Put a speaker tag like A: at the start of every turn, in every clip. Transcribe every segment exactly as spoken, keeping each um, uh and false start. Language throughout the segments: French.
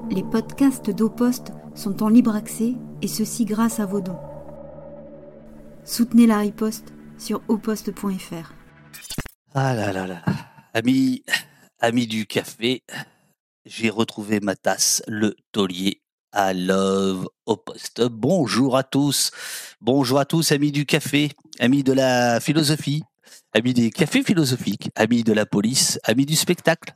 A: Les podcasts d'Au-Post sont en libre accès et ceci grâce à vos dons. Soutenez la riposte sur au poste point f r.
B: Ah là là là là. Amis, amis du café, j'ai retrouvé ma tasse, le taulier à Love au poste. Bonjour à tous. Bonjour à tous, amis du café, amis de la philosophie, amis des cafés philosophiques, amis de la police, amis du spectacle,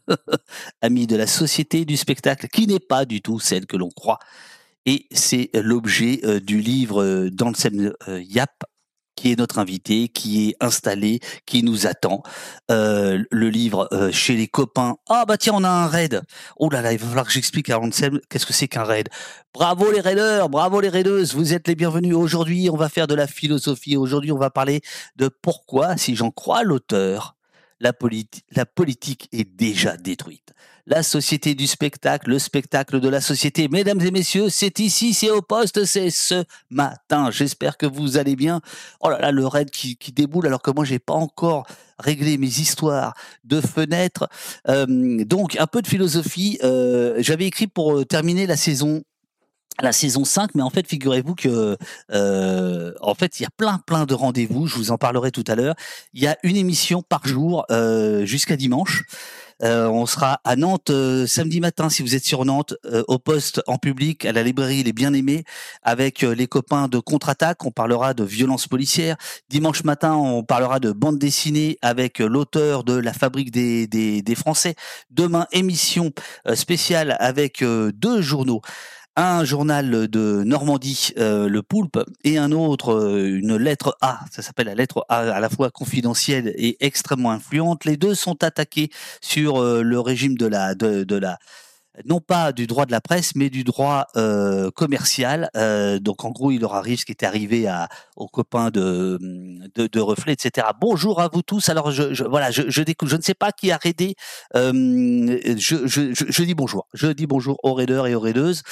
B: amis de la société du spectacle, qui n'est pas du tout celle que l'on croit. Et c'est l'objet euh, du livre euh, d'Anselm euh, Yap, qui est notre invité, qui est installé, qui nous attend. Euh, le livre euh, chez les copains. Ah bah tiens, on a un raid. Oh là là, il va falloir que j'explique à Anselm qu'est-ce que c'est qu'un raid. Bravo les raiders, bravo les raideuses, vous êtes les bienvenus. Aujourd'hui, on va faire de la philosophie. Aujourd'hui, on va parler de pourquoi, si j'en crois l'auteur, la, politi- la politique est déjà détruite. La société du spectacle, le spectacle de la société. Mesdames et messieurs, c'est ici, c'est au poste, c'est ce matin. J'espère que vous allez bien. Oh là là, le raid qui, qui déboule alors que moi, j'ai pas encore réglé mes histoires de fenêtres. Euh, donc, un peu de philosophie. Euh, j'avais écrit pour euh, terminer la saison la saison cinq, mais en fait, figurez-vous que, euh, en fait, il y a plein, plein de rendez-vous. Je vous en parlerai tout à l'heure. Il y a une émission par jour euh, jusqu'à dimanche. Euh, on sera à Nantes euh, samedi matin, si vous êtes sur Nantes, euh, au poste en public, à la librairie Les Bien-Aimés, avec euh, les copains de Contre-Attaque. On parlera de violence policière. Dimanche matin, on parlera de bande dessinée avec euh, l'auteur de La Fabrique des, des, des Français. Demain, émission euh, spéciale avec euh, deux journaux. Un journal de Normandie, euh, le Poulpe, et un autre, euh, une lettre A. Ça s'appelle la lettre A, à la fois confidentielle et extrêmement influente. Les deux sont attaqués sur euh, le régime de la, de, de la, non pas du droit de la presse, mais du droit euh, commercial. Euh, donc en gros, il leur arrive ce qui est arrivé à, aux copains de, de, de Reflet, et cetera. Bonjour à vous tous. Alors je, je voilà, je, je découvre, je ne sais pas qui a raidé. Euh, je, je, je, je dis bonjour. Je dis bonjour aux raideurs et aux raideuses.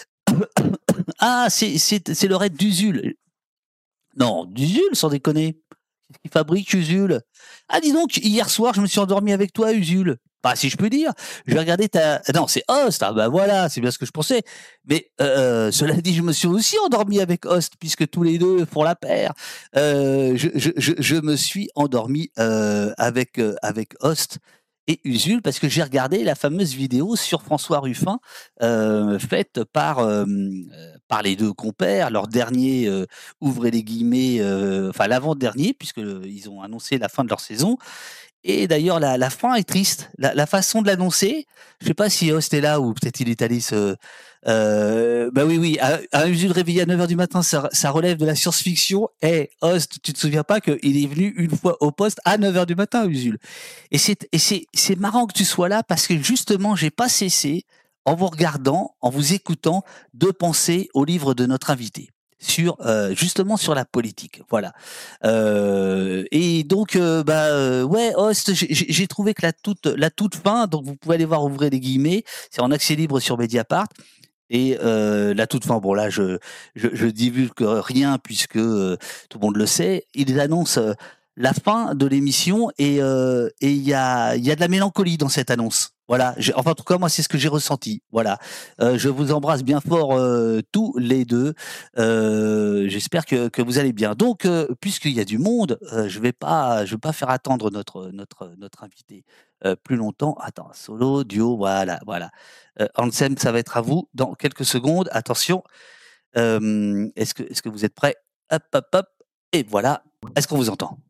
B: Ah, c'est, c'est, c'est le raid d'Usul. Non, d'Usul, sans déconner. Qui fabrique Usul. Ah, dis donc, hier soir, je me suis endormi avec toi, Usul. Pas si je peux dire. Je vais regarder ta. Non, c'est Host. Ah, bah voilà, c'est bien ce que je pensais. Mais euh, cela dit, je me suis aussi endormi avec Host, puisque tous les deux font la paire. Euh, je, je, je, je me suis endormi euh, avec, euh, avec Host et Usul, parce que j'ai regardé la fameuse vidéo sur François Ruffin, euh, faite par, euh, par les deux compères, leur dernier, euh, ouvrez les guillemets, euh, enfin l'avant-dernier, puisqu'ils ont annoncé la fin de leur saison. Et d'ailleurs, la, la fin est triste. La, la façon de l'annoncer, je sais pas si Host est là ou peut-être il est allé se. Euh, bah oui, oui, à, à Usul réveillé à neuf heures du matin, ça, ça relève de la science-fiction. Eh, hey, Host, tu te souviens pas qu'il est venu une fois au poste à neuf heures du matin, Usul. Et c'est, et c'est, c'est marrant que tu sois là parce que justement, j'ai pas cessé, en vous regardant, en vous écoutant, de penser au livre de notre invité sur euh, justement sur la politique, voilà. Euh, et donc, euh, bah euh, ouais, Host, j'ai, j'ai trouvé que la toute la toute fin, donc vous pouvez aller voir, ouvrez les guillemets, c'est en accès libre sur Mediapart. Et euh, la toute fin, bon là, je je, je divulgue rien puisque euh, tout le monde le sait. Ils annoncent euh, la fin de l'émission et euh, et il y a il y a de la mélancolie dans cette annonce. Voilà, j'ai- enfin en tout cas moi c'est ce que j'ai ressenti. Voilà, Euh, je vous embrasse bien fort euh, tous les deux. Euh, j'espère que que vous allez bien. Donc euh, puisqu'il y a du monde, euh, je vais pas je vais pas faire attendre notre notre notre invité euh, plus longtemps. Attends, solo, duo, voilà, voilà. Euh, Anselm, ça va être à vous dans quelques secondes. Attention, euh, est-ce que est-ce que vous êtes prêts? Hop, hop, hop. Et voilà. Est-ce qu'on vous entend?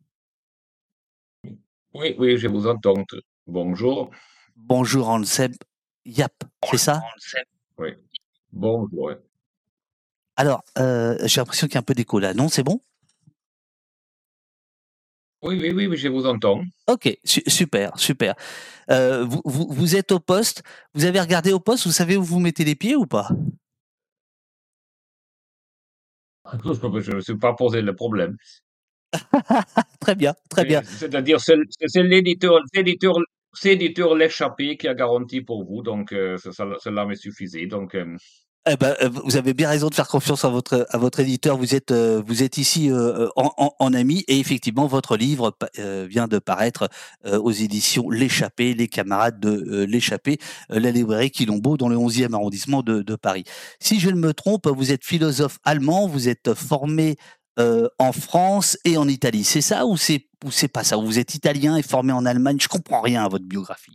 C: Oui, oui, je vous entends. Bonjour.
B: Bonjour Anselm. Yap, c'est ça?
C: Oui. Bonjour.
B: Alors, euh, j'ai l'impression qu'il y a un peu d'écho là. Non, c'est bon?
C: Oui, oui, oui, oui, je vous entends.
B: Ok, su- super, super. Euh, vous, vous, vous êtes au poste. Vous avez regardé au poste. Vous savez où vous mettez les pieds ou pas?
C: Je ne me suis pas posé le problème.
B: Très bien, très bien.
C: Mais c'est-à-dire, c'est c'est l'éditeur, c'est l'éditeur, c'est l'éditeur L'échappée qui a garanti pour vous, donc euh, ça- ça- cela me suffisait. Donc, euh,
B: Eh ben, euh, vous avez bien raison de faire confiance à votre à votre éditeur. Vous êtes euh, vous êtes ici euh, en, en, en ami et effectivement votre livre pa- euh, vient de paraître euh, aux éditions L'Échappée, les camarades de euh, L'Échappée, euh, la librairie Quilombo dans le onzième arrondissement de, de Paris. Si je ne me trompe, vous êtes philosophe allemand, vous êtes formé euh, en France et en Italie. C'est ça ou c'est ou c'est pas ça? Vous êtes italien et formé en Allemagne. Je comprends rien à votre biographie.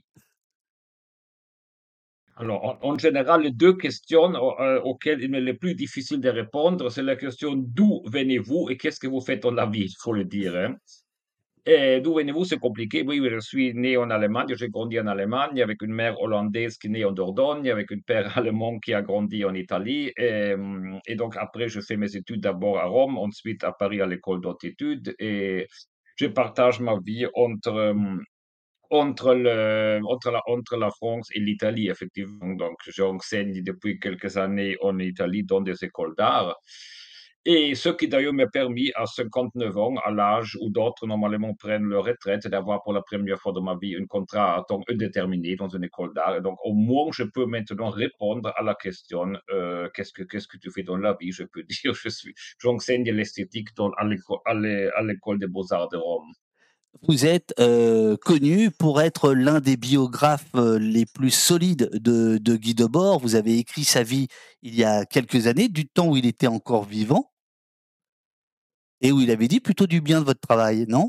C: Alors, en, en général, les deux questions euh, auxquelles il est le plus difficile de répondre, c'est la question d'où venez-vous et qu'est-ce que vous faites dans la vie, il faut le dire, hein. Et d'où venez-vous, c'est compliqué. Oui, oui, je suis né en Allemagne, j'ai grandi en Allemagne avec une mère hollandaise qui est née en Dordogne, avec un père allemand qui a grandi en Italie. Et, hum, et donc après, je fais mes études d'abord à Rome, ensuite à Paris à l'école d'haute études. Et je partage ma vie entre, hum, entre, le, entre, la, entre la France et l'Italie, effectivement. Donc, j'enseigne depuis quelques années en Italie dans des écoles d'art. Et ce qui d'ailleurs m'a permis à cinquante-neuf ans, à l'âge où d'autres normalement prennent leur retraite, d'avoir pour la première fois de ma vie un contrat à temps indéterminé dans une école d'art. Et donc, au moins, je peux maintenant répondre à la question euh, qu'est-ce que qu'est-ce que tu fais dans la vie? Je peux dire, je suis, j'enseigne l'esthétique dans, à l'école à l'é- à l'école des beaux-arts de Rome.
B: Vous êtes euh, connu pour être l'un des biographes euh, les plus solides de, de Guy Debord. Vous avez écrit sa vie il y a quelques années, du temps où il était encore vivant, et où il avait dit plutôt du bien de votre travail, non?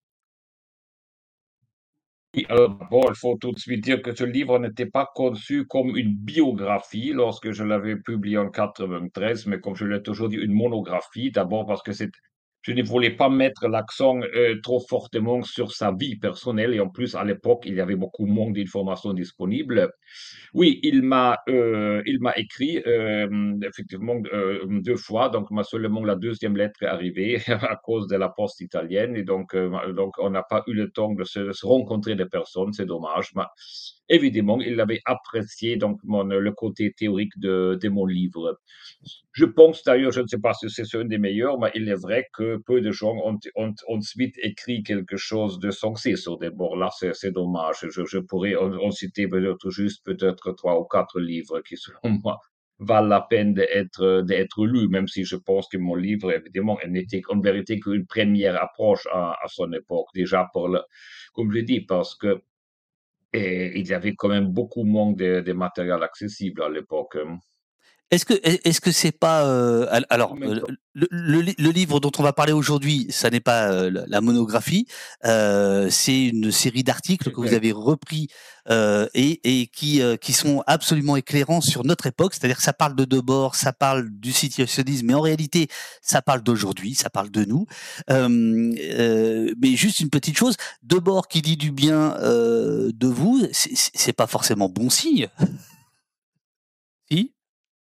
C: Oui, alors bon, il faut tout de suite dire que ce livre n'était pas conçu comme une biographie lorsque je l'avais publié en quatre-vingt-treize, mais comme je l'ai toujours dit, une monographie. D'abord parce que c'est, je ne voulais pas mettre l'accent euh, trop fortement sur sa vie personnelle et en plus à l'époque il y avait beaucoup moins d'informations disponibles. Oui, il m'a euh, il m'a écrit euh, effectivement euh, deux fois, donc ma seulement la deuxième lettre est arrivée à cause de la poste italienne et donc euh, donc on n'a pas eu le temps de se, de se rencontrer des personnes, c'est dommage. Mais évidemment, il avait apprécié donc mon le côté théorique de de mon livre. Je pense d'ailleurs, je ne sais pas si c'est un des meilleurs, mais il est vrai que peu de gens ont, ont ensuite écrit quelque chose de sensé sur des bords. Là, c'est c'est dommage. Je, je pourrais en, en citer peut-être juste peut-être trois ou quatre livres qui, selon moi, valent la peine d'être d'être lus, même si je pense que mon livre, évidemment, elle n'était en vérité qu'une première approche à, à son époque. Déjà, pour le, comme je dis, parce que et, il y avait quand même beaucoup moins de, de matériel accessible à l'époque, hein.
B: Est-ce que est-ce que c'est pas euh, al-
C: En
B: alors
C: même
B: euh,
C: temps,
B: le, le li- le livre dont on va parler aujourd'hui, ça n'est pas euh, la la monographie, euh, c'est une série d'articles que vous
C: exact.
B: avez repris euh, et, et qui euh, qui sont absolument éclairants sur notre époque. C'est-à-dire que ça parle de Debord, ça parle du situationnisme, mais en réalité ça parle d'aujourd'hui, ça parle de nous. Euh, euh, mais juste une petite chose, Debord qui dit du bien euh, de vous, c'est c'est c'est pas forcément bon signe, si?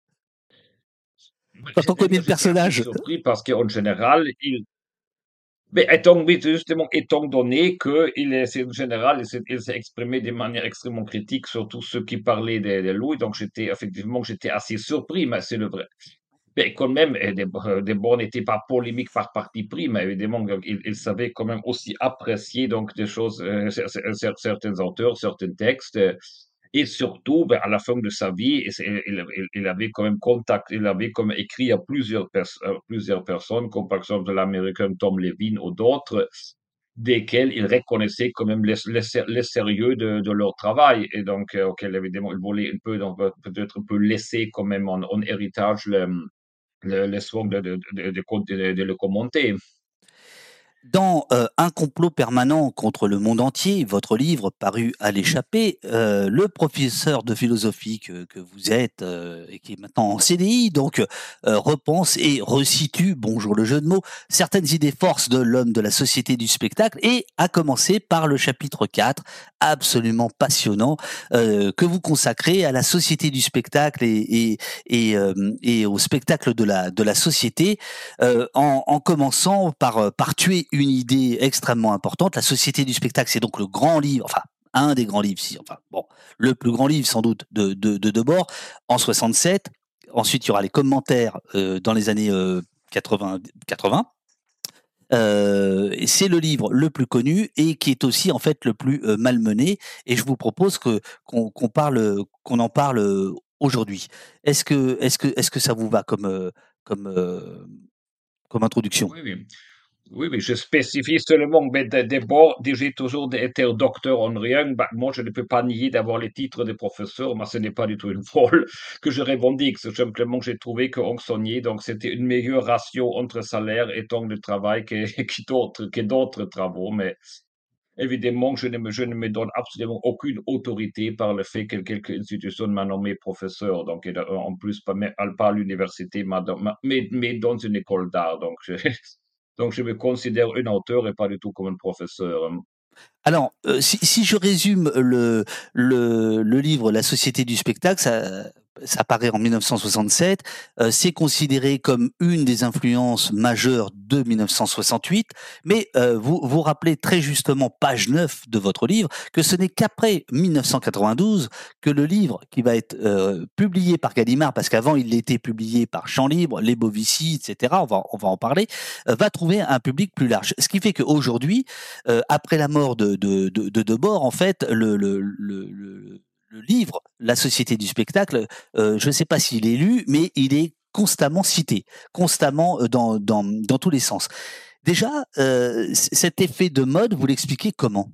B: Quand on
C: C'est-à-dire,
B: connaît le
C: j'étais assez
B: personnage.
C: surpris parce qu'en général, il, mais étant, oui, justement, étant donné qu'il est, c'est en général, il s'est il s'est exprimé de manière extrêmement critique sur tous ceux qui parlaient de, de lui, donc j'étais, effectivement, j'étais assez surpris, mais c'est le vrai. Mais quand même, eh, Desbordes Desbordes n'était pas polémique par parti pris, mais évidemment, donc, il, il savait quand même aussi apprécier donc des choses, euh, cer- cer- certains auteurs, certains textes, euh, et surtout, ben, à la fin de sa vie, et c'est- il, il- il avait quand même contact, il avait comme écrit à plusieurs, pers- à plusieurs personnes, comme par exemple l'Américain Tom Levin ou d'autres, desquels il reconnaissait quand même le, le ser- le sérieux de, de leur travail, et donc euh, auquel évidemment il voulait un peu, donc, peut-être un peu laisser quand même en, en héritage le le, le soin de, de, de, de, de- de le commenter.
B: Dans euh, Un complot permanent contre le monde entier, votre livre paru à l'échappée, euh, le professeur de philosophie que, que vous êtes euh, et qui est maintenant en C D I, donc euh, repense et resitue, bonjour le jeu de mots, certaines idées forces de l'homme de la société du spectacle et a commencé par le chapitre quatre, absolument passionnant, euh, que vous consacrez à la société du spectacle et, et, et, euh, et au spectacle de la, de la société, euh, en, en commençant par, euh, par tuer une idée extrêmement importante. La société du spectacle, c'est donc le grand livre, enfin, un des grands livres, si, enfin, bon, le plus grand livre sans doute de, de, de Debord, en soixante-sept. Ensuite, il y aura les commentaires euh, dans les années euh, quatre-vingts. quatre-vingts. Euh, c'est le livre le plus connu et qui est aussi en fait le plus euh, malmené. Et je vous propose que qu'on qu'on parle, qu'on en parle aujourd'hui. Est-ce que, est-ce que, est-ce que ça vous va comme, euh, comme, euh, comme introduction?
C: Oui, oui. Oui, mais je spécifie seulement, mais d- d'abord, j'ai toujours été docteur en rien. Bah, moi, je ne peux pas nier d'avoir les titres de professeur, mais ce n'est pas du tout une rôle que je revendique. C'est simplement que j'ai trouvé que enseignait, donc c'était une meilleure ratio entre salaire et temps de travail que, que d'autres, que d'autres travaux. Mais évidemment, je ne me, je ne me donne absolument aucune autorité par le fait que quelque institution m'a nommé professeur. Donc, et, euh, en plus, pas, mais- pas à l'université, mais, dans ma- mais, mais dans une école d'art. Donc, je, donc, je me considère un auteur et pas du tout comme un professeur. Hein.
B: Alors, euh, si, si je résume le, le, le livre La Société du spectacle, ça, ça paraît en mille neuf cent soixante-sept, euh, c'est considéré comme une des influences majeures de mille neuf cent soixante-huit, mais euh, vous vous rappelez très justement, page neuf de votre livre, que ce n'est qu'après mille neuf cent quatre-vingt-douze que le livre qui va être euh, publié par Gallimard, parce qu'avant il était publié par Champs Libre, Les Bovici, et cetera, on va, on va en parler, euh, va trouver un public plus large. Ce qui fait qu'aujourd'hui, euh, après la mort de, de, de, de Debord, en fait, le, le, le, le, le livre La Société du spectacle, euh, je ne sais pas s'il est lu, mais il est constamment cité, constamment euh, dans, dans, dans tous les sens. Déjà, euh, c- cet effet de mode, vous l'expliquez comment?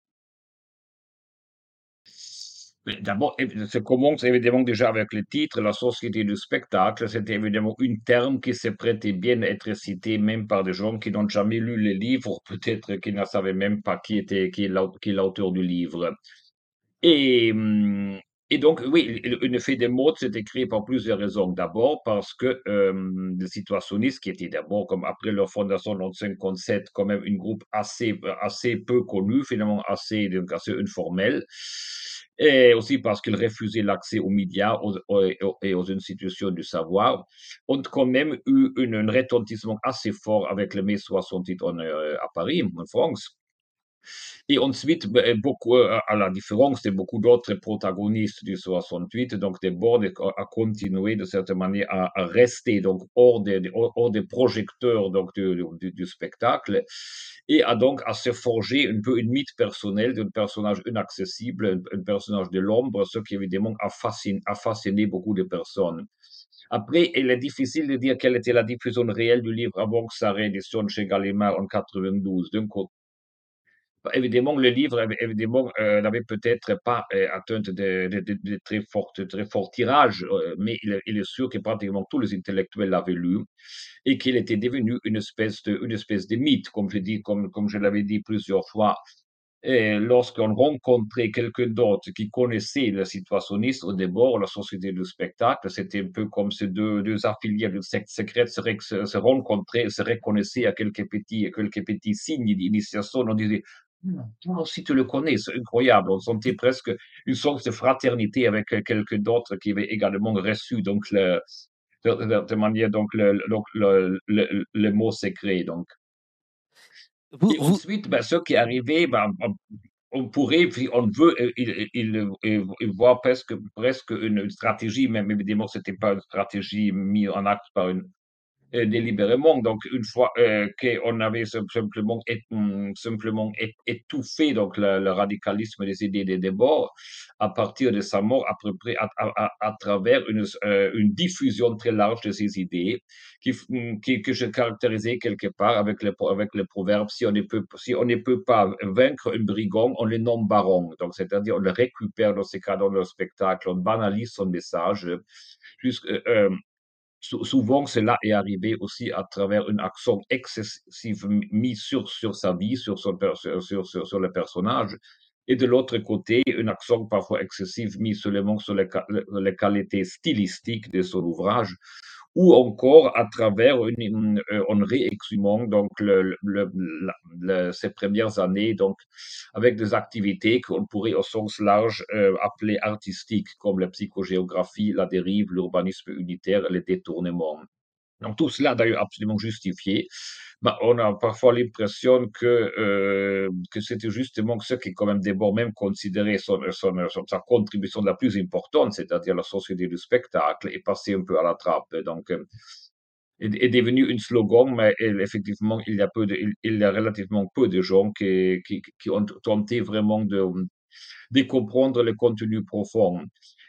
C: Mais d'abord, évi- ça commence évidemment déjà avec le titre, la société du spectacle. C'était évidemment un terme qui se prêtait bien à être cité même par des gens qui n'ont jamais lu les livres, peut-être qui ne savaient même pas qui était qui est l'au- qui est l'auteur du livre. Et, hum, et donc, oui, le le effet des modes s'est écrit pour plusieurs raisons. D'abord, parce que euh, les situationnistes, qui étaient d'abord, comme après leur fondation en cinquante-sept, quand même un groupe assez, assez peu connu, finalement assez, donc assez informel, et aussi parce qu'ils refusaient l'accès aux médias aux- aux- et aux institutions du savoir, ont quand même eu une- un retentissement assez fort avec le mai soixante-huit en, euh, à Paris, en France. Et ensuite, ben, euh, beaucoup, euh, à la différence de beaucoup d'autres protagonistes du soixante-huit, donc Desbordes a continué de certaine manière à, à rester donc hors des, hors hors des projecteurs donc du, du, du spectacle et a donc à se forger un peu une mythe personnelle d'un personnage inaccessible, un, un personnage de l'ombre, ce qui évidemment a fasciné, a fasciné beaucoup de personnes. Après, il est difficile de dire quelle était la diffusion réelle du livre avant que sa réédition chez Gallimard en quatre-vingt-douze. D'un côté, bah, évidemment, le livre, évi- évidemment, euh, n'avait peut-être pas euh, atteint de, de- de- de très fortes, très forts tirages, euh, mais il est, il est sûr que pratiquement tous les intellectuels l'avaient lu et qu'il était devenu une espèce de, une espèce de mythe, comme je dis, comme, comme je l'avais dit plusieurs fois. Et lorsqu'on rencontrait quelqu'un d'autre qui connaissait le situationniste, au débord, la société du spectacle, c'était un peu comme ces deux, deux affiliés d'une secte secrète se, rec- se, se rencontraient, se reconnaissaient à quelques petits, quelques petits signes d'initiation. On disait, toi aussi tu le connais, c'est incroyable. On sentait presque une sorte de fraternité avec euh, quelqu'un d'autre qui avait également reçu donc le, de, de- de manière donc le, le, le, le, le mot secret. Donc.
B: Vous,
C: Et
B: vous,
C: ensuite, ben, ce qui est arrivé, ben, on on pourrait, si on veut, euh, il, il, il, il voit presque, presque une stratégie, même évidemment, c'était pas une stratégie mise en acte par une, euh, délibérément. Donc, une fois euh, qu'on avait sim- simplement, é- hum, simplement é- étouffé donc, le, le radicalisme des idées des débords, à partir de sa mort, à peu près à, à- à- à travers une, euh, une diffusion très large de ces idées, qui, f- hum, qui- que je caractérisais quelque part avec le, pro- avec le proverbe, si on ne peut, si on ne peut pas vaincre un brigand, on le nomme baron. Donc, c'est-à-dire, on le récupère dans ces cas dans le spectacle, on banalise son message, jusque, euh, sou- souvent, cela est arrivé aussi à travers une action excessive mise sur, sur sa vie, sur, son, per- sur, sur, sur, sur le personnage. Et de l'autre côté, une action parfois excessive mise seulement sur les, ca- les qualités stylistiques de son ouvrage, ou encore à travers une, une, euh, en réexhumant donc le, le, la- le- ces premières années donc avec des activités qu'on pourrait au sens large euh, appeler artistiques comme la psychogéographie, la dérive, l'urbanisme unitaire, les détournements. Donc tout cela d'ailleurs absolument justifié. Mais on a parfois l'impression que, euh, que c'était justement ce qui quand même Debord même considérait son, son, son- sa contribution la plus importante, c'est-à-dire la société du spectacle, est passé un peu à la trappe. Donc, euh, est, est devenu un slogan, mais elle, effectivement, il y a peu de, il, il y a relativement peu de gens qui, qui, qui ont tenté vraiment de, de comprendre le contenu profond.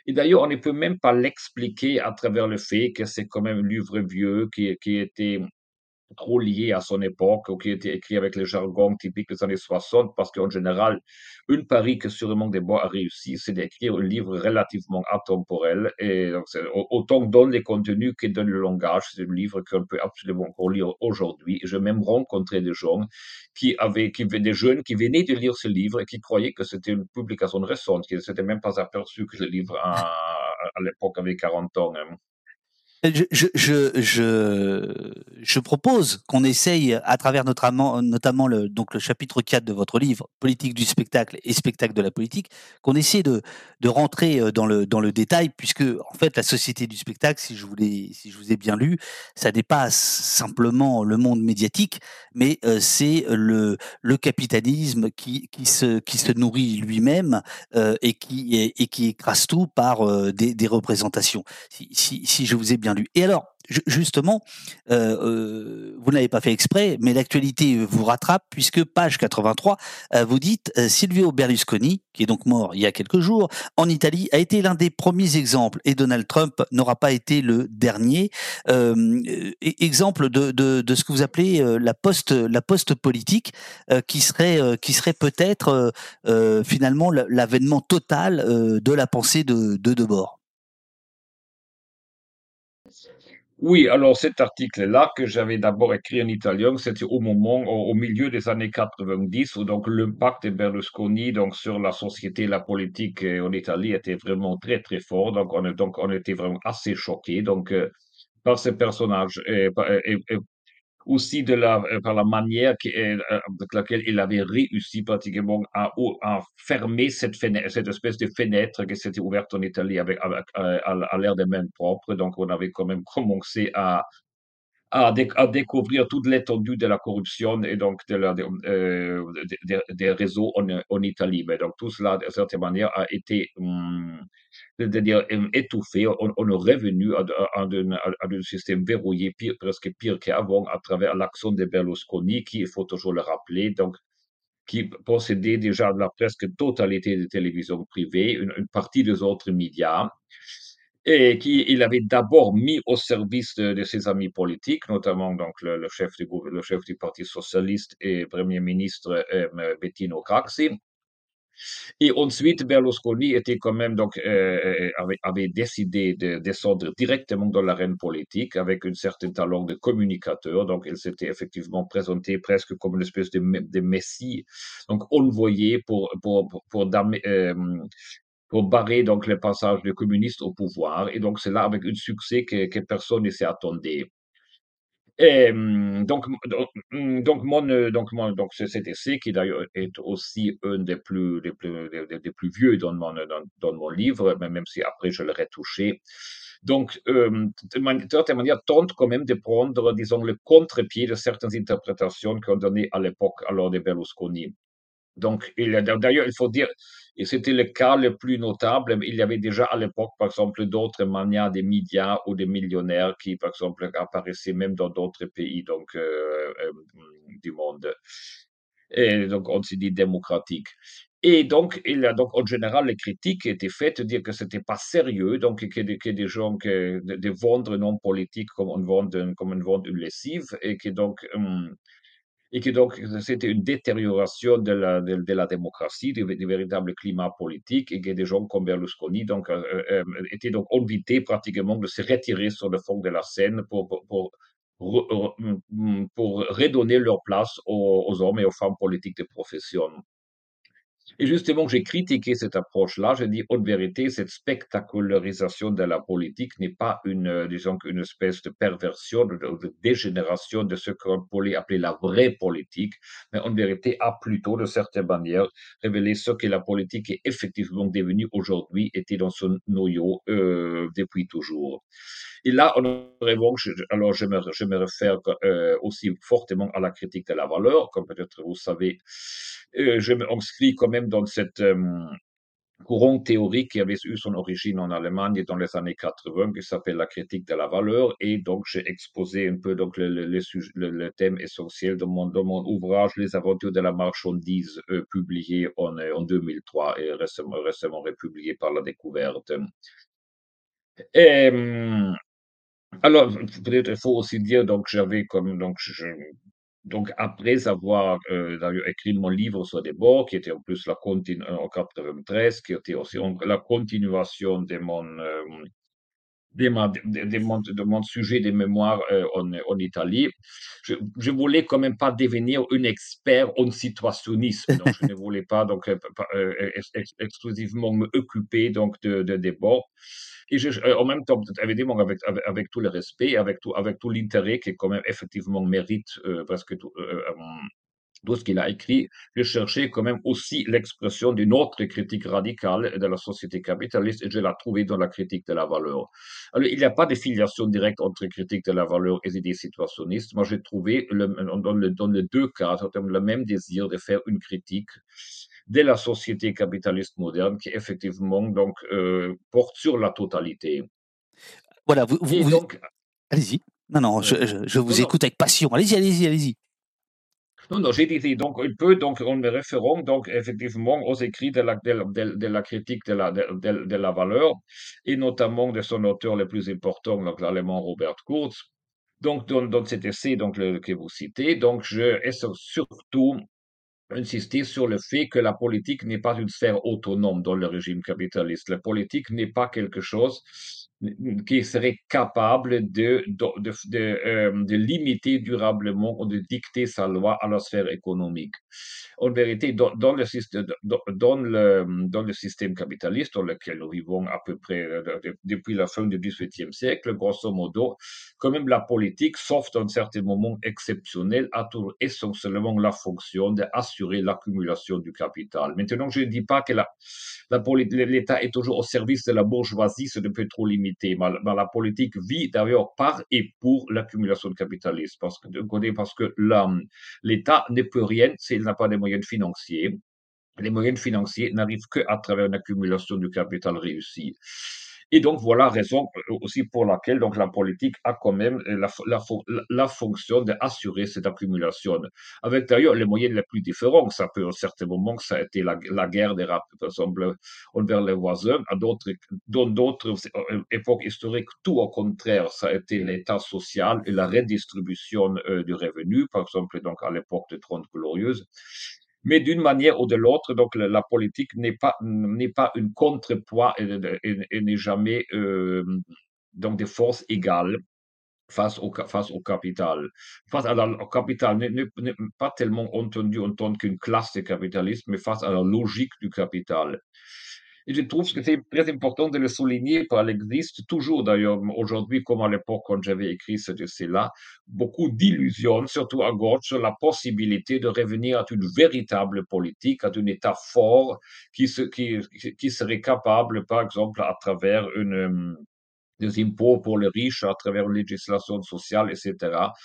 C: Et d'ailleurs, on ne peut même pas l'expliquer à travers le fait que c'est quand même un livre vieux qui, qui était trop lié à son époque ou qui était écrit avec le jargon typique des années soixante, parce qu'en général, une pari que Sûrement des Bois a réussi, c'est d'écrire un livre relativement atemporel. Et donc, c'est autant donne les contenus que donne le langage. C'est un livre qu'on peut absolument encore lire aujourd'hui. Et j'ai même rencontré des gens qui avaient, qui, des jeunes qui venaient de lire ce livre et qui croyaient que c'était une publication récente, qui ne s'étaient même pas aperçus que le livre à, à l'époque avait quarante ans, hein.
B: Je, je, je, je, je propose qu'on essaye, à travers notamment, notamment le, donc le chapitre quatre de votre livre, Politique du spectacle et spectacle de la politique, qu'on essaie de, de rentrer dans le, dans le détail, puisque, en fait, la société du spectacle, si je, voulais, si je vous ai bien lu, ça dépasse simplement le monde médiatique, mais euh, c'est le, le capitalisme qui, qui, se, qui se nourrit lui-même euh, et, qui, et, et qui écrase tout par euh, des, des représentations. Si, si, si je vous ai bien lu. Et alors, justement, euh, euh, vous n'avez pas fait exprès, mais l'actualité vous rattrape, puisque page quatre-vingt-trois, euh, vous dites euh, Silvio Berlusconi, qui est donc mort il y a quelques jours, en Italie, a été l'un des premiers exemples, et Donald Trump n'aura pas été le dernier. Euh, exemple de, de, de ce que vous appelez euh, la post la post politique, euh, qui serait euh, qui serait peut-être euh, euh, finalement l'avènement total euh, de la pensée de de Debord.
C: Oui, alors cet article-là que j'avais d'abord écrit en italien, c'était au moment, au, au milieu des années quatre-vingt-dix, où donc l'impact de Berlusconi donc sur la société, la politique euh, en Italie était vraiment très très fort. Donc on, est- donc on était vraiment assez choqués donc euh, par ce personnage et, par- et- et aussi de la, euh, par la manière qui- euh, euh, avec laquelle il avait réussi pratiquement à, ou- à fermer cette fenêtre, cette espèce de fenêtre qui s'était ouverte en Italie avec, avec, euh, à, à l'ère des mains propres. Donc on avait quand même commencé à à, déc- à découvrir toute l'étendue de la corruption et donc de la, de, euh, des des- des réseaux en, en Italie. Mais donc tout cela, de certaine manière, a été, hum, c'est-à-dire hum, étouffé. On, on est revenu à, à, à un à un système verrouillé, pire, presque pire qu'avant, à travers l'action de Berlusconi, qui, il faut toujours le rappeler, donc qui possédait déjà la presque totalité des télévisions privées, une, une partie des autres médias, et qui il avait d'abord mis au service de, de ses amis politiques, notamment donc le, le chef du gouver- le chef du Parti socialiste et premier ministre euh, Bettino Craxi. Et ensuite, Berlusconi était quand même donc euh, euh, avait, avait décidé de descendre directement dans l'arène politique avec un certain talent de communicateur. Donc, il s'était effectivement présenté presque comme une espèce de, me- de messie, donc envoyé pour pour pour, pour damer- euh, pour barrer donc le passage des communistes au pouvoir. Et donc, c'est là avec un succès que, que personne ne s'y attendait. Et hum, donc, donc, hum, donc mon, euh, donc mon, donc ce- cet essai qui d'ailleurs est aussi un des plus, des plus, des, des- des plus vieux dans mon, dans, dans mon livre, mais même si après je l'ai retouché. Donc, euh, de man- de certaine manière, tente quand même de prendre, disons, le contre-pied de certaines interprétations qu'on donnait à l'époque, alors de Berlusconi. Donc, il, d'ailleurs, il faut dire, et c'était le cas le plus notable, il y avait déjà à l'époque, par exemple, d'autres manias des médias ou des millionnaires qui, par exemple, apparaissaient même dans d'autres pays donc, euh, euh, du monde. Et donc, on s'est dit démocratique. Et donc, il a donc, en général, les critiques étaient faites de dire que c'était pas sérieux, donc que, des- que des gens que, de, de vendre non politique comme on vend, un- comme on vend une lessive, et que donc, hum, et que donc c'était une détérioration de la, de, de la démocratie, du, du, véritable climat politique, et que des gens comme Berlusconi donc, euh, euh, étaient donc invités pratiquement de se retirer sur le fond de la scène pour, pour, pour, pour redonner leur place aux, aux hommes et aux femmes politiques de profession. Et justement, j'ai critiqué cette approche-là. J'ai dit, en vérité, cette spectacularisation de la politique n'est pas une, euh, disons, une espèce de perversion, de, de dégénération de ce qu'on pourrait appeler la vraie politique, mais en vérité a plutôt, de certaines manières, révélé ce que la politique est effectivement devenue aujourd'hui, était dans son noyau euh, depuis toujours. Et là, en revanche, alors je me, je me réfère euh, aussi fortement à la critique de la valeur, comme peut-être vous savez, euh, je m'inscris quand même dans cette, euh, courant théorique qui avait eu son origine en Allemagne dans les années quatre-vingts, qui s'appelle la critique de la valeur. Et donc, j'ai exposé un peu donc le, le, le, sujet- le- le thème essentiel de mon, de mon ouvrage, Les aventures de la marchandise, euh, publié en, euh, en deux mille trois et récemment, récemment republié par La Découverte. Et, hum, alors, peut-être il faut aussi dire, donc, j'avais comme, donc, je, donc, après avoir euh, d'ailleurs écrit mon livre sur des bords, qui était en plus la continu en quatre-vingt-treize, qui était aussi en- la continuation de mon, euh, de, ma- de- de mon, de mon sujet des mémoires euh, en, en Italie. Je, je voulais quand même pas devenir un expert en situationnisme, donc je ne voulais pas donc euh, pas, euh, ex- ex- exclusivement me occuper donc de, de des bords. Et je, euh, en même temps, évidemment, avec, avec, avec tout le respect, avec tout, avec tout l'intérêt qui quand même effectivement mérite euh, parce que tout, euh, euh, tout ce qu'il a écrit, je cherchais quand même aussi l'expression d'une autre critique radicale de la société capitaliste et je l'ai trouvée dans la critique de la valeur. Alors, il n'y a pas de filiation directe entre critique de la valeur et idées situationnistes. Moi, j'ai trouvé le, dans, le, dans les deux cas le même désir de faire une critique de la société capitaliste moderne qui effectivement donc euh, porte sur la totalité.
B: Voilà, vous, vous,
C: Et
B: vous-
C: donc,
B: allez-y. Non, non,
C: ouais.
B: je, je- je
C: Non,
B: vous
C: non,
B: écoute avec passion. Allez-y, allez-y, allez-y.
C: non, non, j'ai dit, donc, il peut, donc, on me référons, donc, effectivement, aux écrits de la, de la, de- de la critique de la, de, de- de la valeur, et notamment de son auteur le plus important, donc, l'allemand Robert Kurz. Donc, dans, dans cet essai, donc, le, que vous citez, donc, je, et sur- surtout, insister sur le fait que la politique n'est pas une sphère autonome dans le régime capitaliste. La politique n'est pas quelque chose qui serait capable de, de, de, de, euh, de limiter durablement ou de dicter sa loi à la sphère économique. En vérité, dans, dans, le, système, dans, dans, le, dans le système capitaliste dans lequel nous vivons à peu près euh, de, depuis la fin du dix-huitième siècle, grosso modo, quand même la politique, sauf dans certains moments exceptionnels, a toujours essentiellement la fonction d'assurer l'accumulation du capital. Maintenant, je ne dis pas que la, la l'État est toujours au service de la bourgeoisie, ce ne peut trop limiter, mais, mais la politique vit d'ailleurs par et pour l'accumulation de capitalisme, parce que, parce que l'État ne peut rien s'il n'a pas de moyens financiers. Les moyens financiers n'arrivent qu'à travers une accumulation du capital réussi. Et donc, voilà la raison aussi pour laquelle donc, la politique a quand même la, la, la fonction d'assurer cette accumulation. Avec d'ailleurs les moyens les plus différents. Ça peut, à certains moments, ça a été la, la guerre des rapes, par exemple, envers les voisins. À d'autres, dans d'autres époques historiques, tout au contraire, ça a été l'État social et la redistribution euh, du revenu, par exemple, donc à l'époque des Trente Glorieuses. Mais d'une manière ou de l'autre, donc la, la politique n'est pas n'est pas une contrepoids et, et, et n'est jamais euh, donc des forces égales face au face au capital. Face à la, au capital, n'est, n'est, n'est pas tellement entendu en tant qu'une classe de capitalisme, mais face à la logique du capital. Et je trouve que c'est très important de le souligner, car il existe toujours d'ailleurs aujourd'hui, comme à l'époque quand j'avais écrit ce dossier-là, beaucoup d'illusions, surtout à gauche, sur la possibilité de revenir à une véritable politique, à un État fort qui, se, qui, qui serait capable, par exemple, à travers une, des impôts pour les riches, à travers une législation sociale, et cetera,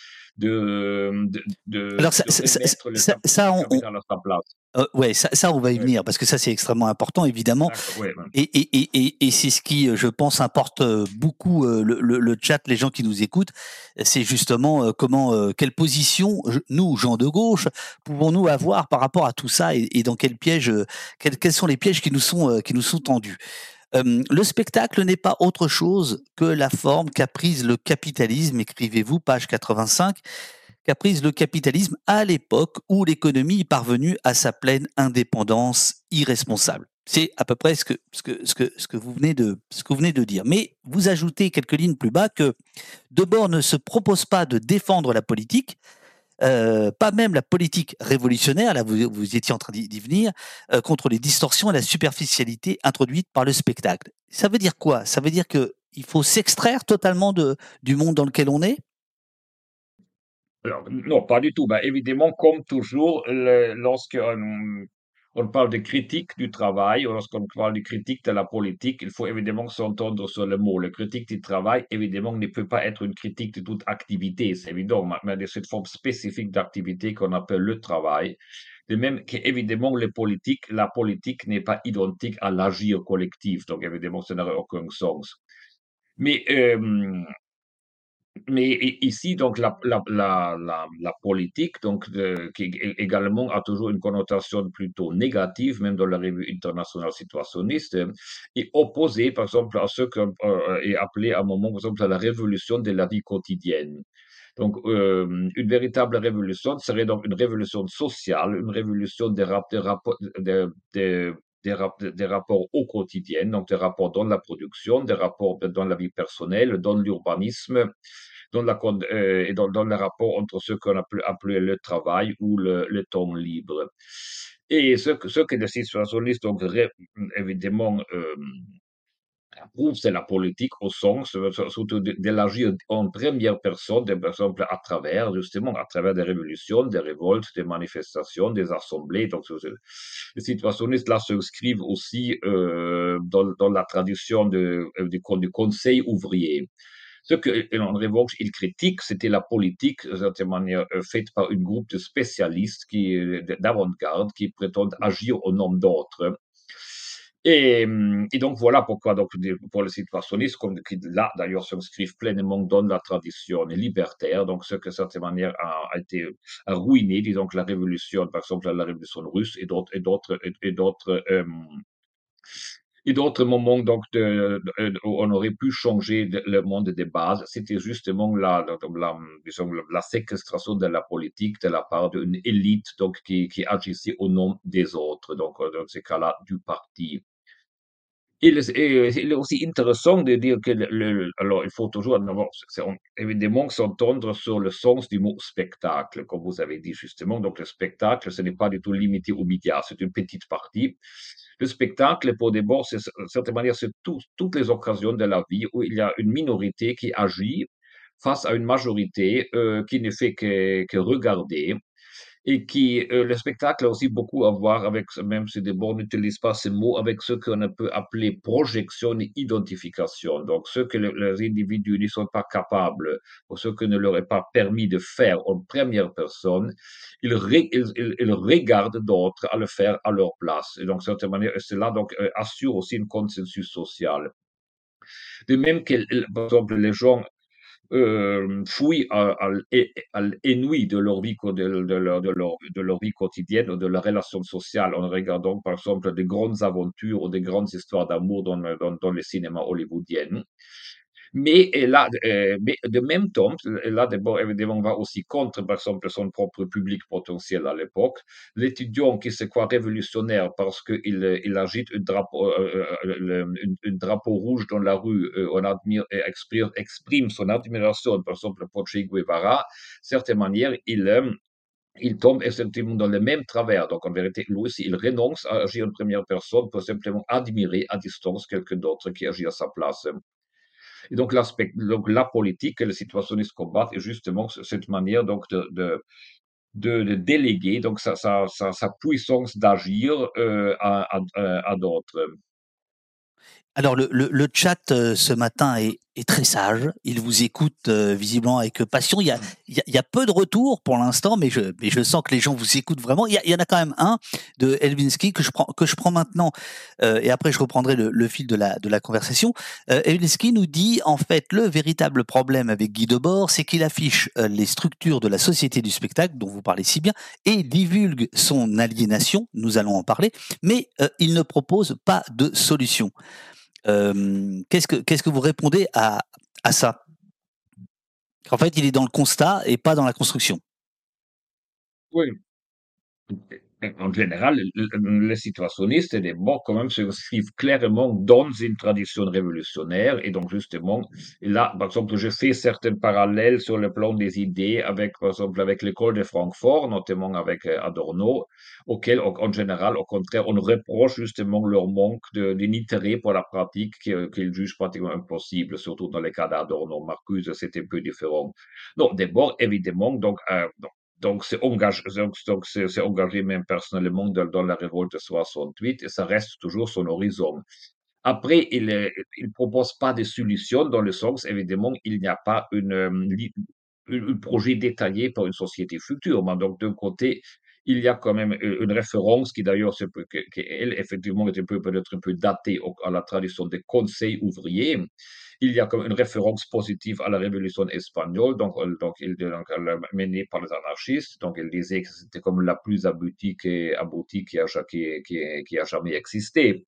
C: de, de, de,
B: Alors ça,
C: de
B: ça, ça,
C: remettre le,
B: ça-
C: cap-
B: ça,
C: le
B: on, on-
C: capital à sa place.
B: euh, ouais, ça, ça, on va y
C: Ouais,
B: venir parce que ça, c'est extrêmement important, évidemment.
C: d'accord, ouais,
B: Et, et, et, et, et c'est ce qui, euh, je pense, importe euh, beaucoup euh, le, le, le chat, les gens qui nous écoutent. C'est justement euh, comment, euh, quelle position je- nous, gens de gauche, pouvons-nous avoir par rapport à tout ça et, et dans quel piège, euh, quels, quels sont les pièges qui nous sont, euh, qui nous sont tendus. Euh, le spectacle n'est pas autre chose que la forme qu'a prise le capitalisme, écrivez-vous, page quatre-vingt-cinq, qu'a prise le capitalisme à l'époque où l'économie est parvenue à sa pleine indépendance irresponsable. C'est à peu près ce que, ce, que, ce, que, ce, que vous venez de, ce que vous venez de dire. Mais vous ajoutez quelques lignes plus bas que Debord ne se propose pas de défendre la politique, euh, pas même la politique révolutionnaire, là vous, vous étiez en train d'y venir, euh, contre les distorsions et la superficialité introduites par le spectacle. Ça veut dire quoi? Ça veut dire qu'il faut s'extraire totalement de, du monde dans lequel on est?
C: Alors, non, pas du tout. Ben, évidemment, comme toujours, le- lorsqu'on on parle de critique du travail, ou lorsqu'on parle de critique de la politique, il faut évidemment s'entendre sur le mot. Le critique du travail, évidemment, ne peut pas être une critique de toute activité, c'est évident, mais de cette forme spécifique d'activité qu'on appelle le travail, De même qu'évidemment, les politiques, la politique n'est pas identique à l'agir collectif, donc évidemment, ça n'aurait aucun sens. Mais, euh, mais i- ici, donc, la, la, la, la, la politique, donc, de- qui é- également a toujours une connotation plutôt négative, même dans la revue internationale situationniste, euh, est opposée, par exemple, à ce qu'on euh, est appelé à un moment, par exemple, à la révolution de la vie quotidienne. Donc, euh, une véritable révolution serait donc une révolution sociale, une révolution des, rap- des, rapports, des, des, des, rap- des rapports au quotidien, donc des rapports dans la production, des rapports dans la vie personnelle, dans l'urbanisme, dans la, con- euh, et dans, dans le rapport entre ce qu'on a appelé, appelé le travail ou le, le temps libre. Et ce que, ce que les situationnistes, donc, ré- évidemment, euh, approuve, c'est la politique au sens, euh, surtout de, de l'agir en première personne, de- par exemple, à travers, justement, à travers des révolutions, des révoltes, des manifestations, des assemblées. Donc, ce- ce- les situationnistes, là, s'inscrivent aussi euh, dans, dans la tradition de, euh, du, con- du conseil ouvrier. Ce que en revanche, il critique, c'était la politique, de certaine manière, euh, faite par un groupe de spécialistes qui, euh, d'avant-garde qui prétendent agir au nom d'autres. Et, hum, et donc voilà pourquoi donc pour les situationnistes, comme qui là d'ailleurs s'inscrivent pleinement dans la tradition libertaire, donc ce que certaine manière a, a été a ruiné, disons que la révolution, par exemple la révolution russe et d'autres et d'autres et, et d'autres euh, et d'autres moments donc de, de- où on aurait pu changer de- le monde des bases, c'était justement la, la, la, disons, la séquestration de la politique de la part d'une élite donc qui, qui agissait au nom des autres, donc euh, dans ces cas-là du parti. Il est, et il est aussi intéressant de dire que le, le- alors il faut toujours en avoir, c'est- on- évidemment s'entendre sur le sens du mot spectacle, comme vous avez dit justement. Donc le spectacle, ce n'est pas du tout limité aux médias, c'est une petite partie. Le spectacle, pour des bords, c'est de certaine manière, c'est tout- toutes les occasions de la vie où il y a une minorité qui agit face à une majorité euh, qui ne fait que, que regarder et qui, euh, le spectacle a aussi beaucoup à voir avec, même si des bords n'utilisent pas ce mot, avec ce qu'on peut appeler projection et identification. Donc, ce que le- les individus ne sont pas capables, ou ce que ne leur est pas permis de faire en première personne, ils, ré- ils, ils- ils regardent d'autres à le faire à leur place. Et donc, de certaine manière, cela donc, euh, assure aussi un consensus social. De même que, euh, par exemple, les gens euh, fouillent à, à l'é- à l'ennui de leur vie, co- de, de leur, de, leur, de leur vie quotidienne ou de leur relation sociale en regardant par exemple des grandes aventures ou des grandes histoires d'amour dans, le- dans, dans les cinémas hollywoodiens. Mais, et là, euh, mais de même temps, là d'abord évidemment on va aussi contre par exemple son propre public potentiel à l'époque. L'étudiant qui se croit révolutionnaire parce qu'il euh, il agite un drapeau, euh, euh, le- une- un drapeau rouge dans la rue, euh, on admire et exprime, exprime son admiration par exemple pour Che Guevara, certaine manière il, euh, il tombe effectivement dans le même travers. Donc en vérité, lui aussi, il renonce à agir en première personne pour simplement admirer à distance quelqu'un d'autre qui agit à sa place. Et donc, l'aspect, donc la politique que les situationnistes combattent est justement cette manière donc de, de, de, de déléguer donc sa, sa, sa, sa puissance d'agir euh, à, à, à d'autres.
B: Alors le, le, le chat euh, ce matin est, est très sage. Il vous écoute euh, visiblement avec passion. Il y a, il y a, il y a peu de retours pour l'instant, mais je, mais je sens que les gens vous écoutent vraiment. Il y, a, il y en a quand même un de Elvinsky que je prends, que je prends maintenant, euh, et après je reprendrai le, le fil de la, de la conversation. Euh, Elvinsky nous dit en fait le véritable problème avec Guy Debord, c'est qu'il affiche euh, les structures de la société du spectacle dont vous parlez si bien et divulgue son aliénation. Nous allons en parler, mais euh, il ne propose pas de solution. Euh, qu'est-ce que qu'est-ce que vous répondez à, à ça? En fait, il est dans le constat et pas dans la construction.
C: Oui, en général, les situationnistes, les bons, quand même, s'inscrivent clairement dans une tradition révolutionnaire. Et donc, justement, là, par exemple, je fais certains parallèles sur le plan des idées avec, par exemple, avec l'école de Francfort, notamment avec euh, Adorno, auquel, en en général, au contraire, on reproche justement leur manque de- d'intérêt pour la pratique qu'ils qu'ils jugent pratiquement impossible, surtout dans les cas d'Adorno. Marcuse, c'était un peu différent. Non, d'abord, évidemment, donc, euh, donc, c'est engagé, donc, donc c'est, c'est engagé même personnellement dans, dans la révolte de soixante-huit et ça reste toujours son horizon. Après, il ne propose pas de solution dans le sens, évidemment, il n'y a pas une, euh, li- un un projet détaillé pour une société future. Mais donc, d'un côté, il y a quand même u une référence qui d'ailleurs se peut que qu'elle effectivement est un peu peut-être un peu datée au à la tradition des conseils ouvriers. Il y a comme une référence positive à la révolution espagnole, donc heu, donc il donc elle est menée par les anarchistes, donc elle disait que c'était comme la plus aboutie qui aboutie qui a ja qui qui qui a jamais existé.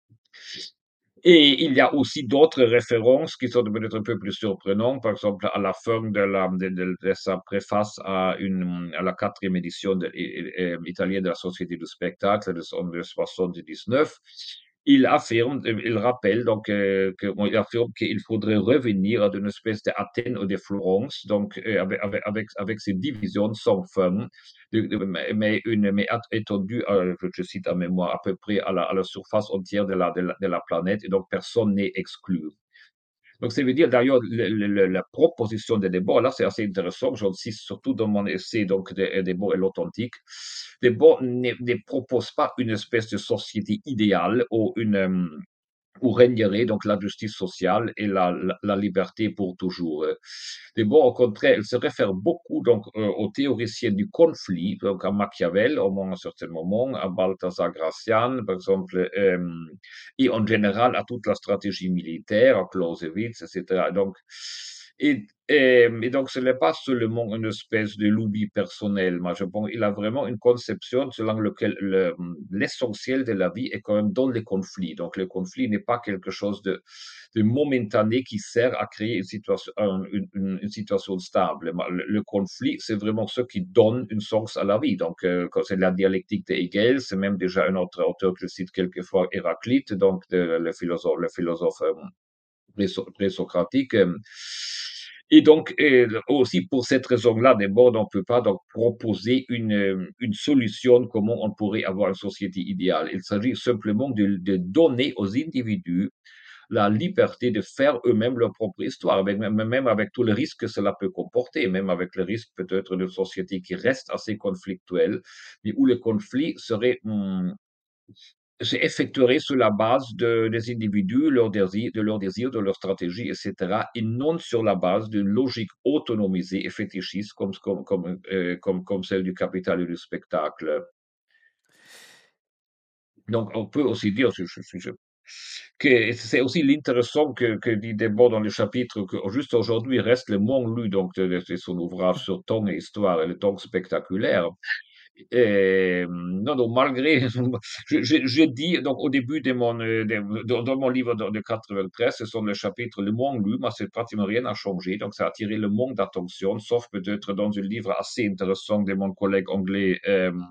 C: Et il y a aussi d'autres références qui sont peut-être un peu plus surprenantes. Par exemple, à la fin de la de de de sa préface à une à la quatrième édition de i i hem, italienne de la Société du spectacle de son de soixante-dix-neuf, il affirme, heu, il rappelle donc, heu, que bon, il affirme qu'il faudrait revenir à d'une espèce d'Athènes ou de Florence, donc, heu, ave ave avec avec ces divisions sans fin, de de mais mais une mais at étendue, heu, je je cite à mémoire, à peu près à la à la surface entière de la de la de la planète et donc personne n'est exclu. Donc ça veut dire d'ailleurs le le le la proposition de Debord, là c'est assez intéressant, j'insiste surtout dans mon essai donc de Debord et l'authentique. Debord ne ne propose pas une espèce de société idéale ou une, hem où régnerait donc la justice sociale et la la la liberté pour toujours, heu. Mais bon, au contraire, elle se réfère beaucoup donc, heu, aux théoriciens du conflit, donc à Machiavel, au moins à un certain moment, à Balthazar Gracian, par exemple, hem, et en général à toute la stratégie militaire, à Clausewitz, et cetera. Donc et hem, et donc ce n'est pas seulement une espèce de lubie personnelle. Moi, je pense il a vraiment une conception selon lequel le, mmh, l'essentiel de la vie est quand même dans les conflits. Donc le conflit n'est pas quelque chose de de momentané qui sert à créer une situation un une une une situation stable. Ma le le conflit, c'est vraiment ce qui donne une sens à la vie. Donc heu, quand c'est la dialectique de Hegel, c'est même déjà un autre auteur que je cite quelquefois, Héraclite, donc de le philosophe le philosophe, hem, préso présocratique, hem et donc et aussi pour cette raison-là, d'abord, on ne peut pas donc proposer une, hem, une solution, comment on pourrait avoir une société idéale. Il s'agit simplement de de donner aux individus la liberté de faire eux-mêmes leur propre histoire, avec même même avec tous les risques que cela peut comporter, même avec le risque peut-être d'une société qui reste assez conflictuelle, mais où le conflit serait, mmh, se effectuerait sur la base de des individus, leurs désirs de leurs désirs, de leurs stratégies et cetera et non sur la base d'une logique autonomisée et fétichiste comme comme comme, heu, comme comme celle du capital et du spectacle. Donc on peut aussi dire, je je je que c'est aussi l'intéressant que que dit Debord dans le chapitre que juste aujourd'hui reste le moins lu donc de de son ouvrage sur Temps et Histoire et le Temps spectaculaire. Hem, non, non, malgré je je je dis donc au début de mon, heu, de dans dans mon livre de de quatre-vingt-treize, ce sont les chapitres les moins lus, mais c'est pratiquement rien n'a changé, donc ça a attiré le moins d'attention, sauf peut-être dans un livre assez intéressant de mon collègue anglais, hem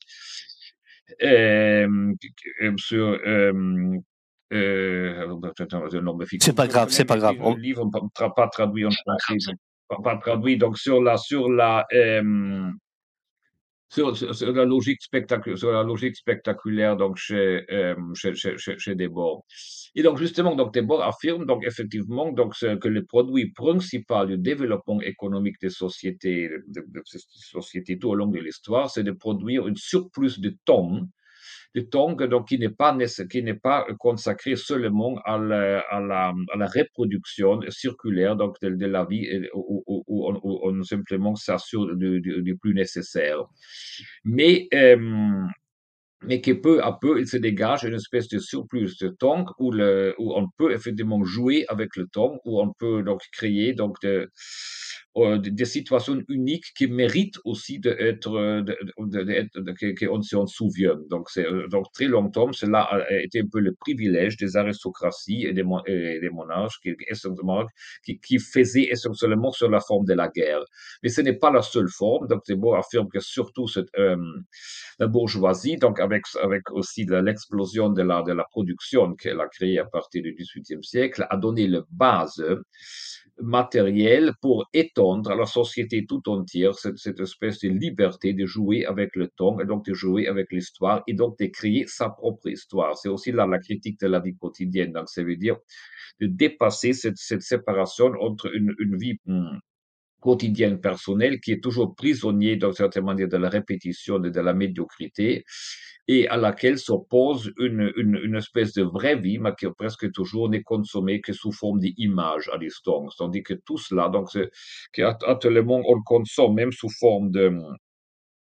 C: Hem, q q hem, sur, hem, heu, attends, le nom m'efficace.
B: C'est pas
C: Je
B: grave,
C: connais
B: c'est pas
C: le
B: grave.
C: livre
B: On-
C: le livre pas tra pas traduit en français, donc pas pas traduit, donc sur la sur la, hem, sur sur sur la logique spectacu sur la logique spectaculaire donc chez, hem, chez chez chez chez Debord. Et donc justement, donc Debord affirme donc effectivement donc ce que le produit principal du développement économique des sociétés de de ces sociétés tout au long de l'histoire, c'est de produire une surplus de temps du temps que donc qui n'est pas nécess qui n'est pas consacré seulement à la à la à la reproduction circulaire donc de de la vie et où où où on où on simplement s'assure du du du plus nécessaire. Mais, hem mais que peu à peu, il se dégage une espèce de surplus de temps où le où on peut effectivement jouer avec le temps, où on peut donc créer donc de, heu, des des situations uniques qui méritent aussi d'être, heu, de de d'être de que qu'on s'en souvienne. Donc c'est, heu, donc très longtemps, cela a a été un peu le privilège des aristocraties et des mon et des monarques qui essentiellement qui qui faisaient essentiellement sur la forme de la guerre. Mais ce n'est pas la seule forme, donc Debord affirme que surtout cette, hem la bourgeoisie, donc avec, avec aussi la- l'explosion de la, de la production qu'elle a créée à partir du dix-huitième siècle, a donné le base matérielle pour étendre à la société tout entière cette, cette espèce de liberté de jouer avec le temps et donc de jouer avec l'histoire et donc de créer sa propre histoire. C'est aussi là la critique de la vie quotidienne. Donc, ça veut dire de dépasser cette, cette séparation entre une, une vie hum, quotidienne personnelle qui est toujours prisonnier d'une certaine manière de la répétition et de la médiocrité et à laquelle s'oppose une, une, une espèce de vraie vie, mais qui presque toujours n'est consommée que sous forme d'images à distance. Tandis que tout cela, donc, c'est, qu'à à tout le monde, on le consomme même sous forme de,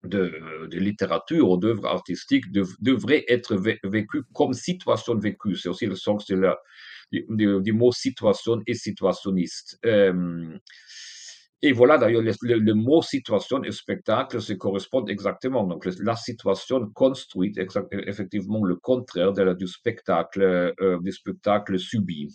C: de, de littérature ou d'œuvres artistiques dev- devrait être vé- vécu comme situation vécue. C'est aussi le sens de la, du, du- du mot situation et situationniste. Euh, et voilà, d'ailleurs, le, le- le mot situation et spectacle se correspondent exactement. Donc, le- la situation construite, exact- effectivement, le contraire de la- du spectacle, euh, du spectacle subi.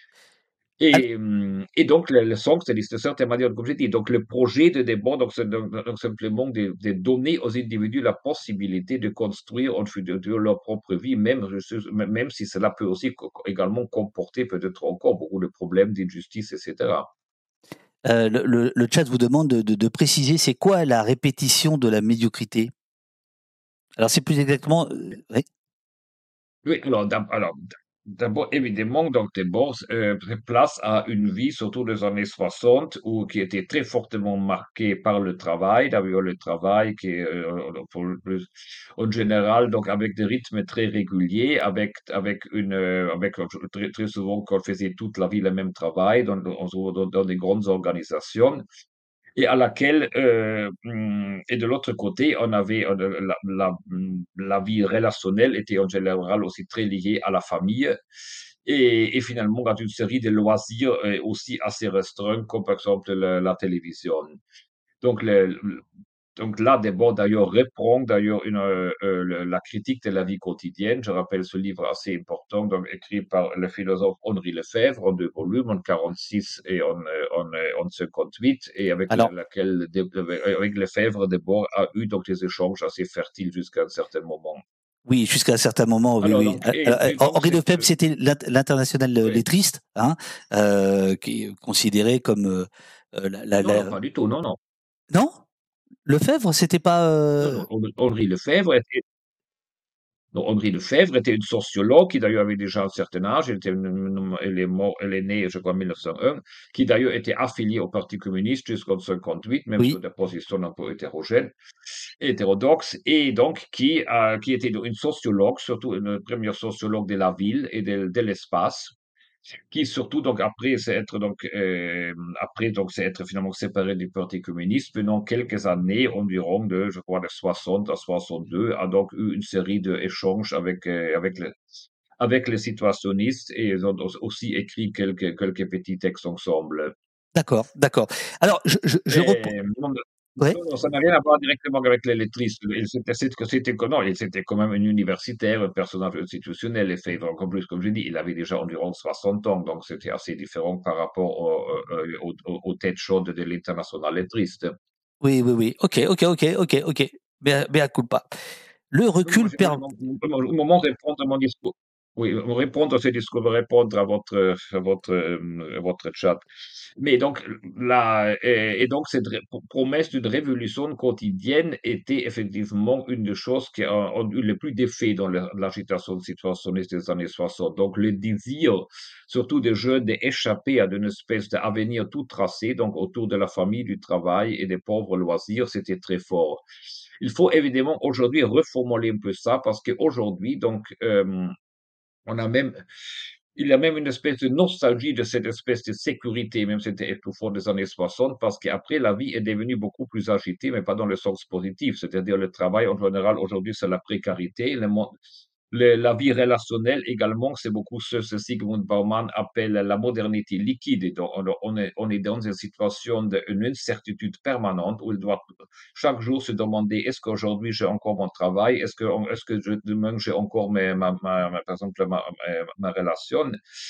B: Al-
C: Et, hum, et donc, le, le song, c'est d'une certaine manière, comme j'ai dit, donc le projet de débat, donc, c'est donc, donc simplement de, de donner aux individus la possibilité de construire en fait, de, de leur propre vie, même, je sais- même si cela peut aussi co- également comporter peut-être encore beaucoup de problèmes d'injustice, et cetera.
B: euh, le, le- le chat vous demande de, de- de préciser c'est quoi la répétition de la médiocrité. Alors c'est plus exactement. euh, oui.
C: Oui, alors, d'ab- alors d- d'abord, évidemment, donc d'abord, euh, place à une vie, surtout des années soixante, où, qui était très fortement marquée par le travail, d'ailleurs le travail qui est, euh, pour le plus- en général, donc avec des rythmes très réguliers, avec, avec une, euh, avec euh, très, très souvent qu'on faisait toute la vie le même travail dans, dans, dans dans des grandes organisations et à laquelle, euh, hum, et de l'autre côté, on avait euh, la, la, hum, la vie relationnelle était en général aussi très liée à la famille et, et finalement dans une série de loisirs euh, aussi assez restreints comme par exemple la, la télévision. Donc, le, le- donc là, Debord d'ailleurs reprend d'ailleurs une, euh, euh, le- la critique de la vie quotidienne. Je rappelle ce livre assez important, donc écrit par le philosophe Henri Lefebvre en deux volumes, en quarante-six et en, euh, en, euh, en cinquante-huit, et avec la-
B: Alors
C: laquelle De- euh, avec Lefebvre, Debord a eu donc des échanges assez fertiles jusqu'à un certain moment.
B: oui, jusqu'à un certain moment, oui,
C: Alors
B: oui.
C: donc,
B: Euh,
C: et,
B: Alors, euh,
C: et donc
B: Henri
C: c'est,
B: Lefebvre,
C: euh,
B: c'était l'int- l'international euh,
C: oui.
B: lettriste, hein, euh, qui est considéré comme euh, euh, la, la-
C: Non, non,
B: la-
C: pas du tout, non, non.
B: Non, Lefebvre, c'était pas.
C: Non,
B: euh,
C: non, Henri Lefebvre donc, Henri Lefebvre était une sociologue qui d'ailleurs avait déjà un certain âge, elle, était, une- elle est mort- elle est née, je crois, en mille neuf cent un, qui d'ailleurs était affiliée au Parti communiste jusqu'en cinquante-huit, même sur
B: Oui,
C: des positions un peu hétérogènes, hétérodoxes, et donc qui, a- qui était une sociologue, surtout une première sociologue de la ville et de, de l'espace, qui surtout donc après c'est être donc euh, après donc c'est être finalement séparé du Parti communiste pendant quelques années environ de je crois de soixante à soixante-deux a donc eu une série d'échanges avec euh, avec les avec les situationnistes et ils ont aussi écrit quelques quelques petits textes ensemble.
B: d'accord, d'accord. Alors, je, je, je reprends.
C: Et non,
B: Ouais.
C: non, non, ça n'a rien à voir directement avec les lettristes. Il c'était c'était que c'était que non, il c'était quand même un universitaire, un personnage institutionnel. Et fait, donc, en plus, comme je dis, il avait déjà environ soixante ans, donc c'était assez différent par rapport au, euh, au, au- aux têtes chaudes de l'international lettriste.
B: Oui, oui, oui. Ok, ok, ok, ok, ok. Mea, mea culpa. Le
C: Non, non,
B: recul
C: je- moi,
B: per...
C: mon- mon- au moment de répondre à mon discours, oui, répondre à ce discours, répondre à votre, à votre, euh, à votre chat. Mais donc, la, et, et donc cette ré- promesse d'une révolution quotidienne était effectivement une des choses qui a, ont eu le plus d'effet dans le- l'agitation situationniste des années soixante. Donc, le désir, surtout des jeunes, d'échapper à une espèce d'avenir tout tracé, donc autour de la famille, du travail et des pauvres loisirs, c'était très fort. Il faut évidemment aujourd'hui reformuler un peu ça parce qu'aujourd'hui, donc, euh, on a même, il y a même une espèce de nostalgie de cette espèce de sécurité, même si c'était tout fort des années soixante, parce qu'après, la vie est devenue beaucoup plus agitée, mais pas dans le sens positif. C'est-à-dire, le travail, en général, aujourd'hui, c'est la précarité. Le mo- le- la vie relationnelle également, c'est beaucoup ce que Sigmund Bauman appelle la modernité liquide. Et donc, on, on est, on est dans une situation d'une incertitude permanente où il doit chaque jour se demander est-ce qu'aujourd'hui j'ai encore mon travail, est-ce que, est-ce que je, demain j'ai encore mes, ma, ma, ma- par exemple ma, ma, ma relation.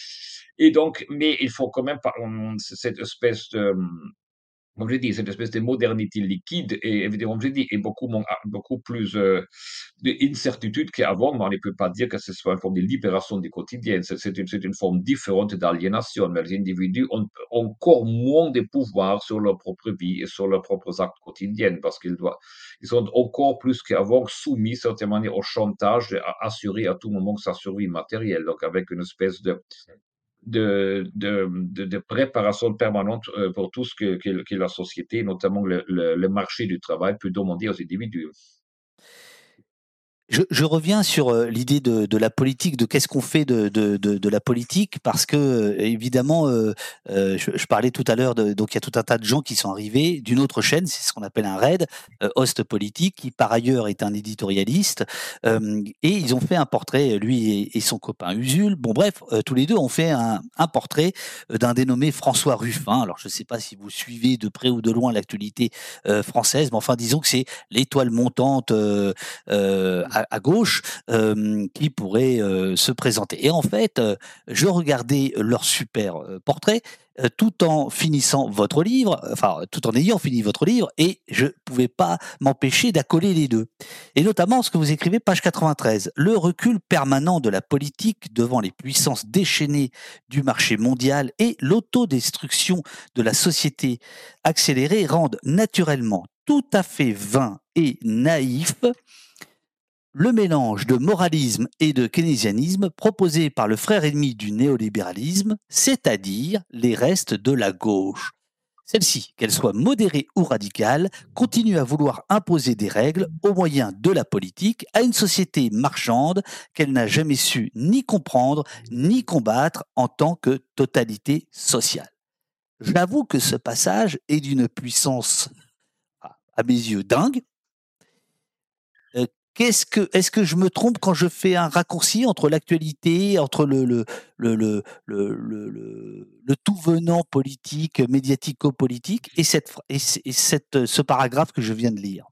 C: Et donc, mais il faut quand même pas, hum, cette espèce de, comme je dis, cette espèce de modernité liquide et évidemment, comme je dis, est beaucoup, moins- beaucoup plus euh, d'incertitude qu'avant, mais on ne peut pas dire que ce soit une forme de libération du quotidien. C'est c'est une, c'est une forme différente d'aliénation, mais les individus ont encore moins de pouvoir sur leur propre vie et sur leurs propres actes quotidiens parce qu'ils doivent, ils sont encore plus qu'avant soumis, certainement, au chantage à assurer à tout moment sa survie matérielle. Donc, avec une espèce de de, de, de, de préparation permanente euh, pour tout ce que, que, que la société, notamment le, le, le marché du travail, peut demander aux individus.
B: Je, je reviens sur euh, l'idée de, de la politique, de qu'est-ce qu'on fait de, de, de, de la politique, parce que euh, évidemment, euh, euh, je, je parlais tout à l'heure, de, donc il y a tout un tas de gens qui sont arrivés d'une autre chaîne, c'est ce qu'on appelle un raid, euh, Host Politique, qui par ailleurs est un éditorialiste, euh, et ils ont fait un portrait, lui et, et son copain Usul. Bon bref, euh, tous les deux ont fait un, un portrait euh, d'un dénommé François Ruffin. Alors je ne sais pas si vous suivez de près ou de loin l'actualité euh, française, mais enfin disons que c'est l'étoile montante. Euh, euh, à, à gauche euh, qui pourraient euh, se présenter. Et en fait, euh, je regardais leur super euh, portrait euh, tout en finissant votre livre, enfin tout en ayant fini votre livre, et je pouvais pas m'empêcher d'accoler les deux. Et notamment ce que vous écrivez, page quatre-vingt-treize, le recul permanent de la politique devant les puissances déchaînées du marché mondial et l'autodestruction de la société accélérée rendent naturellement tout à fait vain et naïf le mélange de moralisme et de keynésianisme proposé par le frère ennemi du néolibéralisme, c'est-à-dire les restes de la gauche. Celle-ci, qu'elle soit modérée ou radicale, continue à vouloir imposer des règles au moyen de la politique à une société marchande qu'elle n'a jamais su ni comprendre ni combattre en tant que totalité sociale. J'avoue que ce passage est d'une puissance, à mes yeux, dingue. Euh, Qu'est-ce que, est-ce que je me trompe quand je fais un raccourci entre l'actualité, entre le, le, le, le, le, le, le- le tout venant politique, médiatico-politique, et, cette, et, et cette, ce paragraphe que je viens de lire?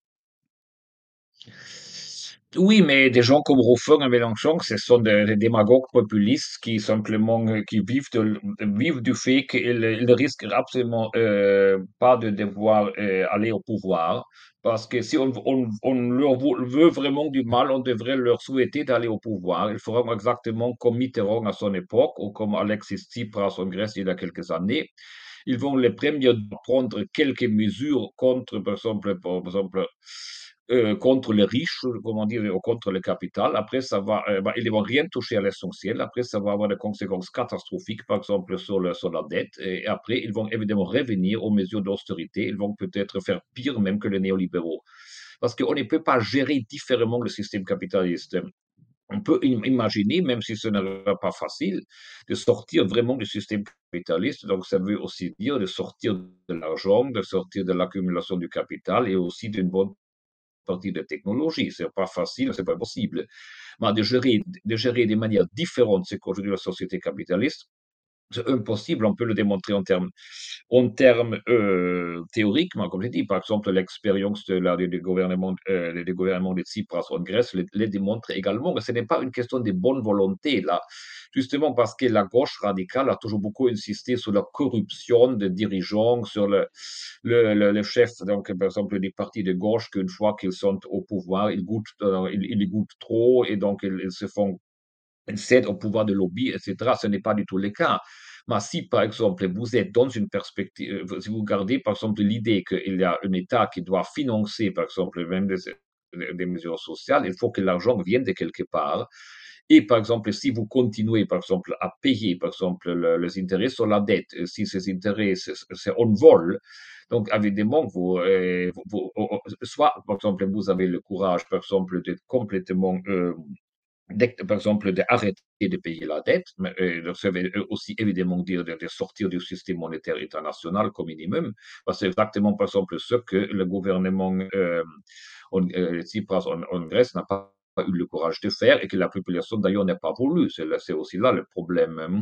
C: Oui, mais des gens comme Ruffin et Mélenchon, ce sont des, des démagogues populistes qui simplement euh, qui vivent, de- vivent du fait qu'ils ils ne risquent absolument euh, pas de devoir euh, aller au pouvoir. Parce que si on, on, on leur vou- veut vraiment du mal, on devrait leur souhaiter d'aller au pouvoir. Ils feront exactement comme Mitterrand à son époque ou comme Alexis Tsipras en Grèce il y a quelques années. Ils vont les premiers prendre quelques mesures contre, par exemple, par exemple, euh, contre les riches, comment dire, ou contre le capital. Après, ça va, euh, bah, ils ne vont rien toucher à l'essentiel. Après, ça va avoir des conséquences catastrophiques, par exemple, sur, le, sur la dette. Et après, ils vont évidemment revenir aux mesures d'austérité. Ils vont peut-être faire pire même que les néolibéraux. Parce qu'on ne peut pas gérer différemment le système capitaliste. On peut imaginer, même si ce n'est pas facile, de sortir vraiment du système capitaliste. Donc, ça veut aussi dire de sortir de l'argent, de sortir de l'accumulation du capital et aussi d'une bonne partie de technologie. C'est pas facile, c'est pas possible. Mais de gérer, de gérer de manière différente ce qu'aujourd'hui la société capitaliste, c'est impossible, on peut le démontrer en termes, en termes euh, théoriques, mais comme je dis, par exemple, l'expérience de la, des, des gouvernements, euh, des gouvernements de Tsipras en Grèce les, les démontre également. Ce n'est pas une question de bonne volonté, là, justement parce que la gauche radicale a toujours beaucoup insisté sur la corruption des dirigeants, sur le, le, le, le chef, donc, par exemple, des partis de gauche, qu'une fois qu'ils sont au pouvoir, ils goûtent, euh, ils, ils goûtent trop et donc ils, ils se font ils cèdent au pouvoir de lobby, et cetera. Ce n'est pas du tout le cas. Mais si, par exemple, vous êtes dans une perspective, euh, si vous gardez, par exemple, l'idée qu'il y a un État qui doit financer, par exemple, même des, des mesures sociales, il faut que l'argent vienne de quelque part. Et par exemple, si vous continuez, par exemple, à payer, par exemple, le, les intérêts sur la dette, euh, si ces intérêts, c'est en vol, donc évidemment, vous, euh, vous, vous, soit, par exemple, vous avez le courage, par exemple, d'être complètement euh, par exemple, d'arrêter de payer la dette, mais euh, ça veut aussi évidemment dire de, de sortir du système monétaire international comme minimum, parce que c'est exactement, par exemple, ce que le gouvernement euh, en, euh, Tsipras en, en Grèce n'a pas eu le courage de faire et que la population d'ailleurs n'a pas voulu. C'est c'est aussi là le problème. Hein.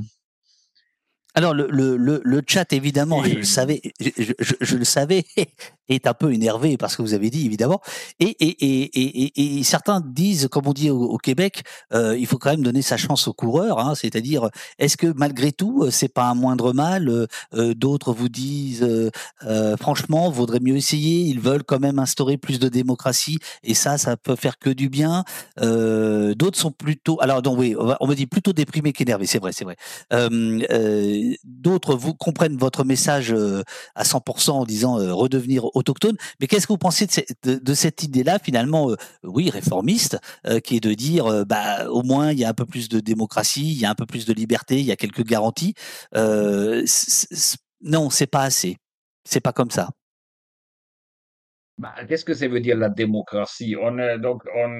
B: Alors le, le, le, le chat, évidemment, je le
C: Et
B: savais, je, je, je le savais, est un peu énervé parce que vous avez dit, évidemment. Et, et, et, et, et, et certains disent, comme on dit au, au Québec, euh, il faut quand même donner sa chance au coureur. Hein, c'est-à-dire, est-ce que malgré tout, c'est pas un moindre mal? euh, D'autres vous disent, euh, euh, franchement, vaudrait mieux essayer. Ils veulent quand même instaurer plus de démocratie et ça, ça peut faire que du bien. Euh, D'autres sont plutôt, alors donc oui, on, va- on me dit plutôt déprimé qu'énervé. C'est vrai, c'est vrai. Euh, euh, D'autres vous comprennent votre message euh, à cent pour cent en disant euh, redevenir autochtone. Mais qu'est-ce que vous pensez de, cette- de- de cette idée-là, finalement, euh, oui, réformiste, euh, qui est de dire, euh, bah, au moins, il y a un peu plus de démocratie, il y a un peu plus de liberté, il y a quelques garanties. Euh, c- c- non, c'est pas assez. C'est pas comme ça.
C: bah, qu'est-ce que ça veut dire la démocratie? On est donc on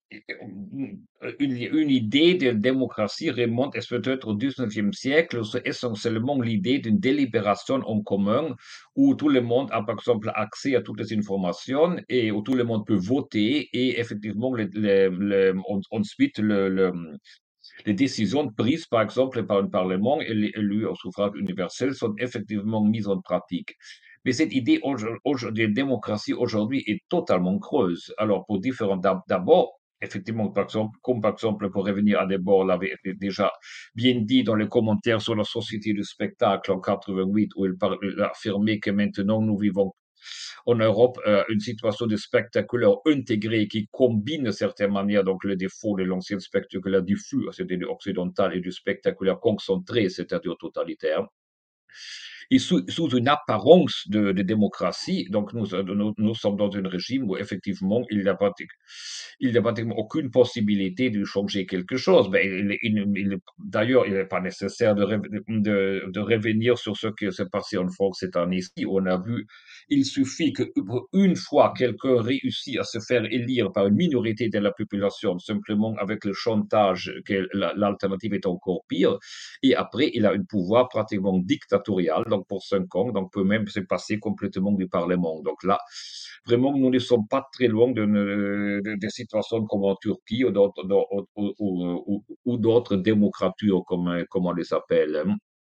C: une, une idée de démocratie remonte peut-être au dix-neuvième siècle, c'est essentiellement l'idée d'une délibération en commun où tout le monde a par exemple accès à toutes les informations et où tout le monde peut voter et effectivement le, le, le, ensuite le, le, les décisions prises par exemple par un parlement élu au suffrage universel sont effectivement mises en pratique. Mais cette idée de démocratie aujourd'hui est totalement creuse. Alors, pour différents, d'abord, effectivement, par exemple, comme par exemple, pour revenir à Debord l'avait déjà bien dit dans les commentaires sur la société du spectacle en quatre-vingt-huit, où il, il a affirmé que maintenant nous vivons en Europe euh, une situation de spectaculaire intégré qui combine de certaine manière donc le défaut de l'ancien spectaculaire diffus, c'est-à-dire occidental, et du spectaculaire concentré, c'est-à-dire totalitaire. Et sous, sous une apparence de, de démocratie, donc nous, nous, nous, sommes dans un régime où effectivement il n'y a, il n'y a pratiquement aucune possibilité de changer quelque chose. Ben, il, il, il, D'ailleurs, il n'est pas nécessaire de, de, de revenir sur ce qui s'est passé en France cette année-ci. On a vu, il suffit qu'une fois quelqu'un réussit à se faire élire par une minorité de la population, simplement avec le chantage que l'alternative est encore pire, et après il a un pouvoir pratiquement dictatorial, donc pour cinq ans, donc peut même se passer complètement du Parlement. Donc là, vraiment, nous ne sommes pas très loin de, de, de situations comme en Turquie ou d'autres, ou, ou, ou, ou d'autres démocratures, comme, comme on les appelle.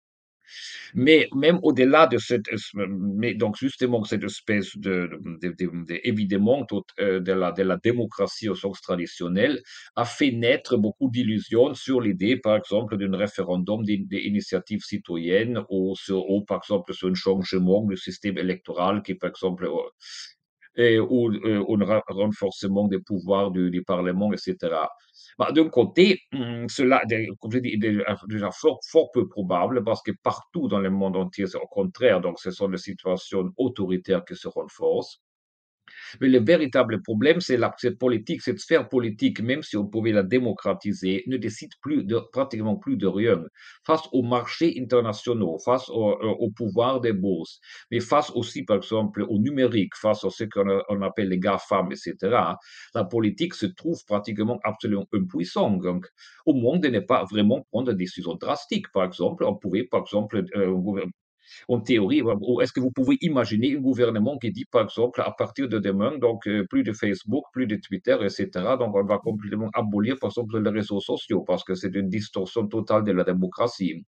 C: Mais même au-delà de cette, mais donc justement cette espèce de, de, de, de évidemment de la, de la démocratie au sens traditionnel a fait naître beaucoup d'illusions sur l'idée, par exemple, d'un référendum d'initiative citoyenne ou, sur, ou par exemple sur un changement du système électoral qui, par exemple, et, ou, ou un renforcement des pouvoirs du, du Parlement, et cetera. Bah, d'un côté, cela, comme je dis, est déjà fort, fort peu probable parce que partout dans le monde entier, c'est au contraire, donc ce sont des situations autoritaires qui se renforcent. Mais le véritable problème, c'est la cette politique, cette sphère politique, même si on pouvait la démocratiser, ne décide plus de, pratiquement plus de rien. Face aux marchés internationaux, face au, au pouvoir des bourses, mais face aussi, par exemple, au numérique, face à ce qu'on appelle les GAFAM, et cetera, la politique se trouve pratiquement absolument impuissante. Donc, au moins de ne pas vraiment prendre des décisions drastiques. Par exemple, on pouvait, par exemple, euh, en théorie, ou est-ce que vous pouvez imaginer un gouvernement qui dit, par exemple, à partir de demain, donc euh, plus de Facebook, plus de Twitter, et cetera. Donc on va complètement abolir, par exemple, les réseaux sociaux parce que c'est une distorsion totale de la démocratie.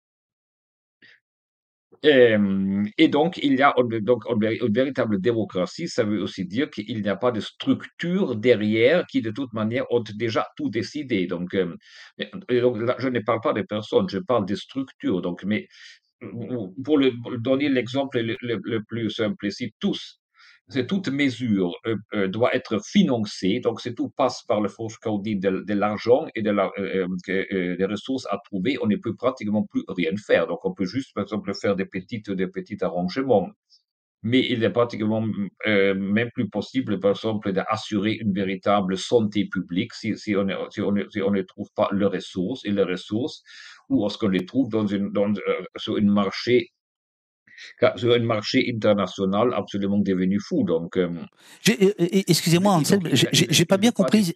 C: Et, et donc, il y a donc une véritable démocratie, ça veut aussi dire qu'il n'y a pas de structure derrière qui, de toute manière, ont déjà tout décidé. Donc, euh, et donc là, je ne parle pas des personnes, je parle des structures. Donc, mais pour, le, pour donner l'exemple le, le, le, plus simple ici, tous, c'est toute mesure euh, euh, doit être financée, donc c'est tout passe par le Forscaudi de, de l'argent et de la, euh, euh, des ressources à trouver, on ne peut pratiquement plus rien faire. Donc on peut juste, par exemple, faire des petites, des petits arrangements. Mais il est pratiquement euh, même plus possible, par exemple, d'assurer une véritable santé publique si, si, on, si, on, si on ne trouve pas les ressources et les ressources, ou lorsqu'on les trouve dans une, dans, euh, sur un marché sur un marché international absolument devenu fou. Donc, euh,
B: excusez-moi, Anselme, j'ai pas bien compris.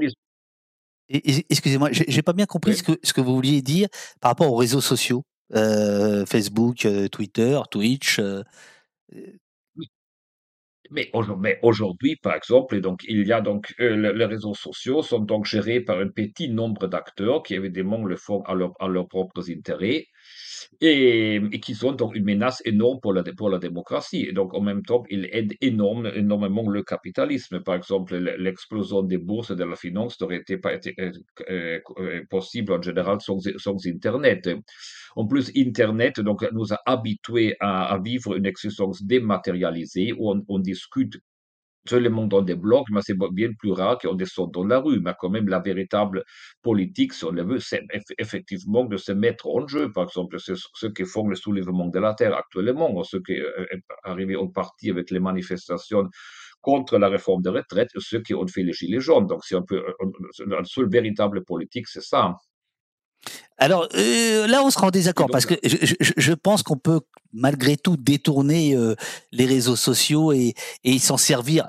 B: Excusez-moi, j'ai pas bien compris oui. ce, que, ce que vous vouliez dire par rapport aux réseaux sociaux, euh, Facebook, euh, Twitter, Twitch. Euh,
C: oui. Mais aujourd'hui, par exemple, donc, il y a donc euh, les réseaux sociaux sont donc gérés par un petit nombre d'acteurs qui évidemment le font à, leur, à leurs propres intérêts. Et, et qui sont donc une menace énorme pour la, pour la démocratie. Et donc, en même temps, ils aident énorme, énormément le capitalisme. Par exemple, l'explosion des bourses et de la finance n'aurait été pas été euh, euh, possible en général sans, sans Internet. En plus, Internet donc, nous a habitués à, à vivre une existence dématérialisée où on, on discute seulement dans des blogs, mais c'est bien plus rare qu'on descende dans la rue. Mais quand même, la véritable politique, si on le veut, c'est effectivement de se mettre en jeu. Par exemple, c'est ceux qui font le soulèvement de la terre actuellement, ou ceux qui sont arrivés en partie avec les manifestations contre la réforme des retraites, ceux qui ont fait les gilets jaunes. Donc, c'est un peu, la seule véritable politique, c'est ça.
B: Alors euh, là, on sera en désaccord parce que je, je, je pense qu'on peut malgré tout détourner euh, les réseaux sociaux et, et s'en servir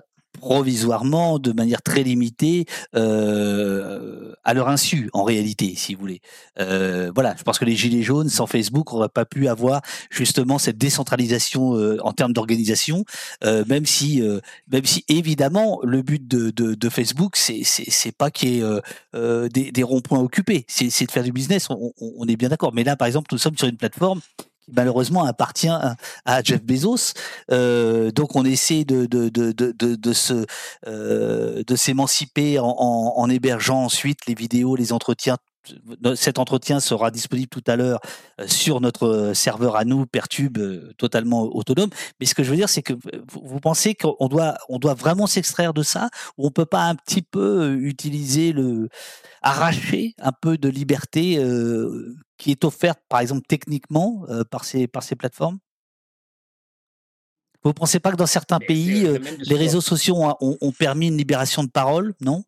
B: provisoirement, de manière très limitée, euh, à leur insu, en réalité, si vous voulez. Euh, voilà, je pense que les Gilets jaunes, sans Facebook, n'auraient pas pu avoir justement cette décentralisation euh, en termes d'organisation, euh, même si, euh, même si évidemment, le but de, de, de Facebook, c'est, c'est, c'est pas qu'il y ait euh, euh, des, des ronds-points occupés, c'est, c'est de faire du business. On, on, on est bien d'accord. Mais là, par exemple, nous sommes sur une plateforme qui malheureusement appartient à, à Jeff Bezos. Euh, donc on essaie de de de de de, de se euh, de s'émanciper en, en, en hébergeant ensuite les vidéos, les entretiens. Cet entretien sera disponible tout à l'heure sur notre serveur à nous, Pertube, totalement autonome. Mais ce que je veux dire, c'est que vous, vous pensez qu'on doit, on doit vraiment s'extraire de ça, ou on peut pas un petit peu utiliser le, arracher un peu de liberté euh, qui est offerte, par exemple, techniquement euh, par ces, par ces plateformes? Vous ne pensez pas que dans certains
C: Mais c'est
B: pays, euh,
C: le même
B: les
C: discours.
B: réseaux sociaux ont, ont, ont permis une libération de parole, non?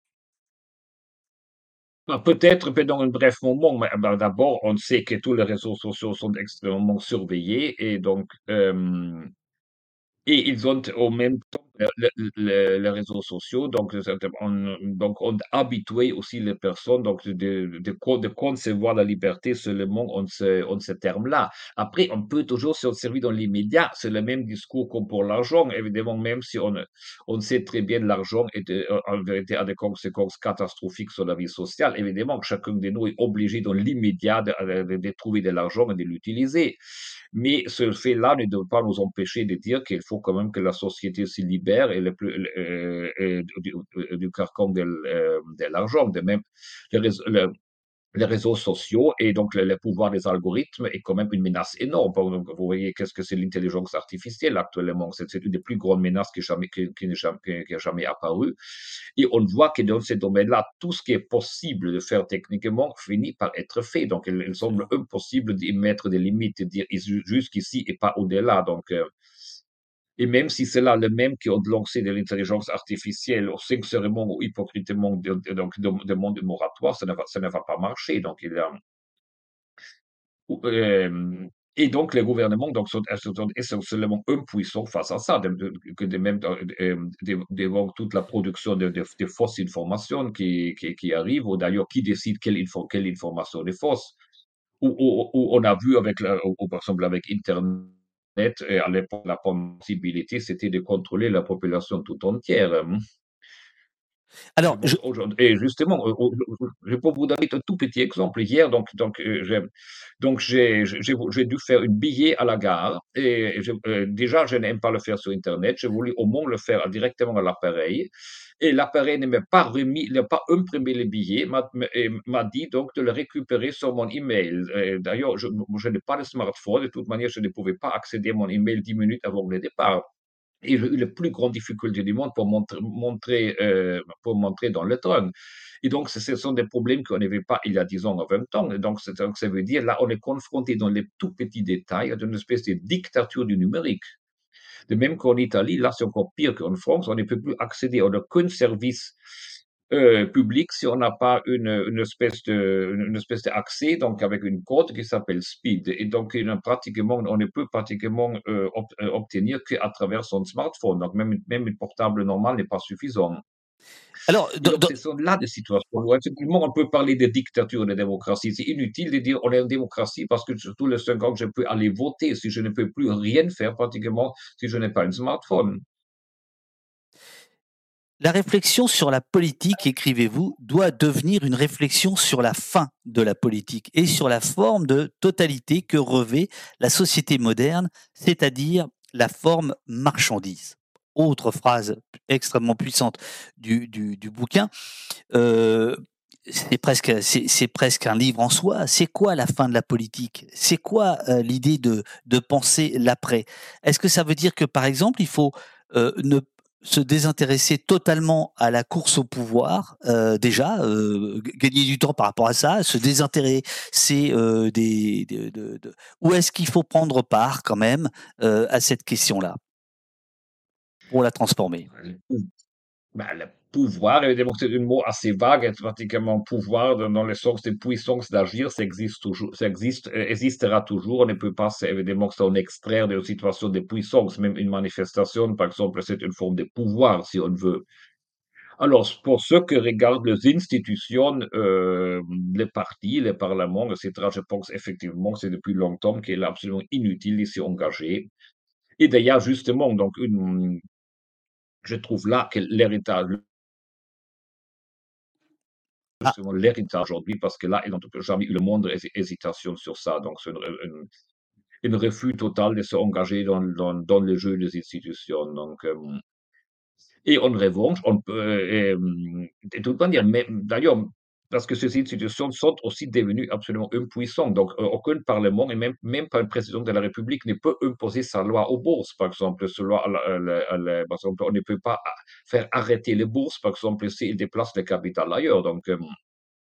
C: Bah, peut-être pendant un bref moment, mais bah, d'abord, on sait que tous les réseaux sociaux sont extrêmement surveillés et donc, euh, et ils ont au même temps le- le- le- les réseaux sociaux, donc euh, on, donc on a habitué aussi les personnes donc de, de, co- de concevoir la liberté seulement en ce, en ce terme-là. Après, on peut toujours se servir dans l'immédiat, c'est le même discours comme pour l'argent, évidemment, même si on, on sait très bien que l'argent est euh, en vérité a des conséquences catastrophiques sur la vie sociale. Évidemment que chacun de nous est obligé dans l'immédiat de, de, de trouver de l'argent et de l'utiliser. Mais ce fait-là ne doit pas nous empêcher de dire qu'il faut quand même que la société se libère et le plus, euh, euh, du, du, du carcan de, euh, de l'argent, de même le, réseau- le- les réseaux sociaux et donc le, le pouvoir des algorithmes est quand même une menace énorme. Donc, vous voyez, qu'est-ce que c'est l'intelligence artificielle actuellement? C'est c'est une des plus grandes menaces qui, jamais, qui, qui n'est jamais, qui, qui a jamais apparu. Et on voit que dans ces domaines-là, tout ce qui est possible de faire techniquement finit par être fait. Donc, il, il semble
B: Absolument.
C: impossible d'y mettre des limites, de dire jusqu'ici et pas au-delà. Donc, euh, et même si c'est là le même qui ont lancé de l'intelligence artificielle, sincèrement ou hypocritement, de, de, donc, de, demande de moratoire, ça ne va, ça ne va pas marcher. Donc, il y a, ou- euh, et donc, les gouvernements donc, sont, sont essentiellement impuissants face à ça, de, de, que de même euh, de- devant toute la production de, de, de fausses informations qui, qui, qui arrivent, ou d'ailleurs qui décide quelle, info, quelle information est fausse. Ou, ou- ou on a vu avec, la, ou, ou par exemple avec Internet, et à l'époque, la possibilité, c'était de contrôler la population tout entière. Hein.
B: Alors,
C: Mais
B: je,
C: bon, aujourd'hui, et justement, euh, au- au- je peux vous donner un tout petit exemple. Hier, donc, donc, euh, j'ai, donc j'ai, j'ai, j'ai dû faire un billet à la gare. Et je- euh, déjà, je n'aime pas le faire sur Internet. J'ai voulu au moins le faire directement à l'appareil. Et l'appareil ne m'a pas remis, il n'a pas imprimé les billets, m'a et m'a dit donc de le récupérer sur mon email. Et d'ailleurs, je, je n'ai pas de smartphone. De toute manière, je ne pouvais pas accéder à mon email dix minutes avant le départ. Et j'ai eu la plus grande difficulté du monde pour montrer, montrer, euh, pour montrer dans le train. Et donc, ce ce sont des problèmes qu'on n'avait pas il y a dix ans ou vingt ans. Et donc, c'est- donc, ça veut dire, là, on est confronté dans les tout petits détails à une espèce de dictature du numérique. De même qu'en Italie, là, c'est encore pire qu'en France, on ne peut plus accéder à aucun service euh, public si on n'a pas une, une espèce de, une espèce d'accès, donc avec une code qui s'appelle Speed. Et donc, il y a pratiquement, on ne peut pratiquement euh, ob- euh, obtenir qu'à travers son smartphone. Donc, même, même une portable normale n'est pas suffisant.
B: alors,
C: Et
B: dans-
C: donc,
B: dans-
C: ce sont là des situations où effectivement on peut parler de dictature et de démocratie. C'est inutile de dire on est en démocratie parce que surtout les cinq ans que je peux aller voter si je ne peux plus rien faire pratiquement si je n'ai pas un smartphone.
B: la réflexion sur la politique, écrivez-vous, doit devenir une réflexion sur la fin de la politique et sur la forme de totalité que revêt la société moderne, c'est-à-dire la forme marchandise. Autre phrase extrêmement puissante du, du, du bouquin. Euh, c'est presque, c'est, c'est presque un livre en soi. C'est quoi la fin de la politique? C'est quoi euh, l'idée de, de penser l'après? Est-ce que ça veut dire que, par exemple, il faut euh, ne se désintéresser totalement à la course au pouvoir, euh, déjà, euh, gagner du temps par rapport à ça, se désintéresser euh, des, de, de, de... Ou est-ce qu'il faut prendre part quand même euh, à cette question-là pour la transformer?
C: Bah, pouvoir, évidemment, c'est un mot assez vague, et pratiquement pouvoir dans, dans le sens de puissance d'agir, ça existe toujours, ça existe, euh, existera toujours. On ne peut pas c'est évidemment s'en extraire d'une situation de puissance. Même une manifestation, par exemple, c'est une forme de pouvoir, si on veut. Alors, pour ce que regarde les institutions, euh, les partis, les parlements, et cetera, je pense effectivement que c'est depuis longtemps qu'il est absolument inutile de s'y engager. Et d'ailleurs, justement, donc, une, je trouve là que l'héritage,
B: Ah,
C: justement, l'héritage aujourd'hui, parce que là, ils n'ont jamais eu le moindre hés- hésitation sur ça. Donc, c'est un refus total de s'engager dans, dans, dans le jeu des institutions. Donc, euh, et en revanche, on peut, euh, de toute manière, mais d'ailleurs, parce que ces institutions sont aussi devenues absolument impuissantes. Donc, euh, aucun parlement et même, même pas un président de la République ne peut imposer sa loi aux bourses, par exemple. Ce loi, à la- à la- à la- par exemple, on ne peut pas a- faire arrêter les bourses, par exemple, s'ils déplacent le capital ailleurs. Donc, euh,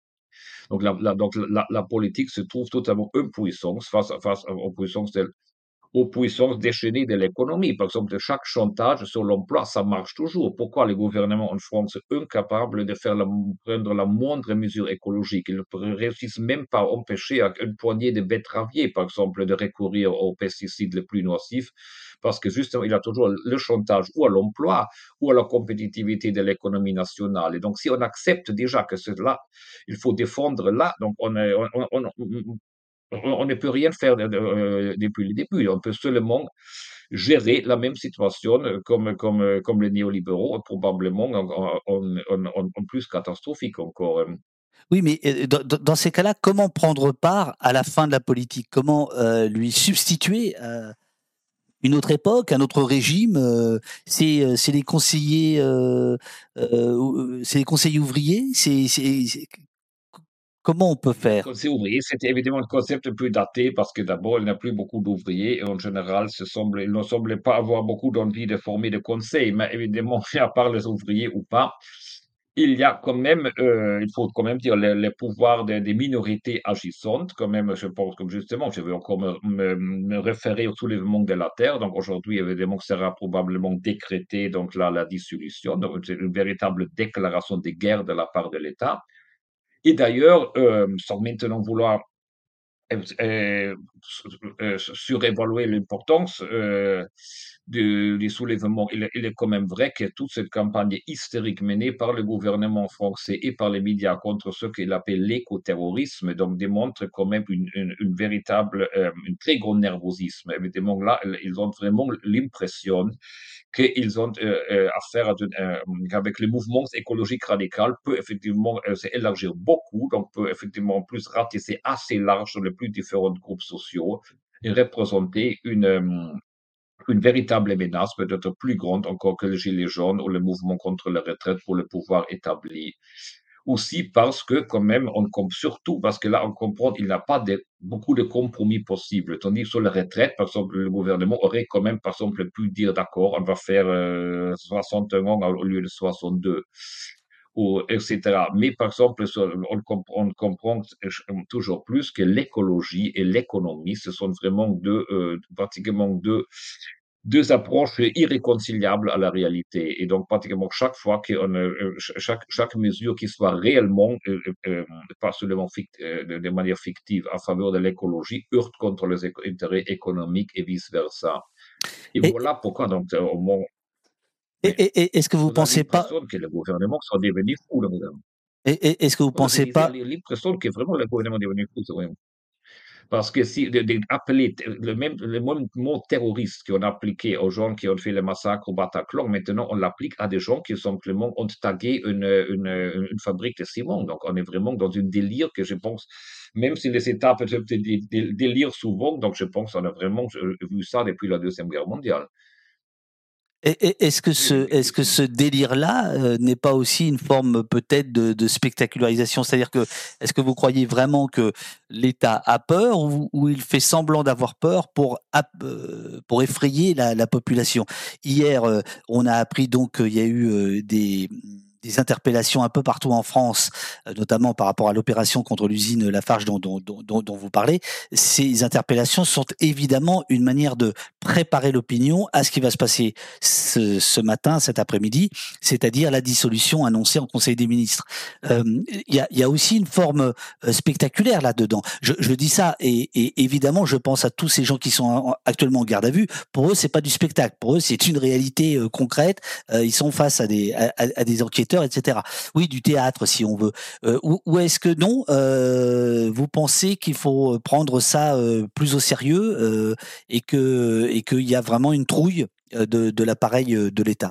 C: donc, la, la- donc la, la politique se trouve totalement impuissante face, à- face aux puissances de, aux puissances déchaînées de l'économie. Par exemple, chaque chantage sur l'emploi, ça marche toujours. Pourquoi les gouvernements en France sont incapables de faire la, prendre la moindre mesure écologique? Ils ne réussissent même pas à empêcher à une poignée de betteraviers, par exemple, de recourir aux pesticides les plus nocifs, parce que justement, il y a toujours le chantage ou à l'emploi ou à la compétitivité de l'économie nationale. Et donc, si on accepte déjà que cela, il faut défendre là, donc on, est, on, on, on on, on ne peut rien faire de- de- euh, depuis le début. On peut seulement gérer la même situation euh, comme, comme, euh, comme les néolibéraux, probablement en, en- en- en- en plus catastrophique encore. euh.
B: oui, mais euh, dans, dans- dans ces cas-là, comment prendre part à la fin de la politique? Comment euh, lui substituer euh, une autre époque, un autre régime? euh, c'est euh, c'est les conseillers, euh, euh, c'est les conseillers ouvriers. C'est c'est- c'est- comment on peut faire?
C: Quand c'est ouvrier, c'était évidemment un concept plus daté parce que d'abord, il n'y a plus beaucoup d'ouvriers et en général, ce semble, il ne semblait pas avoir beaucoup d'envie de former des conseils. Mais évidemment, à part les ouvriers ou pas, il y a quand même, euh, il faut quand même dire, les, les pouvoirs des, des minorités agissantes, quand même, je pense, comme justement, je vais encore me, me- me référer au soulèvement de la terre. Donc aujourd'hui, évidemment, sera probablement décrété, donc là, la dissolution. Donc c'est une véritable déclaration de guerre de la part de l'État. Et d'ailleurs, euh, sans maintenant vouloir euh, euh, euh, surévaluer l'importance euh, du, du soulèvement. Il est, il est quand même vrai que toute cette campagne hystérique menée par le gouvernement français et par les médias contre ce qu'il appelle l'écoterrorisme, donc démontre quand même une, une, une véritable, euh, un très gros nervosisme. Évidemment, là, ils ont vraiment l'impression qu'ils ont euh, euh, affaire à de, euh, avec les mouvements écologiques radicaux peut effectivement euh, s'élargir beaucoup, donc peut effectivement plus ratisser assez large sur les plus différents groupes sociaux et représenter une, euh, une véritable menace, peut-être plus grande encore que les Gilets jaunes ou le mouvement contre la retraite pour le pouvoir établi. Aussi parce que quand même, on compte surtout parce que là, on comprend qu'il n'y a pas de, beaucoup de compromis possibles. Tandis que sur la retraite, par exemple, le gouvernement aurait quand même, par exemple, pu dire d'accord, on va faire euh, soixante et un ans au lieu de soixante-deux, ou, et cetera. Mais par exemple, sur- on, comprend, on comprend toujours plus que l'écologie et l'économie, ce sont vraiment deux, euh, pratiquement deux deux approches irréconciliables à la réalité. Et donc, pratiquement chaque fois qu'on, euh, chaque, chaque mesure qui soit réellement, euh, euh, pas seulement fict, euh, de, de manière fictive, en faveur de l'écologie, heurte contre les éco- intérêts économiques et vice-versa. Et
B: Et,
C: voilà pourquoi, donc, euh, au moment,
B: et,
C: oui,
B: et- et- est-ce que vous
C: on a
B: pensez pas,
C: l'impression que le gouvernement soit devenu fou. Le gouvernement.
B: et- et- est-ce que vous
C: Je
B: pensez
C: disais,
B: pas,
C: l'impression que vraiment le gouvernement est devenu fou. Oui. Parce que si, de, de appeler le même, le même mot terroriste qu'on appliquait aux gens qui ont fait le massacre au Bataclan, maintenant on l'applique à des gens qui simplement ont tagué une, une, une fabrique de ciment. Donc on est vraiment dans une délire que je pense, même si les États peuvent délire souvent, donc je pense qu'on a vraiment vu ça depuis la Deuxième Guerre mondiale.
B: et- et- est-ce que
C: Oui, oui,
B: ce,
C: oui,
B: est-ce que ce délire-là euh, n'est pas aussi une forme peut-être de, de spectacularisation? C'est-à-dire que, est-ce que vous croyez vraiment que l'État a peur ou, ou il fait semblant d'avoir peur pour, ap- euh, pour effrayer la, la population? Hier, euh, on a appris donc qu'il y a eu euh, des, des interpellations un peu partout en France, euh, notamment par rapport à l'opération contre l'usine Lafarge dont, dont, dont, dont vous parlez. Ces interpellations sont évidemment une manière de préparer l'opinion à ce qui va se passer ce, ce matin, cet après-midi, c'est-à-dire la dissolution annoncée en Conseil des ministres. Euh, Il y, a, y a aussi une forme euh, spectaculaire là-dedans. Je, je dis ça et, et évidemment, je pense à tous ces gens qui sont en, actuellement en garde à vue. Pour eux, c'est pas du spectacle. Pour eux, c'est une réalité euh, concrète. Euh, ils sont face à des, à, à des enquêteurs, et cetera. Oui, du théâtre, si on veut. Euh, ou, ou est-ce que non, euh, vous pensez qu'il faut prendre ça euh, plus au sérieux euh, et que et qu'il y a vraiment une trouille de, de l'appareil de l'État?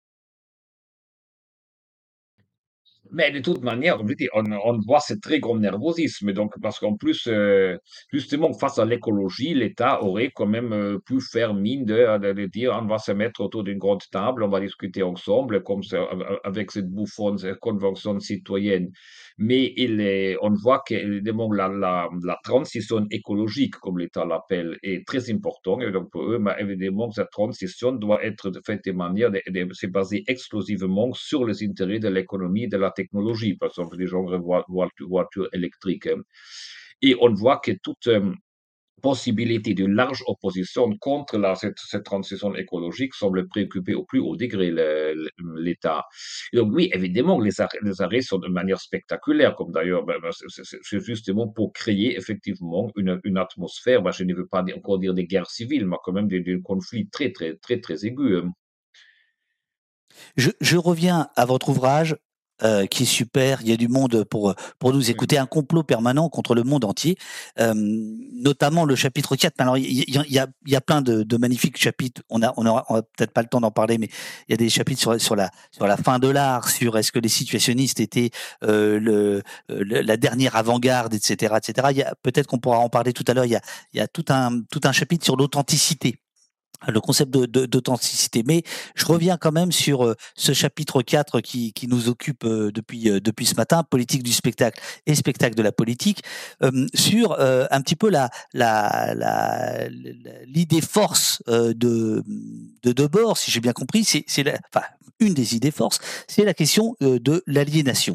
C: Mais de toute manière, comme je dis, on, on voit ce très grand nervosisme. Donc, parce qu'en plus, euh, justement, face à l'écologie, l'État aurait quand même euh, pu faire mine de, de, de dire on va se mettre autour d'une grande table, on va discuter ensemble, comme ça, avec cette bouffonne cette convention citoyenne. Mais il est, on voit que évidemment, la, la, la transition écologique, comme l'État l'appelle, est très importante. Et donc, pour eux, mais évidemment, cette transition doit être faite de manière de, de se baser exclusivement sur les intérêts de l'économie et de la technologie, par exemple, les gens voitures, voitures électriques. Et on voit que toute euh, possibilité de large opposition contre la, cette, cette transition écologique semble préoccuper au plus haut degré le- le- l'État. Et donc oui, évidemment, les arrêts, les arrêts sont de manière spectaculaire, comme d'ailleurs, ben, ben, c'est c'est- c'est justement pour créer effectivement une, une atmosphère, ben, je ne veux pas dire- encore dire des guerres civiles, mais quand même des, des conflits très, très, très, très aigus. hein.
B: Je, je reviens à votre ouvrage euh, qui est super. Il y a du monde pour pour nous
C: Oui.
B: écouter, un complot permanent contre le monde entier, euh, notamment le chapitre quatre. Alors il y, il y a il y a plein de, de magnifiques chapitres. On a on aura, on aura peut-être pas le temps d'en parler, mais il y a des chapitres sur sur la sur la fin de l'art, sur est-ce que les situationnistes étaient euh, le, le la dernière avant-garde, et cetera, et cetera. Il y a peut-être qu'on pourra en parler tout à l'heure. Il y a il y a tout un tout un chapitre sur l'authenticité, le concept de, de, d'authenticité. Mais je reviens quand même sur euh, ce chapitre quatre qui, qui nous occupe euh, depuis, euh, depuis ce matin, politique du spectacle et spectacle de la politique, euh, sur euh, un petit peu la, la, la, la- l'idée force euh, de, de Debord, si j'ai bien compris, c'est, c'est la, enfin, une des idées forces, c'est la question euh, de l'aliénation.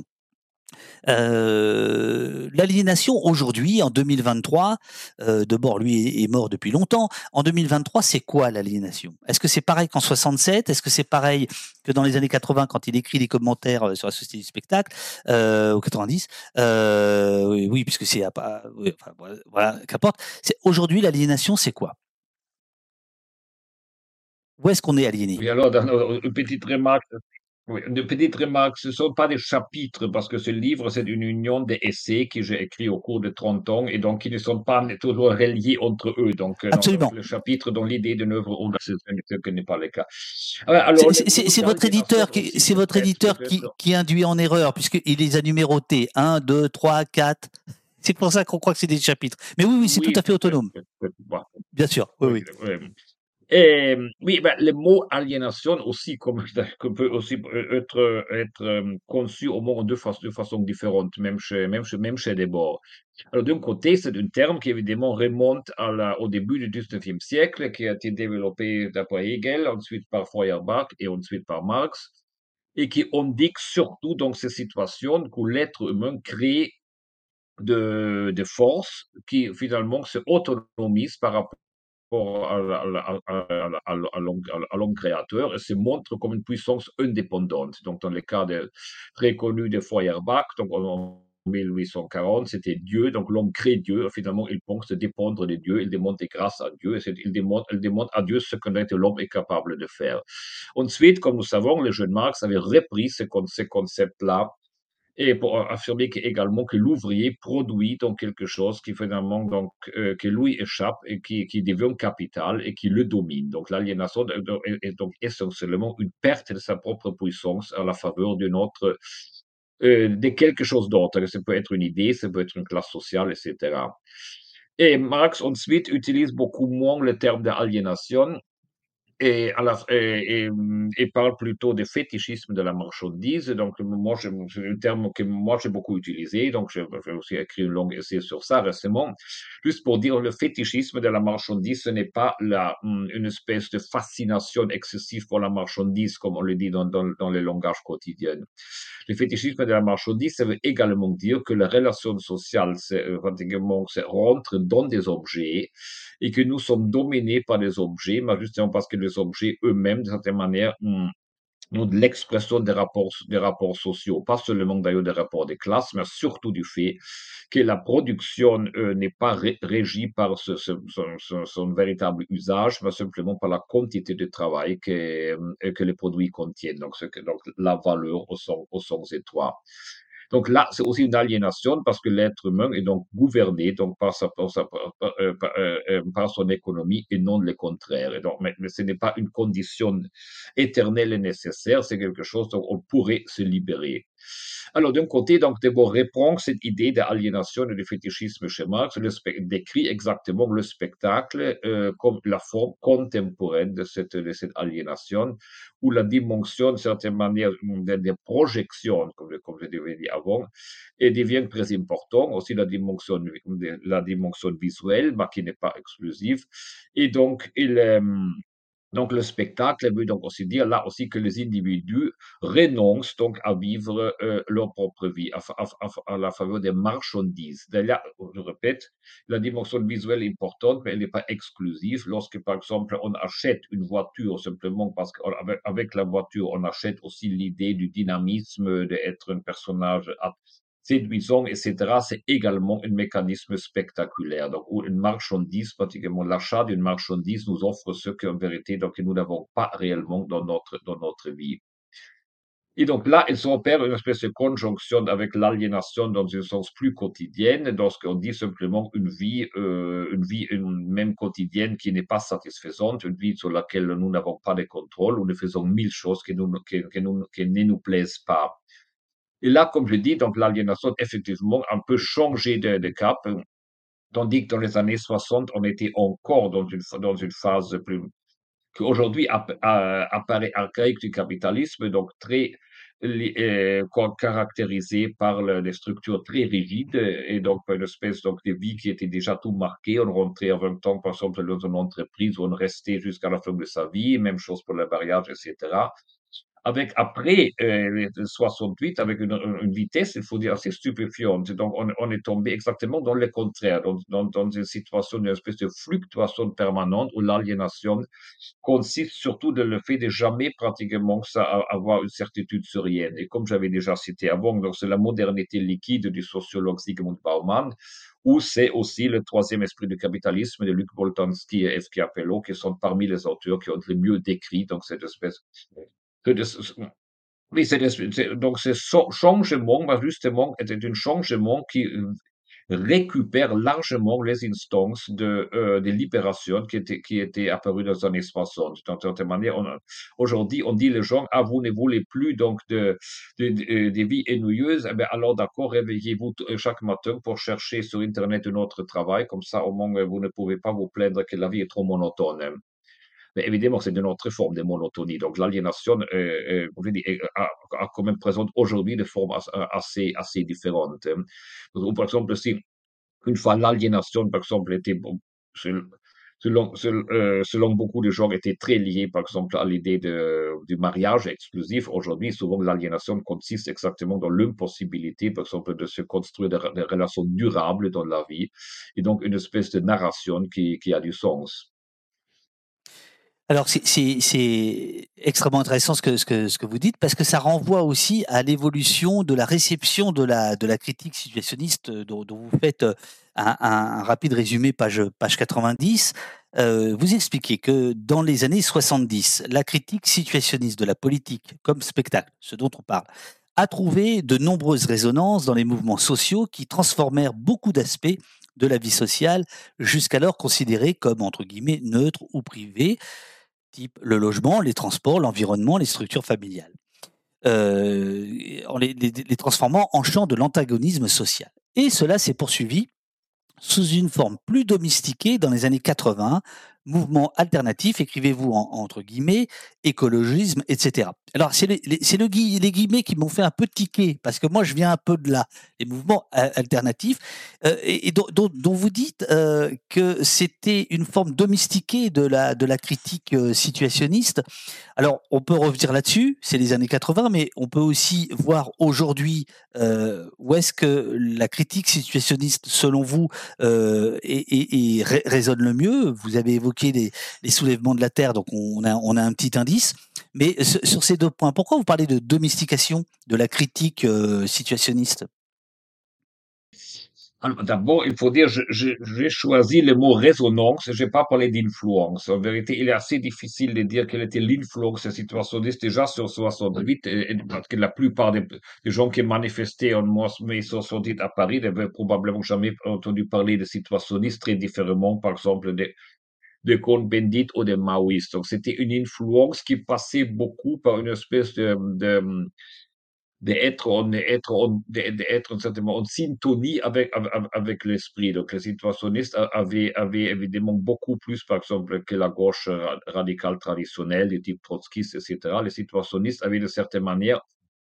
B: Euh, l'aliénation aujourd'hui, en deux mille vingt-trois, euh, Debord, lui, est, est mort depuis longtemps. En deux mille vingt-trois, c'est quoi l'aliénation? Est-ce que c'est pareil qu'en soixante-sept? Est-ce que c'est pareil que dans les années quatre-vingts, quand il écrit des commentaires euh, sur la société du spectacle, euh, ou quatre-vingt-dix? Euh, oui, oui, puisque c'est... ah, oui, enfin, voilà, voilà, qu'importe. C'est, aujourd'hui, l'aliénation, c'est quoi? Où est-ce qu'on est aliéné?
C: Oui, alors, dans, euh, une petite remarque. Oui, une petite remarque, ce ne sont pas des chapitres, parce que ce livre, c'est une union des essais que j'ai écrits au cours de trente ans, et donc ils ne sont pas toujours reliés entre eux. Donc, euh, non, donc
B: Absolument.
C: le chapitre dans l'idée d'une œuvre organique, ce ce n'est pas le cas. Ah, Alors,
B: C'est
C: le
B: c'est-
C: mot
B: c'est votre
C: d'aliénation
B: éditeur qui,
C: aussi
B: c'est
C: se
B: votre
C: prête
B: éditeur qui,
C: peut-être.
B: qui induit en erreur, puisqu'il les a numérotés. Un, deux, trois, quatre. C'est pour ça qu'on croit que c'est des chapitres. Mais oui, oui, c'est tout
C: Oui,
B: à fait
C: peut-être.
B: autonome.
C: peut-être, bon,
B: Bien sûr. Oui,
C: oui,
B: oui.
C: oui. Et oui, ben, le mot aliénation aussi, comme, que peut aussi être, être euh, conçu au moins de, fa- de façon différente, même chez, même chez, même chez Debord. Alors, d'un côté, c'est un terme qui évidemment remonte à la, au début du dix-neuvième siècle, qui a été développé d'après Hegel, ensuite par Feuerbach et ensuite par Marx, et qui indique surtout donc ces situations où l'être humain crée de, de forces qui finalement se autonomisent par rapport à la- à la- à la- à la- à l'homme à l'homme créateur et se montre comme une puissance indépendante. Donc, dans le cas de, très connu de Feuerbach, donc en mille huit cent quarante, c'était Dieu, donc l'homme crée Dieu, finalement il pense dépendre de Dieu, il demande des grâces à Dieu, et c'est- il demande, il demande à Dieu ce que l'homme est capable de faire. Ensuite, comme nous savons, le jeune Marx avait repris ce, con- ce concept-là et pour affirmer que, également que l'ouvrier produit donc quelque chose qui finalement donc euh, que lui échappe et qui, qui devient capital et qui le domine. Donc l'aliénation est, est donc essentiellement une perte de sa propre puissance à la faveur d'une autre, euh, de quelque chose d'autre. Ça peut être une idée, ça peut être une classe sociale, et cetera. Et Marx ensuite utilise beaucoup moins le terme d'aliénation et, à la, et, et, et parle plutôt de fétichisme de la marchandise. Donc, moi, je- c'est un terme que moi j'ai beaucoup utilisé. Donc, j'ai j'ai aussi écrit un long essai sur ça récemment. Juste pour dire, le fétichisme de la marchandise, ce n'est pas la, hum, une espèce de fascination excessive pour la marchandise, comme on le dit dans, dans, dans le langage quotidien. Le fétichisme de la marchandise, ça veut également dire que la relation sociale, c'est, euh, pratiquement, c'est rentre dans des objets et que nous sommes dominés par les objets, mais justement parce que les objets eux-mêmes, de certaine manière, ont, ont de l'expression des rapports, des rapports sociaux, pas seulement d'ailleurs des rapports de classe, mais surtout du fait que la production euh, n'est pas ré- régie par ce, ce- son, son- son véritable usage, mais simplement par la quantité de travail que, euh, que les produits contiennent, donc, ce que, donc la valeur au sens, au sens étroit. Donc là, c'est aussi une aliénation parce que l'être humain est donc gouverné donc par, sa, par, sa, par, par, euh, par, euh, euh, par son économie et non le contraire. Et donc, mais, mais ce n'est pas une condition éternelle et nécessaire, c'est quelque chose dont on pourrait se libérer. Alors, d'un côté, donc, Debord reprend cette idée d'aliénation et de fétichisme chez Marx, le décrit exactement le spectacle euh, comme la forme contemporaine de cette, de cette aliénation, où la dimension, d'une certaine manière, des, des projections, comme, comme je l'avais dit avant, et devient très important. Aussi la dimension, la dimension visuelle, mais qui n'est pas exclusive. Et donc, il, euh, donc le spectacle veut donc aussi dire là aussi que les individus renoncent donc à vivre euh, leur propre vie à, à, à, la faveur des marchandises. D'ailleurs, je répète, la dimension visuelle est importante, mais elle n'est pas exclusive. Lorsque, par exemple, on achète une voiture simplement parce qu'avec avec la voiture, on achète aussi l'idée du dynamisme, d'être un personnage séduisant, et cetera, c'est également un mécanisme spectaculaire. Donc, où une marchandise, pratiquement l'achat d'une marchandise nous offre ce qu'en vérité, donc, nous n'avons pas réellement dans notre, dans notre vie. Et donc là, ils opèrent une espèce de conjonction avec l'aliénation dans un sens plus quotidienne, lorsqu'on dit simplement une vie, euh, une vie une même quotidienne qui n'est pas satisfaisante, une vie sur laquelle nous n'avons pas de contrôle, où nous faisons mille choses qui, nous, qui, qui, nous, qui ne nous plaisent pas. Et là, comme je dis, donc l'aliénation, effectivement, un peu changé de, de cap, tandis que dans les années soixante, on était encore dans une, dans une phase plus, qu'aujourd'hui apparaît archaïque du capitalisme, donc très euh, caractérisé par le, des structures très rigides et donc une espèce donc, de vie qui était déjà tout marquée. On rentrait à vingt ans, par exemple, dans une entreprise où on restait jusqu'à la fin de sa vie, même chose pour le mariage, et cetera. Avec après euh, les soixante-huit, avec une, une vitesse, il faut dire, assez stupéfiante. Donc, on, on est tombé exactement dans le contraire, dans, dans, dans une situation d'une espèce de fluctuation permanente où l'aliénation consiste surtout dans le fait de jamais pratiquement ça, avoir une certitude sur rien. Et comme j'avais déjà cité avant, donc c'est la modernité liquide du sociologue Zygmunt Bauman, ou c'est aussi le troisième esprit du capitalisme de Luc Boltanski et F. Capello, qui sont parmi les auteurs qui ont le mieux décrit donc cette espèce oui, c'est des- donc ce changement, bah, justement, était un changement qui euh, récupère largement les instances de, euh, de libération qui étaient, qui étaient apparues dans les années soixante. D'une certaine manière, on aujourd'hui, on dit les gens, ah, vous ne voulez plus donc de, de, de, de vie ennuyeuses, eh bien, alors d'accord, réveillez-vous chaque matin pour chercher sur Internet un autre travail, comme ça, au moins, vous ne pouvez pas vous plaindre que la vie est trop monotone. Hein. Mais évidemment, c'est une autre forme de monotonie. Donc, l'aliénation euh, euh, a, a, quand même présente aujourd'hui des formes assez, assez différentes. Hein. Donc, par exemple, si une fois l'aliénation, par exemple, était, selon, selon, euh, selon beaucoup de gens, était très liée, par exemple, à l'idée de, du mariage exclusif, aujourd'hui, souvent, l'aliénation consiste exactement dans l'impossibilité, par exemple, de se construire des, des relations durables dans la vie, et donc une espèce de narration qui, qui a du sens.
B: Alors, c'est c'est- c'est extrêmement intéressant ce que, ce, que, ce que vous dites, parce que ça renvoie aussi à l'évolution de la réception de la, de la critique situationniste dont, dont vous faites un, un- un rapide résumé, page, page quatre-vingt-dix. Euh, vous expliquez que dans les années soixante-dix, la critique situationniste de la politique comme spectacle, ce dont on parle, a trouvé de nombreuses résonances dans les mouvements sociaux qui transformèrent beaucoup d'aspects de la vie sociale jusqu'alors considérés comme, entre guillemets, neutres ou privés, type le logement, les transports, l'environnement, les structures familiales, euh, en les, les, les transformant en champ de l'antagonisme social. Et cela s'est poursuivi sous une forme plus domestiquée dans les années quatre-vingts, mouvement alternatif, écrivez-vous en, entre guillemets, écologisme, et cetera. Alors, c'est les, les, c'est le gui, les guillemets qui m'ont fait un peu tiquer, parce que moi, je viens un peu de là, les mouvements euh, alternatifs, euh, et, et dont, dont, dont vous dites euh, que c'était une forme domestiquée de la, de la critique euh, situationniste. Alors, on peut revenir là-dessus, c'est les années quatre-vingts, mais on peut aussi voir aujourd'hui euh, où est-ce que la critique situationniste, selon vous, euh, et, et, et ré résonne le mieux. Vous avez évoqué les, les soulèvements de la Terre, donc on a, on a un petit indice. Mais sur ces deux points, pourquoi vous parlez de domestication de la critique euh, situationniste?
C: Alors, d'abord, il faut dire, je- je- j'ai choisi le mot résonance, je n'ai pas parlé d'influence. En vérité, il est assez difficile de dire quelle était l'influence situationniste déjà sur soixante-huit, et, et parce que la plupart des, des gens qui manifestaient en mai soixante-huit à Paris n'avaient probablement jamais entendu parler de situationnistes très différemment, par exemple, de, de Cohn-Bendit ou de maoïstes. Donc, c'était une influence qui passait beaucoup par une espèce de, de d'être en, être en, d'être certainement en syntonie avec, avec, avec l'esprit. Donc, les situationnistes avaient, avaient évidemment beaucoup plus, par exemple, que la gauche radicale traditionnelle, du type trotskiste, et cetera. Les situationnistes avaient de certaine manière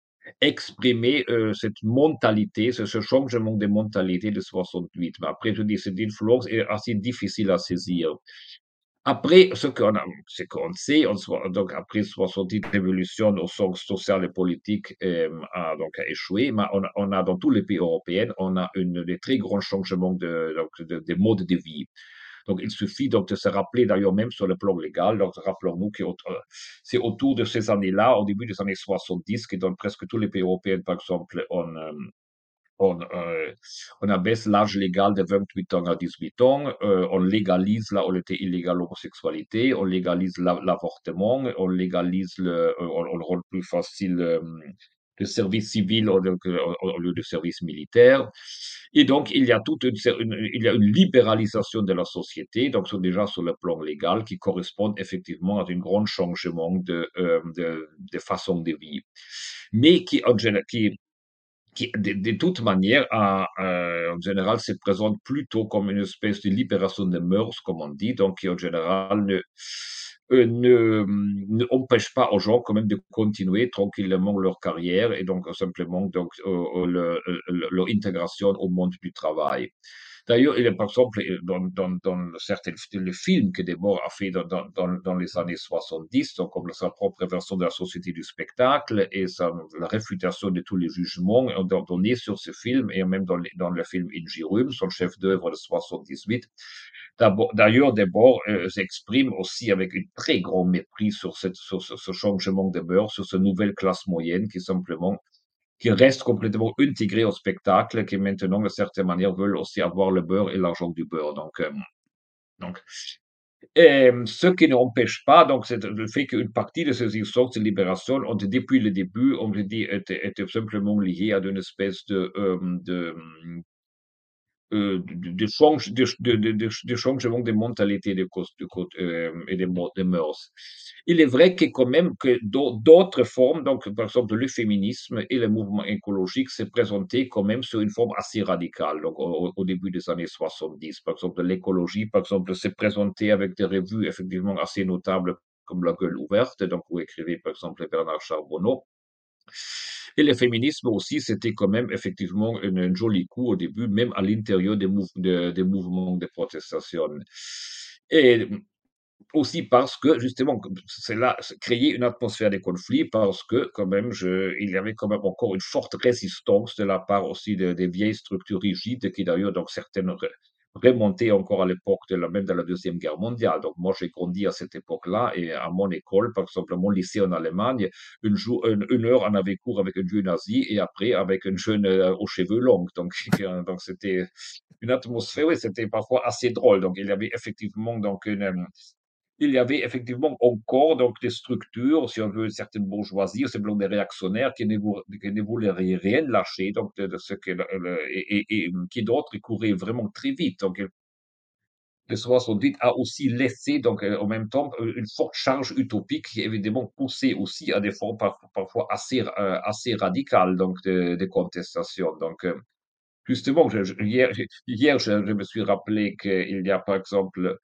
C: exprimé euh, cette mentalité, ce, ce changement de mentalité de soixante-huit. Mais après, je dis, cette influence est assez difficile à saisir. Après, ce qu'on a, ce qu'on sait, on soit, donc après soixante-dix révolution au sens social et politique euh, a donc a échoué, mais on a, on a dans tous les pays européens, on a une des très grands changements de, donc, de, de mode de vie. Donc, il suffit donc de se rappeler, d'ailleurs, même sur le plan légal, donc rappelons-nous que euh, c'est autour de ces années-là, au début des années soixante-dix, que dans presque tous les pays européens, par exemple, on, euh, on, euh, on abaisse l'âge légal de vingt-huit ans à dix-huit ans, euh, on légalise là où il était illégal l'homosexualité, on légalise la- l'avortement, on légalise le, euh, on, on rend plus facile euh, le service civil au, au- au lieu du service militaire. Et donc, il y a toute une, une- il y a une libéralisation de la société, donc sur- déjà sur le plan légal, qui correspond effectivement à un grand changement de, euh, de, de façon de vie. Mais qui, en général, qui, qui, de, de toute manière, a, euh, en général, se présente plutôt comme une espèce de libération des mœurs, comme on dit, donc qui, en général, ne, euh, ne, ne empêche pas aux gens quand même de continuer tranquillement leur carrière et donc simplement donc, euh, euh, le- le- leur intégration au monde du travail. D'ailleurs, il est par exemple dans, dans, dans certains le film que Debord a fait dans, dans, dans dans les années soixante-dix, donc comme sa propre version de la société du spectacle et sa, la réfutation de tous les jugements donnés sur ce film et même dans, les, dans le film Injirum, son chef d'œuvre de soixante-dix-huit. D'ailleurs, Debord euh, s'exprime aussi avec un très grand mépris sur, cette, sur ce, ce changement de mœurs, sur cette nouvelle classe moyenne qui simplement qui reste complètement intégré au spectacle, qui maintenant, de certaine manière, veulent aussi avoir le beurre et l'argent du beurre. Donc, euh, donc et, ce qui n'empêche pas, donc, c'est le fait qu'une partie de ces histoires de libération ont, depuis le début, on dit, étaient, étaient simplement liées à une espèce de, euh, de, euh, de, de, change, de, de, de, de changement de mentalité de, de, euh, et des de mœurs. Il est vrai que quand même que d'autres formes, donc par exemple le féminisme et le mouvement écologique s'est présenté quand même sur une forme assez radicale, donc au, au début des années soixante-dix. Par exemple, l'écologie, par exemple, s'est présenté avec des revues effectivement assez notables comme La Gueule ouverte, donc où écrivait par exemple Bernard Charbonneau. Et le féminisme aussi, c'était quand même effectivement un, un joli coup au début, même à l'intérieur des, mouv de, des mouvements de protestation. Et aussi parce que justement, c'est là créer une atmosphère de conflit parce que quand même, je, il y avait quand même encore une forte résistance de la part aussi de- des vieilles structures rigides qui d'ailleurs donc certaines re- remontaient encore à l'époque de la même de la deuxième guerre mondiale. Donc moi j'ai grandi à cette époque-là et à mon école, par exemple à mon lycée en Allemagne, une, jour, une, une heure on avait cours avec un vieux nazi et après avec un jeune euh, aux cheveux longs. Donc donc c'était une atmosphère, oui, c'était parfois assez drôle. Donc il y avait effectivement donc une il y avait effectivement encore donc des structures, si on veut, une certaine bourgeoisie, simplement des réactionnaires qui ne, vou- qui ne voulaient rien lâcher, donc de, de ce que le- le- et, et- et qui d'autres couraient vraiment très vite. Donc le soixante-dix a aussi laissé donc euh, en même temps euh, une forte charge utopique qui évidemment poussait aussi à des formes par- parfois assez euh, assez radicales donc de, de contestation. Donc euh, justement, je- je- hier, hier je, je me suis rappelé qu'il y a par exemple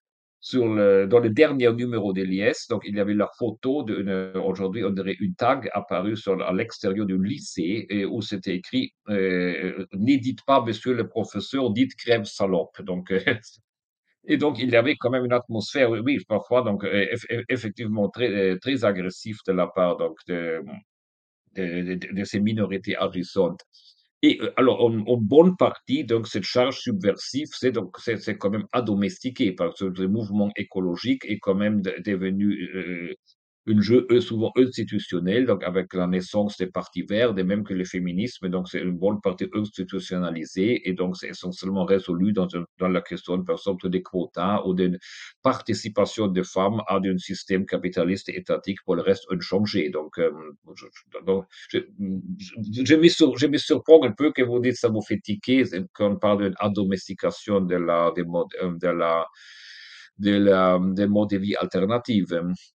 C: sur le, dans le dernier numéro de l'I S, donc il y avait la photo d'une, aujourd'hui on dirait une tag apparue sur, à l'extérieur du lycée et où c'était écrit euh, "Ne dites pas monsieur le professeur, dites crève salope". Donc, euh, et donc il y avait quand même une atmosphère, oui, oui, parfois donc euh, eff- eff- effectivement très, euh, très agressif de la part donc de, de, de- de ces minorités agissantes. Et euh, alors, en, en bonne partie, donc, cette charge subversive, c'est donc, c'est, c'est quand même adomestiqué parce que le mouvement écologique est quand même de- devenu euh, un jeu euh, souvent institutionnel, donc avec la naissance des partis verts, et même que le féminisme, donc c'est une bonne partie institutionnalisée, et donc c'est essentiellement résolu dans, un- dans la question, par exemple, des quotas ou d'une participation des femmes à un système capitaliste et étatique pour le reste inchangé. Donc, euh, je, je- donc, je, je, je me sur- je me surprends un peu que vous dites ça vous fait tiquer quand on parle d'une adomestication de la, des modes, euh, de la, de la, des modes de vie alternatifs.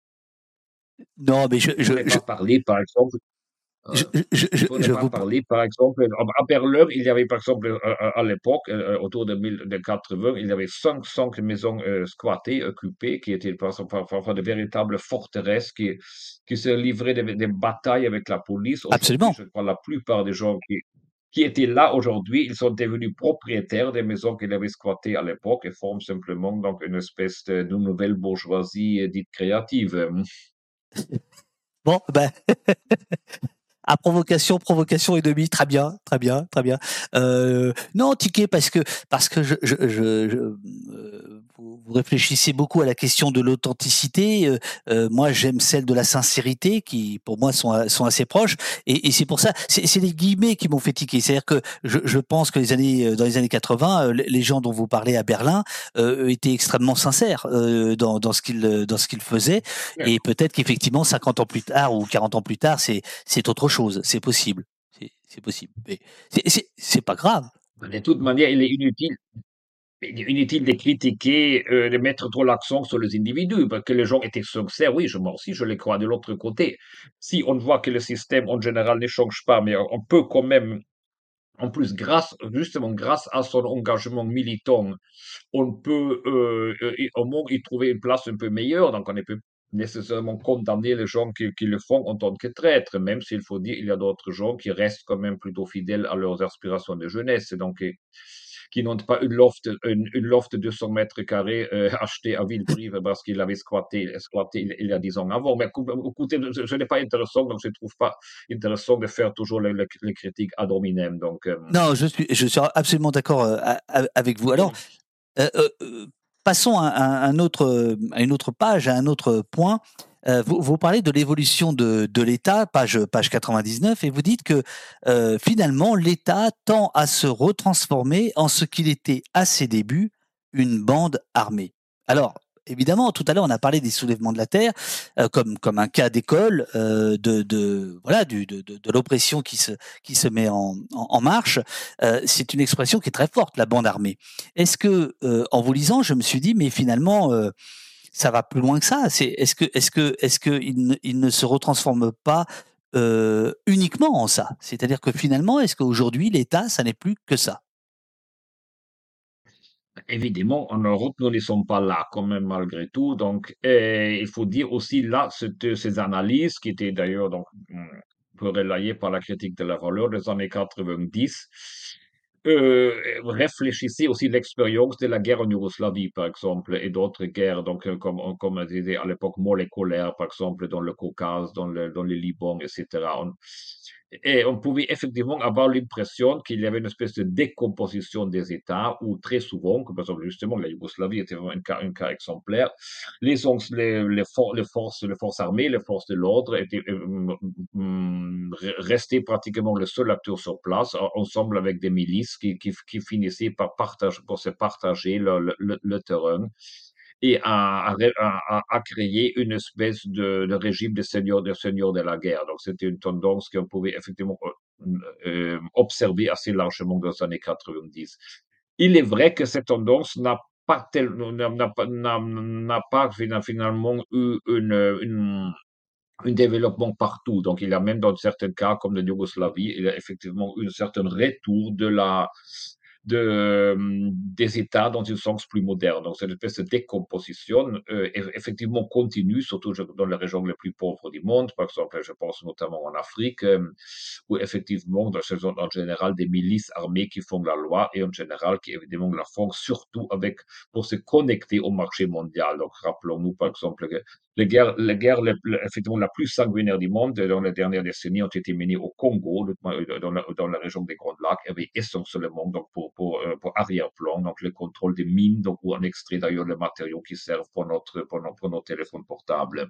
B: Non, mais je,
C: Il
B: je,
C: faudrait
B: je,
C: pas parler, par exemple,
B: je,
C: euh,
B: je,
C: il
B: je,
C: faudrait
B: je
C: pas
B: vous...
C: parler, par exemple, à à Berlin, il y avait, par exemple, euh, à, à l'époque, euh, autour de, mille, de quatre-vingts, il y avait cinq, cinq maisons euh, squattées, occupées, qui étaient parfois, parfois de véritables forteresses qui, qui se livraient des, des batailles avec la police. Aujourd'hui,
B: Absolument.
C: je crois, la plupart des gens qui, qui étaient là aujourd'hui, ils sont devenus propriétaires des maisons qu'ils avaient squattées à l'époque et forment simplement donc une espèce de, de nouvelle bourgeoisie euh, dite créative.
B: Bon, ben, à provocation, provocation et demi, très bien, très bien, très bien. Euh, non, ticket parce que parce que je, je, je, je euh, vous, vous réfléchissez beaucoup à la question de l'authenticité. Euh, euh, moi, j'aime celle de la sincérité, qui pour moi sont sont assez proches. Et, et c'est pour ça, c'est c'est les guillemets qui m'ont fait tiquer. C'est-à-dire que je, je pense que les années dans les années quatre-vingts, euh, les gens dont vous parlez à Berlin euh, étaient extrêmement sincères euh, dans dans ce qu'ils dans ce qu'ils faisaient. Et peut-être qu'effectivement, cinquante ans plus tard ou quarante ans plus tard, c'est c'est autre chose, c'est possible. C'est c'est possible. Mais c'est c'est c'est pas grave.
C: De toute manière, il est inutile. Il est inutile de critiquer, euh, de mettre trop l'accent sur les individus, parce que les gens étaient sincères, oui, je, moi aussi, je les crois de l'autre côté. Si on voit que le système en général ne change pas, mais on peut quand même, en plus, grâce, justement, grâce à son engagement militant, on peut euh, euh, y- au moins y trouver une place un peu meilleure, donc on ne peut nécessairement condamner les gens qui, qui le font en tant que traîtres, même s'il faut dire il y a d'autres gens qui restent quand même plutôt fidèles à leurs aspirations de jeunesse, et donc et- qui n'ont pas une loft, une, une loft de deux cents mètres carrés euh, achetée à Villebrive parce qu'il avait squatté, squatté il, il y a dix ans avant. Mais écoutez, ce, ce n'est pas intéressant, donc je ne trouve pas intéressant de faire toujours les, les, les critiques ad hominem. Donc, euh,
B: Non, je suis je suis absolument d'accord euh, a- a- avec vous. Alors, euh, euh, euh, passons à, à un autre euh, à une autre page, à un autre point. Euh, vous, vous parlez de l'évolution de, de l'État, page page quatre-vingt-dix-neuf, et vous dites que euh, finalement l'État tend à se retransformer en ce qu'il était à ses débuts, une bande armée. Alors, évidemment, tout à l'heure on a parlé des soulèvements de la terre euh, comme comme un cas d'école euh, de, de voilà du, de, de, de l'oppression qui se qui se met en, en, en marche. Euh, c'est une expression qui est très forte, la bande armée. Est-ce que, euh, en vous lisant, je me suis dit, mais finalement, euh, ça va plus loin que ça. C'est, est-ce que, est-ce que, est-ce que il ne, il ne se retransforme pas euh, uniquement en ça? C'est-à-dire que finalement, est-ce qu'aujourd'hui l'État, ça n'est plus que ça?
C: évidemment, en Europe, nous ne sommes pas là quand même malgré tout. Donc, et il faut dire aussi là, cette- ces analyses qui étaient d'ailleurs donc hum, un peu relayées par la critique de la valeur des années quatre-vingt-dix, euh, réfléchissaient aussi l'expérience de la guerre en Yougoslavie, par exemple, et d'autres guerres, donc euh, comme, comme on disait à l'époque moléculaire, par exemple, dans le Caucase, dans le, dans le Liban, et cetera. On- et on pouvait effectivement avoir l'impression qu'il y avait une espèce de décomposition des États, où très souvent, comme par exemple justement la Yougoslavie était vraiment un cas, un cas exemplaire, les, les, les, for les, forces, les forces armées, les forces de l'ordre étaient euh, euh, restaient pratiquement le seul acteur sur place, ensemble avec des milices qui, qui, qui finissaient par, partage, par se partager le, le, le terrain et à, à, à, créer une espèce de, de régime de seigneurs de, seigneur de la guerre. Donc c'était une tendance qu'on pouvait effectivement euh, euh, observer assez largement dans les années quatre-vingt-dix. Il est vrai que cette tendance n'a pas, tel, n'a, pas, n'a, n'a pas finalement eu une, une, un développement partout. Donc il y a même dans certains cas, comme la Yougoslavie, il y a effectivement eu un certain retour de la de, euh, des États dans un sens plus moderne. Donc, cette espèce de décomposition, euh, eff- effectivement, continue, surtout je- dans les régions les plus pauvres du monde. Par exemple, je pense notamment en Afrique, euh, où effectivement, dans ce sont en général des milices armées qui font la loi et en général qui évidemment la font surtout avec, pour se connecter au marché mondial. Donc, rappelons-nous, par exemple, que les guerres, les guerres les- les- effectivement, la plus sanguinaire du monde dans les dernières décennies ont été menées au Congo, le- dans la, dans la région des Grands Lacs, et essentiellement donc pour, pour, euh, pour arrière-plan, donc le contrôle des mines, donc où on extrait d'ailleurs les matériaux qui servent pour notre, pour nos, pour nos téléphones portables.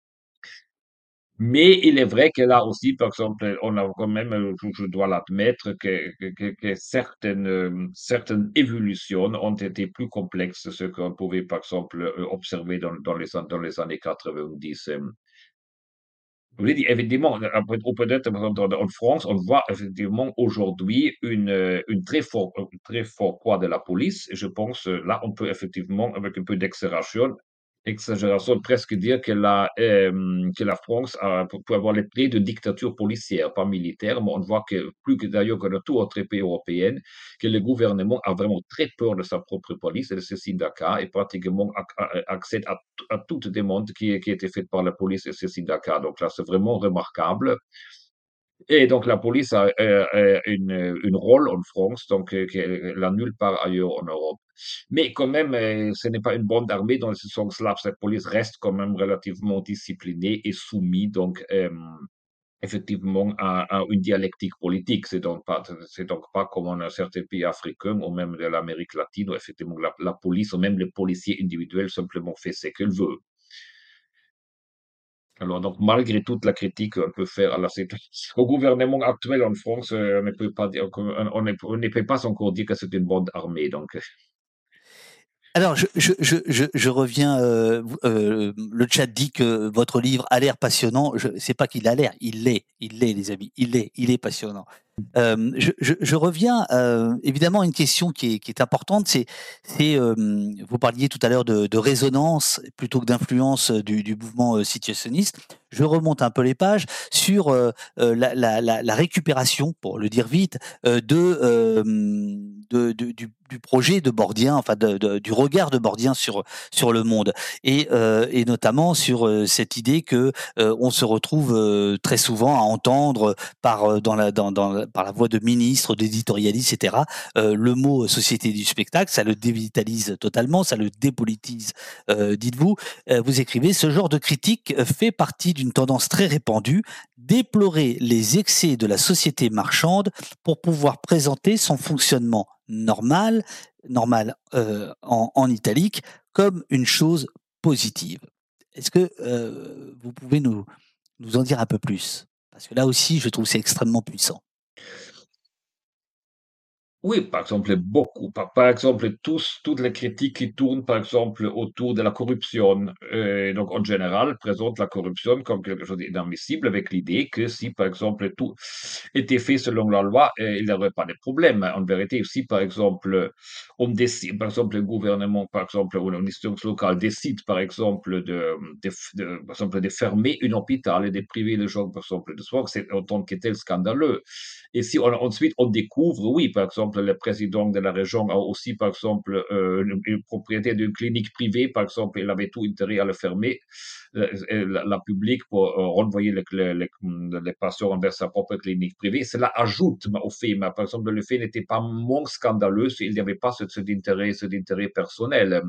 C: Mais il est vrai que là aussi, par exemple, on a quand même, euh, je je dois l'admettre, que, que, que- que certaines, euh, certaines évolutions ont été plus complexes que ce qu'on pouvait, par exemple, euh, observer dans, dans les, an- dans les années quatre-vingt-dix. euh. Oui, dit, évidemment, euh, peut- ou peut-être par exemple, en France, on voit effectivement aujourd'hui une, euh, une très fort, un très fort poids de la police. Et je pense, euh, là, on peut effectivement, avec un peu d'exagération, exagération, presque dire que la, euh, que la France a, peut peut avoir les traits de dictature policière, pas militaire, mais on voit que plus que d'ailleurs que dans tout autre pays européen, que le gouvernement a vraiment très peur de sa propre police et de ses syndicats et pratiquement ac- a- accède à, t- à toute demande qui, qui a été faite par la police et ses syndicats. Donc là, c'est vraiment remarquable. Et donc la police a euh, euh, une, une rôle en France, donc euh, qu'elle n'a nulle part ailleurs en Europe. Mais quand même, euh, ce n'est pas une bande armée dans ce sens-là. Cette police reste quand même relativement disciplinée et soumise, donc euh, effectivement à, à une dialectique politique. C'est donc pas, c'est donc pas comme dans certains pays africains ou même de l'Amérique latine où effectivement la, la police ou même les policiers individuels simplement fait ce qu'ils veulent. Alors, donc, malgré toute la critique qu'on peut faire à la situation, au gouvernement actuel en France, euh, on ne peut pas dire, qu'on- on, ne, on ne peut pas encore dire que c'est une bande armée. Donc, euh,
B: Alors, je, je, je, je, je reviens. Euh, vous- euh, le chat dit que votre livre a l'air passionnant. Je sais pas qu'il a l'air, il l'est, il l'est, les amis, il l'est, il est passionnant. Euh, je, je, je reviens euh, évidemment à une question qui est, qui est importante. C'est, c'est euh, vous parliez tout à l'heure de, de résonance plutôt que d'influence du, du mouvement euh, situationniste. Je remonte un peu les pages sur euh, euh, la, la, la, la récupération, pour le dire vite, euh, de, euh, de, de du, du projet de Bordien, enfin de, de, du regard de Bordien sur sur le monde, et, euh, et notamment sur euh, cette idée que euh, on se retrouve euh, très souvent à entendre par euh, dans la dans, dans par la voix de ministres, d'éditorialistes, et cetera. Euh, le mot société du spectacle, ça le dévitalise totalement, ça le dépolitise. Euh, dites-vous, euh, vous écrivez, ce genre de critique fait partie d'une tendance très répandue, déplorer les excès de la société marchande pour pouvoir présenter son fonctionnement normal, normal euh, en, en italique, comme une chose positive. Est-ce que euh, vous pouvez nous, nous en dire un peu plus? Parce que là aussi, je trouve que c'est extrêmement puissant.
C: oui, par exemple, beaucoup. Par, par exemple, tous, toutes les critiques qui tournent, par exemple, autour de la corruption. Euh, donc, en général, présentent la corruption comme quelque chose d'inadmissible avec l'idée que si, par exemple, tout était fait selon la loi, euh, il n'y aurait pas de problème. En vérité, si, par exemple, on décide, par exemple, le gouvernement, par exemple, ou une instance locale décide, par exemple, de, de, de- par exemple, de fermer un hôpital et de priver les gens, par exemple, de soins, c'est en tant que tel scandaleux. Et si on, ensuite on découvre, oui, par exemple, le président de la région a aussi, par exemple, euh, une, une propriété d'une clinique privée, par exemple, il avait tout intérêt à le fermer, euh, la, la publique pour euh, renvoyer les, les, les, les patients vers sa propre clinique privée. Cela ajoute au fait, mais par exemple, le fait n'était pas moins scandaleux s'il n'y avait pas cet, cet intérêt, cet intérêt personnel.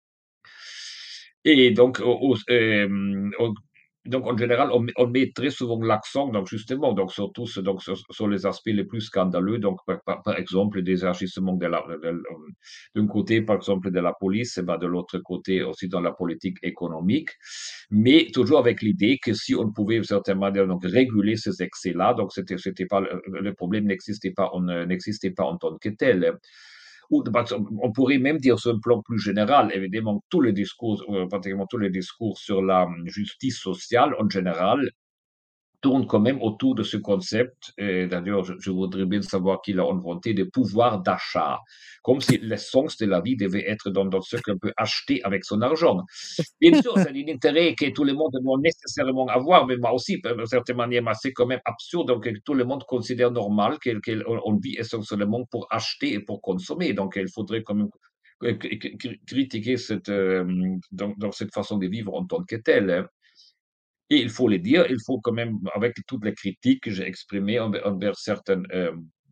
C: Et donc, au- au- euh, au- donc en général, on, met on met très souvent l'accent, donc justement, donc surtout sur, donc, sur, sur les aspects les plus scandaleux, donc par, par, par exemple des agissements de la, de- de- d'un côté, par exemple, de la police, et ben, de l'autre côté aussi dans la politique économique, mais toujours avec l'idée que si on pouvait, d'une certaine manière, donc réguler ces excès-là, donc c'était, c'était pas, le, le problème n'existait pas, on n'existait pas en tant que tel. Ou, on pourrait même dire sur un plan plus général, évidemment, tous les discours, euh, pratiquement tous les discours sur la justice sociale en général tourne quand même autour de ce concept. Et d'ailleurs, je, je voudrais bien savoir qui l'a inventé, de pouvoir d'achat. Comme si l'essence de la vie devait être dans, dans ce qu'on peut acheter avec son argent. Bien sûr, c'est un intérêt que tout le monde doit nécessairement avoir, mais moi aussi, d'une certaine manière, mais c'est quand même absurde donc, que tout le monde considère normal qu'on qu on vit essentiellement pour acheter et pour consommer. Donc, il faudrait quand même euh, cri- cri- critiquer cette, euh, donc, dans cette façon de vivre en tant que telle, hein. Et il faut le dire, il faut quand même, avec toutes les critiques que j'ai exprimées envers, envers certaines, euh,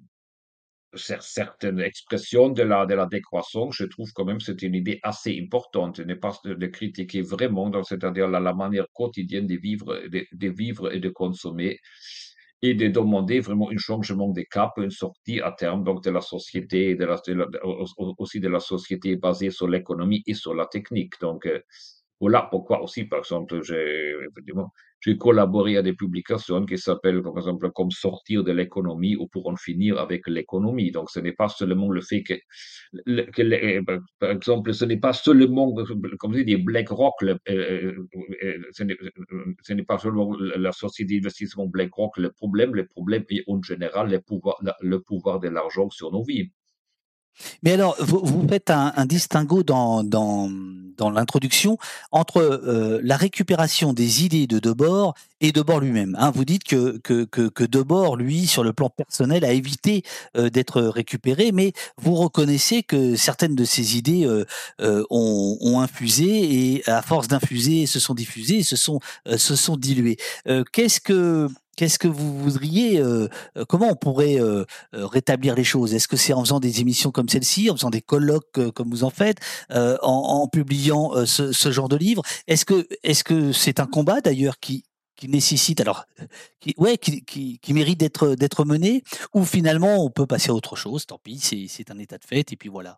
C: cer- certaines expressions de la, de la décroissance, je trouve quand même que c'est une idée assez importante, de ne pas de, de critiquer vraiment, donc c'est-à-dire la, la manière quotidienne de vivre, de, de vivre et de consommer, et de demander vraiment un changement de cap, une sortie à terme donc de la société, de la, de la- au- au- aussi de la société basée sur l'économie et sur la technique. Donc, euh, voilà pourquoi aussi, par exemple, j'ai évidemment, j'ai collaboré à des publications qui s'appellent, par exemple, comme sortir de l'économie ou pour en finir avec l'économie. Donc, ce n'est pas seulement le fait que, le- que les- euh, par exemple, ce n'est pas seulement, comme je dis, BlackRock, le- euh, euh, euh, ce n'est euh, ce n'est pas seulement la société d'investissement BlackRock le problème, le problème est en général le pouvoir, la- le pouvoir de l'argent sur nos vies.
B: Mais alors, vous, vous faites un, un distinguo dans, dans, dans l'introduction entre euh, la récupération des idées de Debord et Debord lui-même, hein. Vous dites que, que, que, que Debord, lui, sur le plan personnel, a évité euh, d'être récupéré, mais vous reconnaissez que certaines de ces idées euh, euh, ont, ont infusé et à force d'infuser, se sont diffusées et se sont, euh, se sont diluées. Euh, qu'est-ce que, qu'est-ce que vous voudriez, euh, euh, comment on pourrait euh, euh, rétablir les choses? Est-ce que c'est en faisant des émissions comme celle-ci, en faisant des colloques euh, comme vous en faites, euh, en, en publiant euh, ce, ce genre de livre? Est-ce que est-ce que c'est un combat d'ailleurs qui qui nécessite alors qui ouais qui, qui, qui mérite d'être d'être mené ou finalement on peut passer à autre chose, tant pis, c'est c'est un état de fait et puis voilà.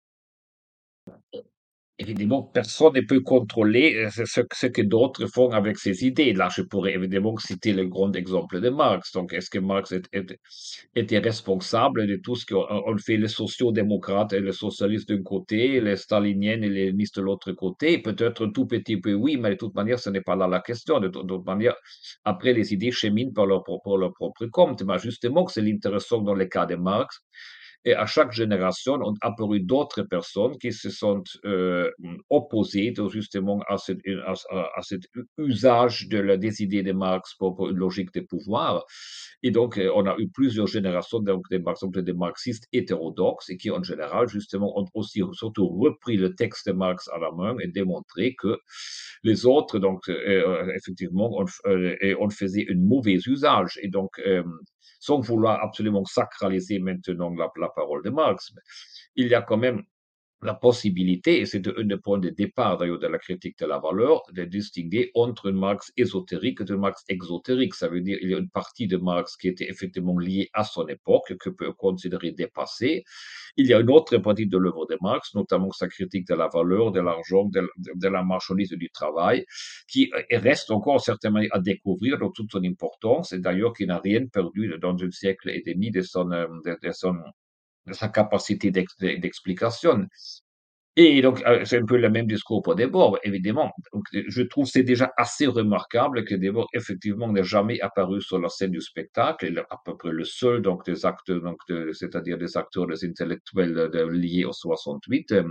C: Évidemment, personne ne peut contrôler euh, ce, ce- ce que d'autres font avec ces idées. Là, je pourrais évidemment citer le grand exemple de Marx. Donc, est-ce que Marx est- est- était responsable de tout ce qu'ont ont fait les sociaux-démocrates et les socialistes d'un côté, les staliniens et les léninistes de l'autre côté? Peut-être un tout petit peu oui, mais de toute manière, ce n'est pas là la question. De, toute de toute manière, après, les idées cheminent par leur, pro- pour leur propre compte. Mais justement, que c'est l'intéressant dans le cas de Marx. Et à chaque génération, ont apparu d'autres personnes qui se sont euh, opposées donc, justement à, cette, à, à cet usage de la, des idées de Marx pour, pour une logique de pouvoir. Et donc, euh, on a eu plusieurs générations, donc, des, par exemple, des marxistes hétérodoxes et qui, en général, justement, ont aussi surtout repris le texte de Marx à la main et démontré que les autres, donc, euh, effectivement, on, euh, on faisait un mauvais usage. Et donc, euh, sans vouloir absolument sacraliser maintenant la, la parole de Marx. Mais il y a quand même la possibilité, et c'est un des points de départ d'ailleurs de la critique de la valeur, de distinguer entre un Marx ésotérique et un Marx exotérique. Ça veut dire qu'il y a une partie de Marx qui était effectivement liée à son époque, que peut considérer dépassée. Il y a une autre partie de l'œuvre de Marx, notamment sa critique de la valeur, de l'argent, de, de, la marchandise et du travail, qui reste encore certainement à découvrir dans toute son importance, et d'ailleurs qui n'a rien perdu dans un siècle et demi de son, de, de son de sa capacité d'explication. Et donc, euh, c'est un peu le même discours pour Debord, évidemment. Donc, je trouve que c'est déjà assez remarquable que Debord, effectivement, n'ait jamais apparu sur la scène du spectacle. Il est à peu près le seul, donc, des acteurs, donc, de, c'est-à-dire des acteurs, des intellectuels de, liés au soixante-huit. Euh,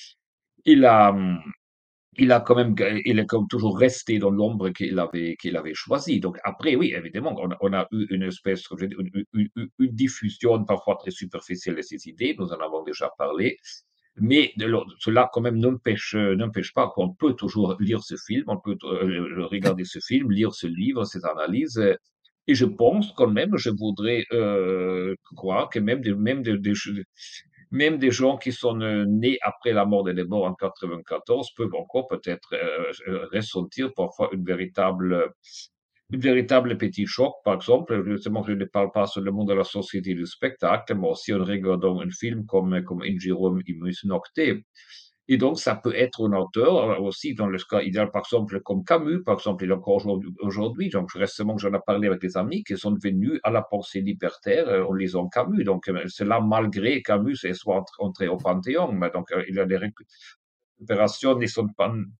C: Il a, hum, il a quand même, il est comme toujours resté dans l'ombre qu'il avait, qu'il avait choisi. Donc après, oui, évidemment, on, a on a eu une espèce, comme je dis, une, une, une- une diffusion parfois très superficielle de ces idées. Nous en avons déjà parlé. Mais de l'autre- cela quand même n'empêche, euh, n'empêche pas qu'on peut toujours lire ce film, on peut euh, regarder ce film, lire ce livre, ces analyses. euh, Et je pense quand même, je voudrais euh, croire que même des, même des, des, même des gens qui sont euh, nés après la mort de Debord en quatre-vingt-quatorze peuvent encore peut-être euh, euh, ressentir parfois une véritable, une véritable petit choc. Par exemple, justement, je ne parle pas seulement de la société du spectacle, mais aussi en regardant un film comme, comme In Jérôme Imus Nocte. Et donc, ça peut être un auteur euh, aussi, dans le cas idéal, par exemple, comme Camus, par exemple, il est encore aujourd'hui, aujourd'hui, donc récemment, j'en ai parlé avec des amis qui sont devenus à la pensée libertaire euh, en lisant Camus. Donc, euh, c'est là, malgré Camus, et soit entré au Panthéon, mais donc, euh, il a des récupérations, ne sont pas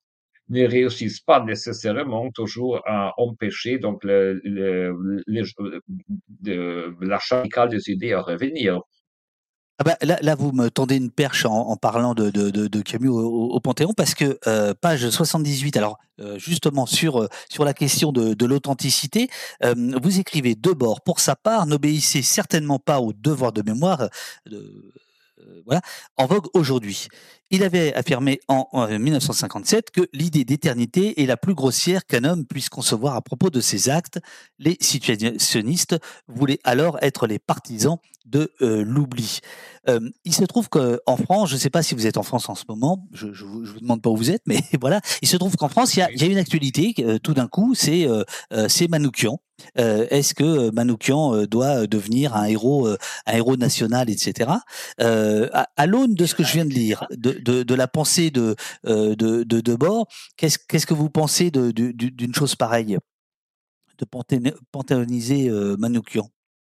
C: ne réussissent pas nécessairement toujours à empêcher donc le, le, les- de, l'achat radical des idées à revenir.
B: Ah bah, là, là, vous me tendez une perche en, en parlant de, de, de, de Camus au, au- au Panthéon, parce que euh, page soixante-dix-huit, alors euh, justement sur, euh, sur la question de, de l'authenticité, euh, vous écrivez Debord, pour sa part, n'obéissait certainement pas au devoir de mémoire euh, de, euh, voilà, en vogue aujourd'hui. Il avait affirmé en, en mille neuf cent cinquante-sept que l'idée d'éternité est la plus grossière qu'un homme puisse concevoir à propos de ses actes. Les situationnistes voulaient alors être les partisans de euh, l'oubli. Euh, il se trouve qu'en France, je ne sais pas si vous êtes en France en ce moment, je ne vous, je vous demande pas où vous êtes, mais voilà, il se trouve qu'en France, il y a, il y a une actualité, euh, tout d'un coup, c'est euh, euh, c'est Manoukian. Euh, Est-ce que Manoukian euh, doit devenir un héros, euh, un héros national, et cetera. Euh, à à l'aune de ce que je viens de lire, de, de, de la pensée de, euh, de, de Debord, qu'est-ce qu'est-ce que vous pensez de- de- du- d'une chose pareille, de panthéon- panthéoniser euh, Manoukian?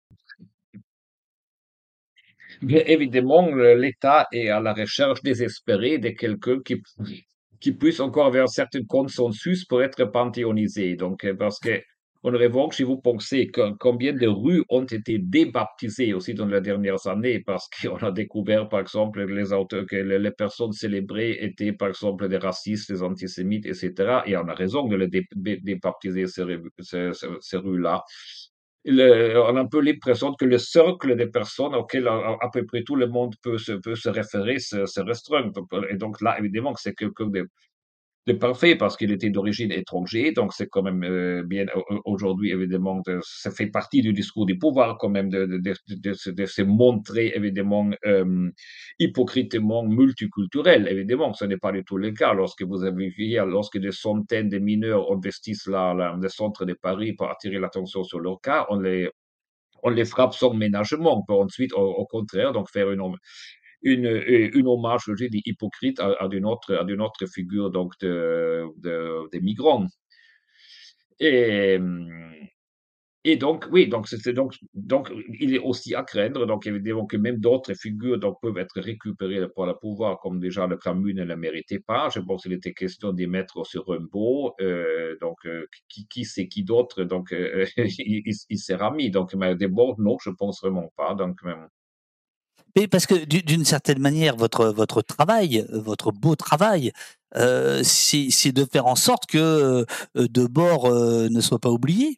C: Bien évidemment, le- l'État est à la recherche désespérée de quelqu'un qui, qui puisse encore avoir un certain consensus pour être panthéonisé. Donc, euh, parce que, en revanche, si vous pensez que- combien de rues ont été débaptisées aussi dans les dernières années, parce qu'on a découvert, par exemple, les auteurs, que les les personnes célébrées étaient, par exemple, des racistes, des antisémites, et cetera. Et on a raison de les dé- dé- débaptiser, ces, rues- ces- ces- ces rues-là. Le- on a un peu l'impression que le cercle des personnes auxquelles à, à peu près tout le monde peut se, peut se référer se, se restreint. Et donc là, évidemment, que c'est quelqu'un de, de parfait parce qu'il était d'origine étrangère. Donc c'est quand même euh, bien au- aujourd'hui, évidemment, de- ça fait partie du discours du pouvoir quand même de, de, de, de, se de se montrer, évidemment, euh, hypocritement multiculturel. Évidemment, ce n'est pas du tout le cas lorsque vous avez vu, lorsque des centaines de mineurs investissent là, là, le centre de Paris pour attirer l'attention sur leur cas, on les on les frappe sans ménagement pour ensuite, au, au contraire, donc faire une, une, une hommage, je dis, hypocrite à, à d'une autre, à d'une autre figure donc de, de, des migrants. Et, et donc, oui, donc c'était donc, donc il est aussi à craindre, donc évidemment que même d'autres figures donc peuvent être récupérées par le pouvoir, comme déjà le Camus ne le méritait pas. Je pense qu'il était question d'y mettre sur Rimbaud, euh, donc euh, qui, qui c'est qui d'autre, donc euh, il, il, il s'est remis. Donc, mais Debord, non, je pense vraiment pas. Donc, même.
B: Mais parce que d'u- d'une certaine manière, votre, votre travail, euh, votre beau travail, euh, c'est c'est de faire en sorte que euh, Debord euh, ne soit pas oublié.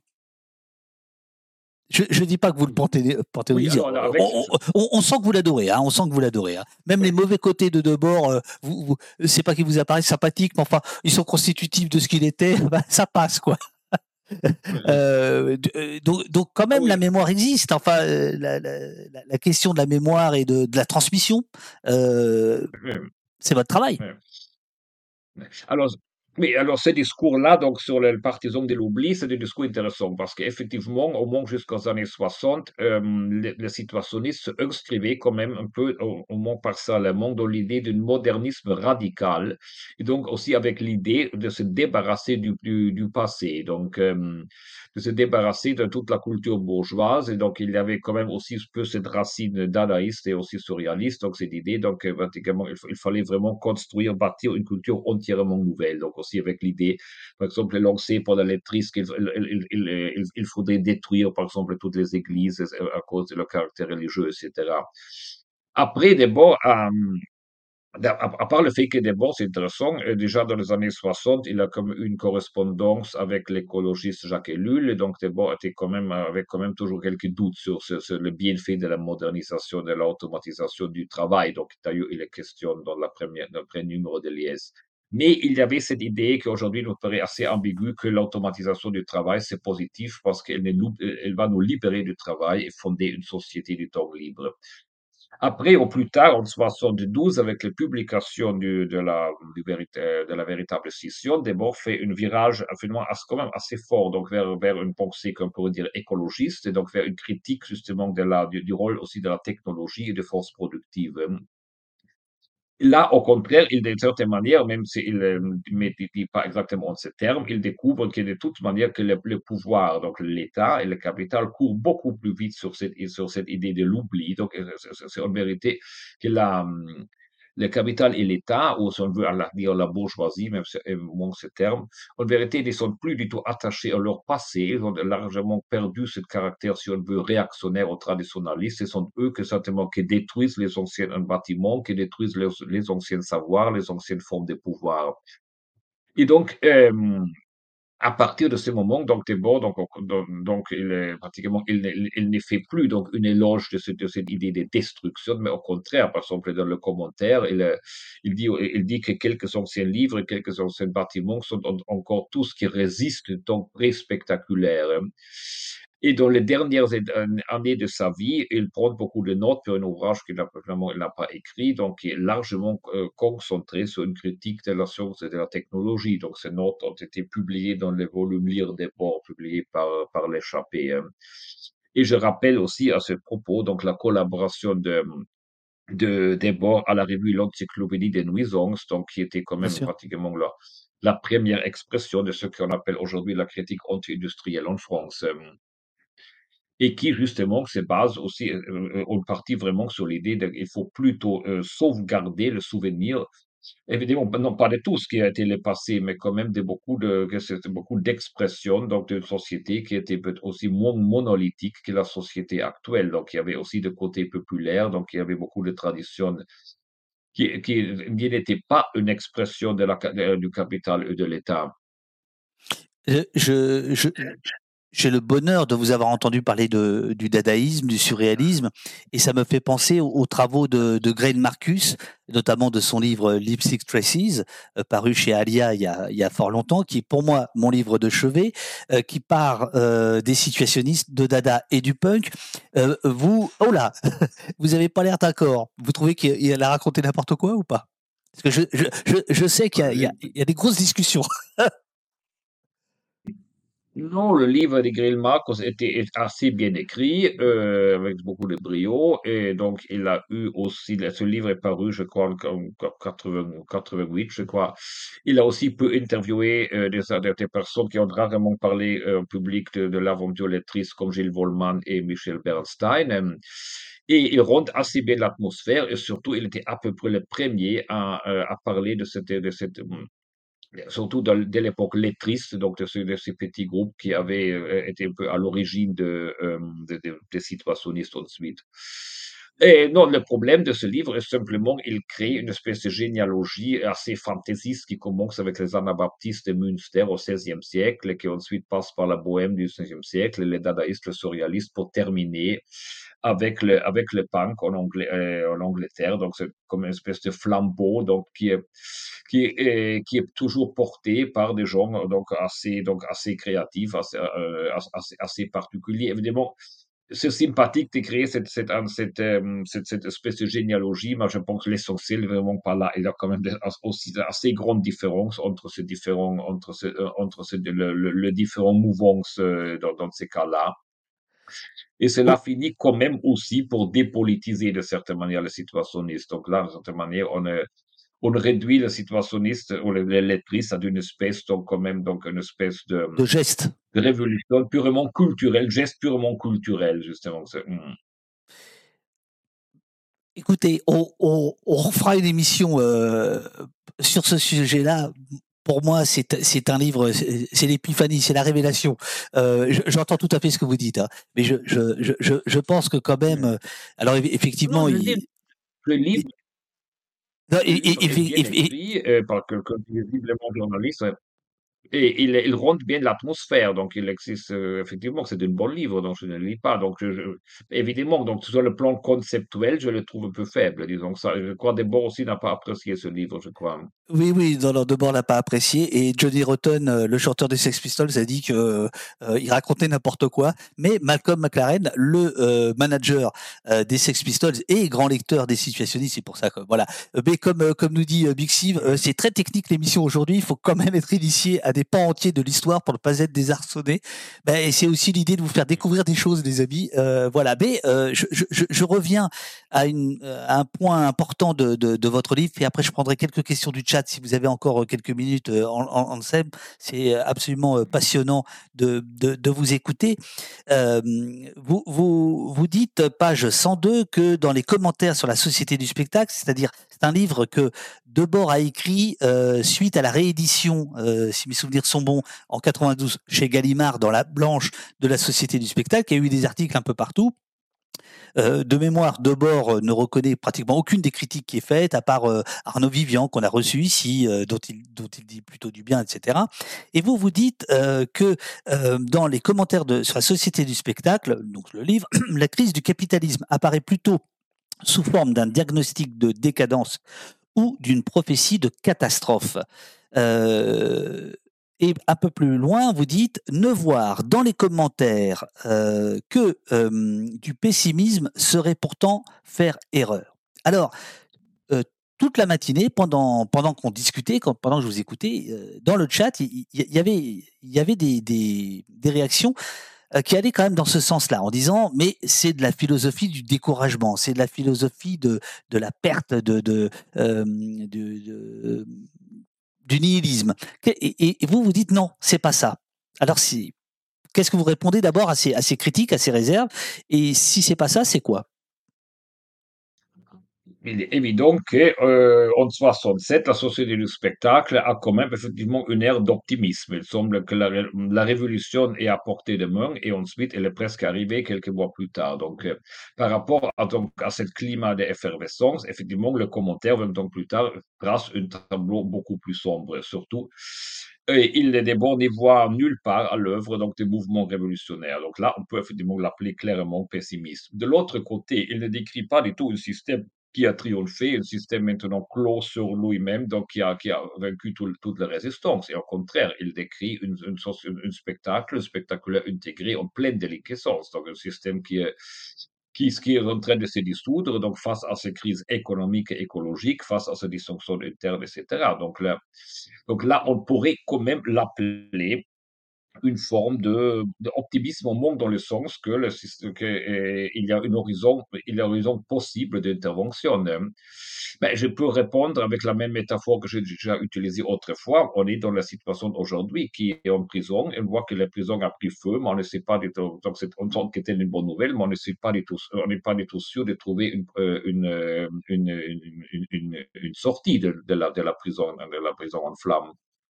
B: Je ne dis pas que vous le panthéo-
C: Oui,
B: panthéonisez.
C: alors
B: On,
C: là, avec,
B: on- on- on sent que vous l'adorez, hein, on sent que vous l'adorez. Hein. Même les
C: oui,
B: mauvais côtés de Debord, euh, vous, vous, c'est pas qu'ils vous apparaissent sympathiques, mais enfin, ils sont constitutifs de ce qu'il était. Bah, ça passe, quoi.
C: oui.
B: Euh, d- euh, donc, donc, quand
C: Ah
B: même, la
C: oui,
B: mémoire existe. Enfin, euh, la, la- la- la question de la mémoire et de, de la transmission, euh,
C: oui,
B: c'est votre travail.
C: oui. Alors, oui, alors ce discours-là, donc sur le partisan de l'oubli, c'est un discours intéressant parce qu'effectivement, au moins jusqu'aux années soixante, euh, les, les situationnistes se inscrivaient quand même un peu, au, au moins partiellement, dans l'idée d'un modernisme radical et donc aussi avec l'idée de se débarrasser du, du, du passé, donc euh, de se débarrasser de toute la culture bourgeoise et donc il y avait quand même aussi un peu cette racine dadaïste et aussi surréaliste, donc cette idée, donc euh, pratiquement, il, il fallait vraiment construire, bâtir une culture entièrement nouvelle, donc aussi avec l'idée, par exemple, lancée par la lettriste qu'il il, il, il, il faudrait détruire, par exemple, toutes les églises à cause de leur caractère religieux, et cetera. Après, d'abord, euh, à, à part le fait que d'abord, c'est intéressant, euh, déjà dans les années soixante, il a comme eu une correspondance avec l'écologiste Jacques Ellul, et donc d'abord était quand même, avec quand même toujours quelques doutes sur, ce, sur le bienfait de la modernisation, de l'automatisation du travail. Donc, d'ailleurs, il est question dans la première, dans le premier numéro de l'I S. Mais il y avait cette idée qui aujourd'hui nous paraît assez ambiguë que l'automatisation du travail, c'est positif parce qu'elle nous- elle va nous libérer du travail et fonder une société du temps libre. Après, au plus tard, en soixante-douze, avec la publication du, de, la, du vérita- de la véritable scission, Debord fait un virage finalement assez- quand même assez fort, donc vers, vers une pensée qu'on pourrait dire écologiste, et donc vers une critique justement de la, du, du rôle aussi de la technologie et des forces productives. Là, au contraire, il, d'une certaine manière, même s'il ne dit pas exactement en ces termes, il découvre que de toute manière que le, le pouvoir, donc l'État et le capital courent beaucoup plus vite sur cette, sur cette idée de l'oubli. Donc, c'est c'est en vérité que la, le capital et l'État, ou si on veut à la, dire la bourgeoisie, même si on manque ce terme, en vérité, ils ne sont plus du tout attachés à leur passé, ils ont largement perdu ce caractère, si on veut, réactionnaire ou traditionnaliste. Ce sont eux que certainement qui détruisent les anciens bâtiments, qui détruisent les, les anciens savoirs, les anciennes formes de pouvoir. Et donc, euh, à partir de ce moment, donc Thébault, donc, donc, donc il est pratiquement, il, ne- il ne fait plus donc une éloge de, ce- de cette idée de destruction, mais au contraire, par exemple, dans le commentaire, il, euh, il dit, il dit que quelques anciens livres, et quelques anciens bâtiments sont en- encore tous qui résistent, donc très spectaculaires. Hein. Et dans les dernières années de sa vie, il prend beaucoup de notes pour un ouvrage qu'il n'a finalement il n'a pas écrit, donc qui est largement euh, concentré sur une critique de la science et de la technologie. Donc ces notes ont été publiées dans les volumes Lire des Bords, publiés par, par l'échappée. Hein. Et je rappelle aussi à ce propos donc la collaboration de, de des Bords à la revue L'Encyclopédie des Nuisances, donc qui était quand
B: Bien
C: même
B: sûr.
C: pratiquement la, la première expression de ce qu'on appelle aujourd'hui la critique anti-industrielle en France. Euh, et qui justement se base aussi euh, euh, en partie vraiment sur l'idée qu'il faut plutôt euh, sauvegarder le souvenir, évidemment non pas de tout ce qui a été le passé, mais quand même de beaucoup de que c'était beaucoup d'expressions donc d'une société qui était peut-être aussi moins monolithique que la société actuelle. Donc il y avait aussi de côté populaire, donc il y avait beaucoup de traditions qui, qui, qui n'étaient pas une expression de la, de- du capital et de l'État.
B: Euh, Je, je, J'ai le bonheur de vous avoir entendu parler de, du dadaïsme, du surréalisme, et ça me fait penser aux, aux travaux de, de Graeme Marcus, notamment de son livre Lipstick Traces, euh, paru chez Alia il y, a, il y a fort longtemps, qui est pour moi mon livre de chevet, euh, qui part euh, des situationnistes, de Dada et du punk. Euh, vous, oh là, vous avez pas l'air d'accord. Vous trouvez qu'il a raconté n'importe quoi ou pas? Parce que je, je, je, je sais qu'il y a, il y, a, il y a des grosses discussions.
C: Non, le livre de Grill Marcos était est assez bien écrit, euh, avec beaucoup de brio, et donc il a eu aussi, ce livre est paru, je crois, en en quatre-vingts quatre-vingt-huit, je crois. Il a aussi pu interviewer euh, des, des personnes qui ont rarement parlé euh, en public de, de l'aventure lectrice, comme Gilles Wollman et Michel Bernstein. euh, Et il rend assez bien l'atmosphère, et surtout, il était à peu près le premier à, euh, à parler de cette, de cette surtout dans, dès l'époque lettriste, donc de, ce, de, ces petits groupes qui avaient euh, été un peu à l'origine de, euh, de, de, des situationnistes ensuite. Et non, le problème de ce livre est simplement qu'il crée une espèce de généalogie assez fantaisiste qui commence avec les anabaptistes de Münster au seizième siècle et qui ensuite passe par la bohème du dix-neuvième siècle, les dadaïstes, les surréalistes, pour terminer avec le, avec le punk en, Anglais, euh, en Angleterre. Donc, c'est comme une espèce de flambeau, donc, qui est, qui est, qui est toujours porté par des gens, donc, assez, donc, assez créatifs, assez, euh, assez, assez particuliers. Évidemment, c'est sympathique de créer cette, cette, cette, euh, cette, cette espèce de généalogie, mais je pense que l'essentiel est vraiment pas là. Il y a quand même des, aussi assez grandes différences entre ces différents, entre ces, euh, entre ces, le, le, le différents mouvances euh, dans, dans ces cas-là. Et cela finit quand même aussi pour dépolitiser de certaine manière les situationnistes. Donc là, de certaine manière, on, est, on réduit les situationnistes ou les, les lettristes à une espèce, donc quand même, donc une espèce de,
B: De gestes.
C: de révolution purement culturelle, geste purement culturel, justement. C'est, hmm.
B: Écoutez, on, on, on refera une émission euh, sur ce sujet-là. Pour moi, c'est, c'est un livre, c'est, c'est l'épiphanie, c'est la révélation. Euh, je- j'entends tout à fait ce que vous dites, hein, mais je, je, je, je je pense que quand même, euh, alors eff-
C: Non,
B: effectivement,
C: je dis,
B: il,
C: le
B: il-
C: livre,
B: non,
C: le
B: il- il-
C: livre est
B: il-
C: bien
B: il- il-
C: écrit euh, par quelqu'un qui est visiblement journaliste. Et il, il rend bien l'atmosphère, donc il existe euh, effectivement, c'est un bon livre, donc je ne le lis pas. Donc, je, je- évidemment, donc sur le plan conceptuel, je le trouve un peu faible, disons ça. Je crois Debord aussi n'a pas apprécié ce livre, je crois.
B: oui, oui, dans leur demeure l'a pas apprécié. Et Johnny Rotten, euh, le chanteur des Sex Pistols, a dit que euh, il racontait n'importe quoi. Mais Malcolm McLaren, le euh, manager euh, des Sex Pistols et grand lecteur des situationnistes, c'est pour ça que voilà. Euh, Mais comme euh, comme nous dit euh, Big Steve, euh, c'est très technique l'émission aujourd'hui. Il faut quand même être initié à des des pans entiers de l'histoire pour ne pas être désarçonné. Ben, et c'est aussi l'idée de vous faire découvrir des choses, les amis. Euh, voilà. Mais euh, je, je, je reviens à, une, à un point important de, de, de votre livre, et après je prendrai quelques questions du chat si vous avez encore quelques minutes en, en, en S E M. C'est absolument passionnant de, de, de vous écouter. Euh, vous, vous, vous dites, page cent deux, que dans les commentaires sur la société du spectacle, c'est-à-dire c'est un livre que Debord a écrit euh, suite à la réédition, euh, si mes souvenirs sont bons, en quatre-vingt-douze chez Gallimard dans la blanche de la société du spectacle. Il y a eu des articles un peu partout. Euh, de mémoire, Debord ne reconnaît pratiquement aucune des critiques qui est faite, à part euh, Arnaud Vivian qu'on a reçu ici, euh, dont il dont il dit plutôt du bien, et cetera. Et vous vous dites euh, que euh, dans les commentaires de sur la société du spectacle, donc le livre, la crise du capitalisme apparaît plutôt sous forme d'un diagnostic de décadence ou d'une prophétie de catastrophe. Euh, Et un peu plus loin, vous dites ne voir dans les commentaires euh, que euh, du pessimisme serait pourtant faire erreur. Alors, euh, toute la matinée, pendant, pendant qu'on discutait, quand, pendant que je vous écoutais, euh, dans le chat, il, il y avait, il y avait des, des, des réactions euh, qui allaient quand même dans ce sens-là, en disant mais c'est de la philosophie du découragement, c'est de la philosophie de, de la perte de, de, euh, de, de du nihilisme. Et, et, et vous vous dites non, c'est pas ça. Alors si, qu'est-ce que vous répondez d'abord à ces, à ces critiques, à ces réserves? Et si c'est pas ça, c'est quoi?
C: Il est évident qu'en soixante-sept, la société du spectacle a quand même effectivement une ère d'optimisme. Il semble que la, ré- la révolution est à portée de main et ensuite elle est presque arrivée quelques mois plus tard. Donc, euh, par rapport à, donc, à ce climat d'effervescence, effectivement, le commentaire vingt ans plus tard trace un tableau beaucoup plus sombre. Surtout, et il est des bons n'y voit nulle part à l'œuvre donc des mouvements révolutionnaires. Donc là, on peut effectivement l'appeler clairement pessimiste. De l'autre côté, il ne décrit pas du tout un système qui a triomphé, un système maintenant clos sur lui-même, donc qui a, qui a vaincu tout, toute la résistance. Et au contraire, il décrit une, une, une, un spectacle spectaculaire intégré en pleine déliquescence, donc un système qui est, qui, qui est en train de se dissoudre, donc face à ces crises économiques et écologiques, face à ces dysfonctions internes, et cetera. Donc là, donc là, on pourrait quand même l'appeler une forme de d'optimisme au monde dans le sens que le système que, euh, il y a un horizon il y a un horizon possible d'intervention. Euh, Ben, je peux répondre avec la même métaphore que j'ai déjà utilisée autrefois. On est dans la situation aujourd'hui qui est en prison. Et on voit que la prison a pris feu, mais on ne sait pas du tout. Donc, c'est on sent que c'était une bonne nouvelle, mais on ne sait pas du tout, on n'est pas du tout sûr de trouver une, euh, une, euh, une, une, une, une, une sortie de, de la, de la prison, de la prison en flammes.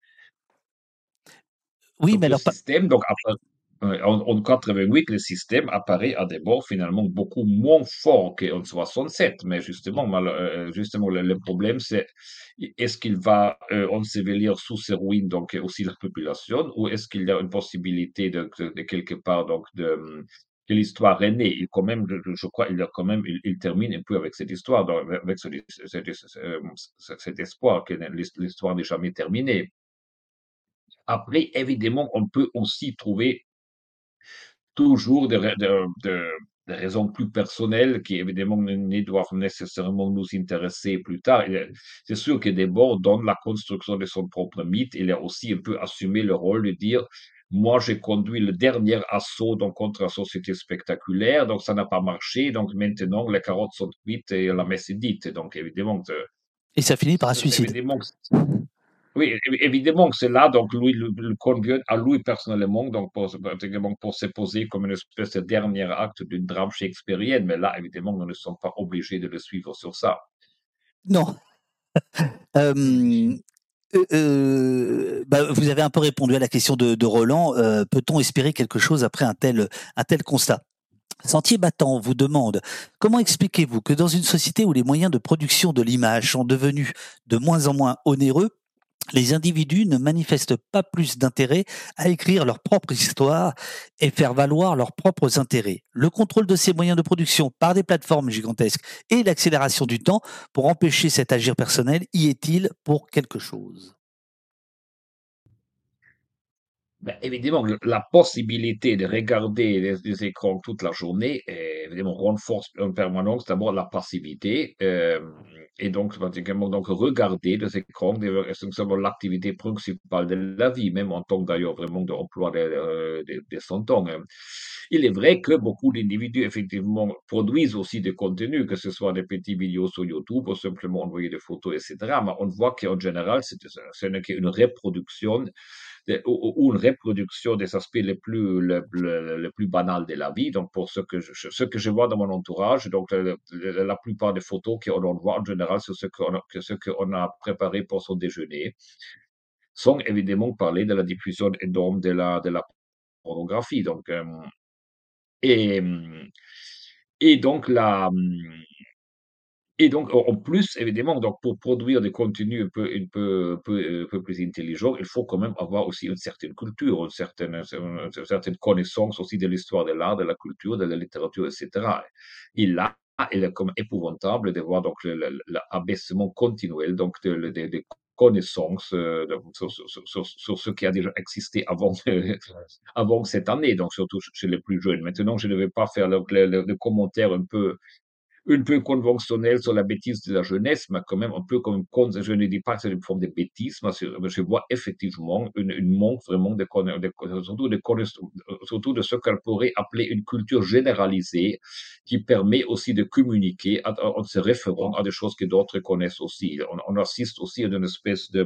B: Oui,
C: Donc
B: mais
C: le
B: alors pas.
C: système, donc après, euh, en, en quatre-vingt-huit, le système apparaît à des bords finalement beaucoup moins fort qu'en soixante-sept. Mais justement, mal- euh, justement le, le problème, c'est est-ce qu'il va euh, ensevelir sous ses ruines donc aussi la population, ou est-ce qu'il y a une possibilité de, de, de quelque part donc de que l'histoire est née. Et quand même, je, je crois, il a quand même, il, il termine un peu avec cette histoire, donc, avec ce, cet, cet, cet espoir que l'histoire n'est jamais terminée. Après, évidemment, on peut aussi trouver toujours des, ra- de- de- des raisons plus personnelles qui, évidemment, ne ne doivent nécessairement nous intéresser plus tard. Il est- C'est sûr que Debord, dans la construction de son propre mythe, il a aussi un peu assumé le rôle de dire, moi, j'ai conduit le dernier assaut donc, contre la société spectaculaire, donc ça n'a pas marché, donc maintenant, les carottes sont cuites et la messe est dite. Donc, évidemment, euh,
B: Et ça finit par un suicide.
C: évidemment, oui, é- évidemment que c'est là, donc lui, le, le convient à lui personnellement, donc pour, pratiquement pour se poser comme une espèce de dernier acte d'une drame shakespearienne, mais là, évidemment, nous ne sommes pas obligés de le suivre sur ça.
B: Non. Euh, euh, euh, bah, vous avez un peu répondu à la question de, de Roland. Euh, peut-on espérer quelque chose après un tel, un tel constat? Sentier battant vous demande comment expliquez-vous que dans une société où les moyens de production de l'image sont devenus de moins en moins onéreux, les individus ne manifestent pas plus d'intérêt à écrire leur propre histoire et faire valoir leurs propres intérêts. Le contrôle de ces moyens de production par des plateformes gigantesques et l'accélération du temps pour empêcher cet agir personnel, y est-il pour quelque chose?
C: Ben, évidemment, le la possibilité de regarder les les écrans toute la journée, eh, évidemment, renforce en permanence d'abord la passivité, hem et donc pratiquement donc regarder les écrans de essentiellement l'activité principale de la vie, même en tant que d'ailleurs vraiment d'emploi de, heu, de de son temps, hein. Il est vrai que beaucoup d'individus effectivement produisent aussi des contenus, que ce soit des petites vidéos sur YouTube ou simplement envoyer des photos et cetera, mais on voit qu'en général, c'est ce n'est qu'une reproduction de- ou, ou- ou une reproduction des aspects les plus, le, le- le plus banals de la vie. Donc, pour ce que je, ce que je vois dans mon entourage, donc le- le- la plupart des photos qu'on voit en général sur ce qu'on a, que ce qu'on a préparé pour son déjeuner sont évidemment parlés de la diffusion énorme de la, de la pornographie. Donc, euh, et, et donc, la, Et donc, en en plus, évidemment, donc pour produire des contenus un peu un peu un peu, heu, un peu plus intelligents, il faut quand même avoir aussi une certaine culture, une certaine, heu, une certaine connaissance aussi de l'histoire de l'art, de la culture, de la littérature et cetera. Et là, il est comme épouvantable de voir donc le le l'abaissement continuel donc de le des des connaissances, heu, donc sur sur sur sur sur ce qui a déjà existé avant, avant cette année, donc surtout chez les plus jeunes. Maintenant, je ne vais pas faire donc le le le commentaire un peu un peu conventionnel sur la bêtise de la jeunesse, mais quand même un peu comme con je ne dis pas que c'est une forme de bêtise, mais c'est mais je vois effectivement une une manque vraiment de conna de surtout de connaiss surtout de ce qu'on pourrait appeler une culture généralisée, qui permet aussi de communiquer à en se référant à des choses que d'autres connaissent aussi. On on assiste aussi à une espèce de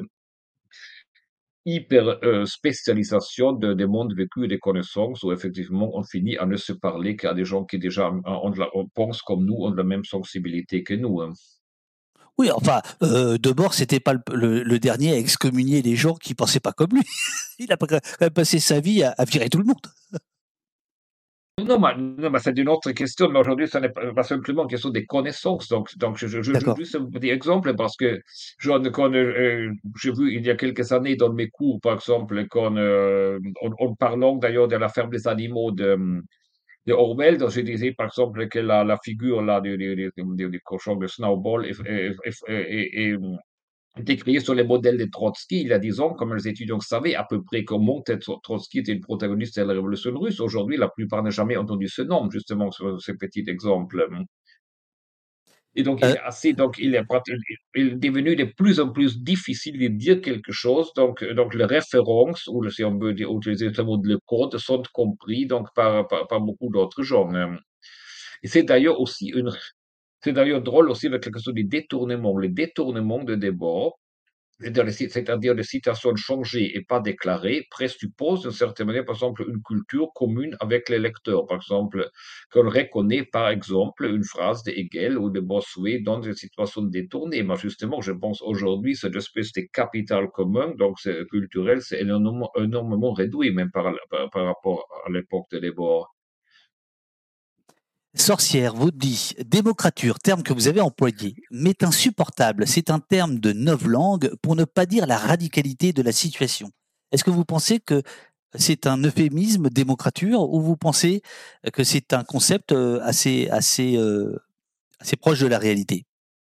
C: hyper, heu, spécialisation de des mondes vécus et des connaissances où effectivement on finit à ne se parler qu'à des gens qui déjà, ont ont de la on pense comme nous, ont la même sensibilité que nous, hein.
B: Oui, enfin, euh, Debord, c'était pas le, le- le dernier à excommunier les gens qui pensaient pas comme lui. Il a pas- quand même passé sa vie à, à virer tout le monde.
C: Non, mais non, mais c'est une autre question, mais aujourd'hui, ce n'est pas pas simplement une question des connaissances. Donc donc je je je donne
B: D'accord.
C: juste un petit exemple parce que j'en quand, heu heu, j'ai vu il y a quelques années dans mes cours, par exemple, quand, heu, en en parlant d'ailleurs de la ferme des animaux de, mmh, de Orwell, donc je disais par exemple que la, la figure là du, du, du, du- du cochon de Snowball est, est, est, est- est, hum, était créée sur les modèles de Trotsky il y a dix ans, comme les étudiants savaient à peu près comment Tro- Trotsky était une protagoniste de la révolution russe. Aujourd'hui, la plupart n'ont jamais entendu ce nom, justement, sur ces petits exemples. Et donc, il
B: Euh,
C: est assez, donc, il est, prat- il il est devenu de plus en plus difficile de dire quelque chose. Donc, euh, donc, les références, ou le- si on veut dire- utiliser le mot de le code, sont compris, donc, par, par, par beaucoup d'autres gens. hein. Et c'est d'ailleurs aussi une, c'est d'ailleurs drôle aussi avec la question du détournement. Le détournement de Debord, c'est-à-dire les ci- c'est-à-dire des citations changées et pas déclarées, présuppose d'une certaine manière, par exemple, une culture commune avec les lecteurs. Par exemple, qu'on reconnaît, par exemple, une phrase de Hegel ou de Bossuet dans des situations détournées. Mais justement, je pense aujourd'hui, cette espèce de capital commun, donc c'est culturel, c'est énormément, énormément réduit, même par, par, par rapport à l'époque de Debord.
B: Sorcière vous dit démocrature, terme que vous avez employé, m'est insupportable. C'est un terme de novlangue pour ne pas dire la radicalité de la situation. Est-ce que vous pensez que c'est un euphémisme démocrature ou vous pensez que c'est un concept euh, assez, assez, euh, assez proche de la réalité?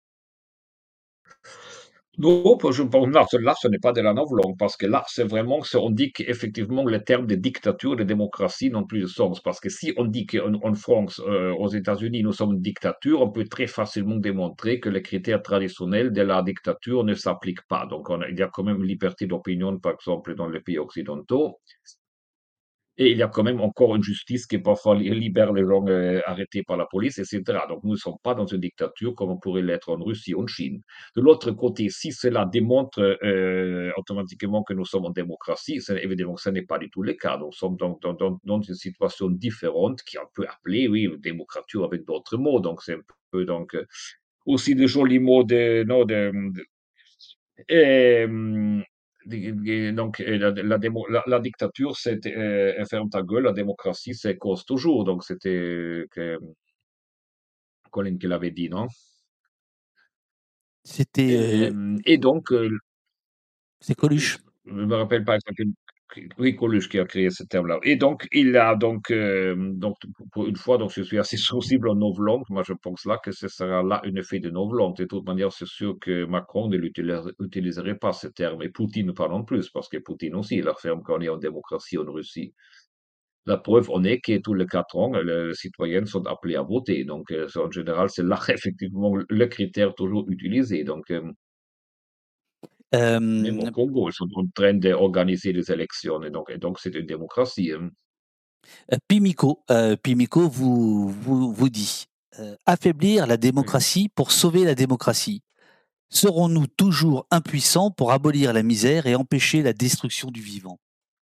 C: Non, je pense là, ce là, ce n'est pas de la novlangue, parce que là, c'est vraiment, c'est- on dit qu'effectivement, les termes de dictature, de démocratie n'ont plus de sens. Parce que si on dit qu'en en France, euh, aux États-Unis, nous sommes une dictature, on peut très facilement démontrer que les critères traditionnels de la dictature ne s'appliquent pas. Donc, on a- il y a quand même liberté d'opinion, par exemple, dans les pays occidentaux. Et il y a quand même encore une justice qui parfois li- libère les gens euh, arrêtés par la police, et cetera. Donc nous ne sommes pas dans une dictature comme on pourrait l'être en Russie ou en Chine. De l'autre côté, si cela démontre euh, automatiquement que nous sommes en démocratie, c'est évidemment que ce n'est pas du tout le cas. Nous sommes donc dans, dans- dans une situation différente qui on peut appeler, oui, une démocrature avec d'autres mots. Donc c'est un peu donc euh, aussi des jolis mots de, non, de, et, hum, di- di- donc, et la, la, démo- la, la dictature, c'est euh, ferme ta gueule, la démocratie, c'est cause toujours. Donc, c'était que, Colin qui l'avait dit, non?
B: C'était
C: Et,
B: euh,
C: hum, et donc, euh,
B: c'est Coluche.
C: je me rappelle pas exactement. Oui, Coluche qui a créé ce terme-là. Et donc, il a donc, euh, donc pour une fois, donc je suis assez sensible en novlangue. Moi, je pense là que ce sera là un effet de novlangue. De toute manière, c'est sûr que Macron ne l'utiliserait utiliserait pas ce terme. Et Poutine pas non plus, parce que Poutine aussi, il affirme qu'on est en démocratie en Russie. La preuve en est que tous les quatre ans, les, les citoyens sont appelés à voter. Donc, euh, en général, c'est là effectivement le critère toujours utilisé. Donc, euh, même au
B: Euh,
C: Congo, ils sont en train d'organiser des élections. Et donc, et donc c'est une démocratie, hein.
B: Pimiko, euh, Pimiko vous, vous, vous dit euh, affaiblir la
C: Oui.
B: démocratie pour sauver la démocratie. Serons-nous toujours impuissants pour abolir la misère et empêcher la destruction du vivant?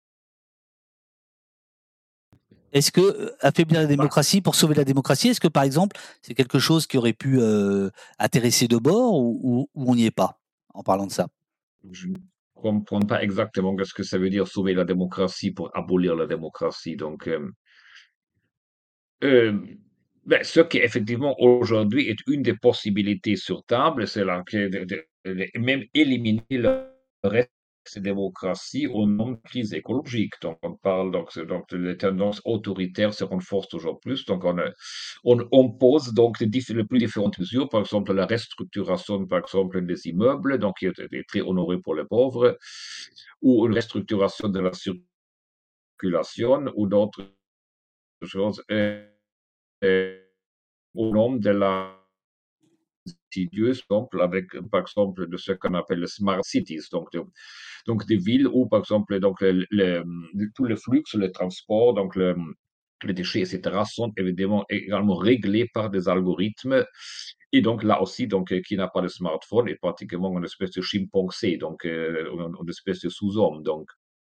B: Est-ce que euh, affaiblir la
C: Bah,
B: démocratie pour sauver la démocratie, est-ce que par exemple c'est quelque chose qui aurait pu euh, intéresser de bord ou, ou- ou on n'y est pas en parlant de ça?
C: je ne comprends pas exactement ce que ça veut dire sauver la démocratie pour abolir la démocratie. Donc, euh, euh, ben, ce qui effectivement aujourd'hui est une des possibilités sur table, c'est là que de, de- de- même éliminer le reste des démocraties au nom de crise écologique. Donc, on parle donc, c'est- donc les tendances autoritaires se renforcent toujours plus. Donc, on, euh, on, on pose donc les, diff- les plus différentes mesures, par exemple la restructuration, par exemple des immeubles, donc qui est, est très honoré pour les pauvres, ou une restructuration de la circulation, ou d'autres choses. euh, euh, au nom de la insidieuse, par exemple, avec, par exemple, de ce qu'on appelle les smart cities, donc, de- donc des villes où, par exemple, donc, le, le- tous les flux, le transport, donc le- les déchets, et cetera, sont évidemment également réglés par des algorithmes. Et donc là aussi, donc, euh, qui n'a pas de smartphone est pratiquement une espèce de chimpanzé, donc euh, une, une espèce de sous-homme. Donc,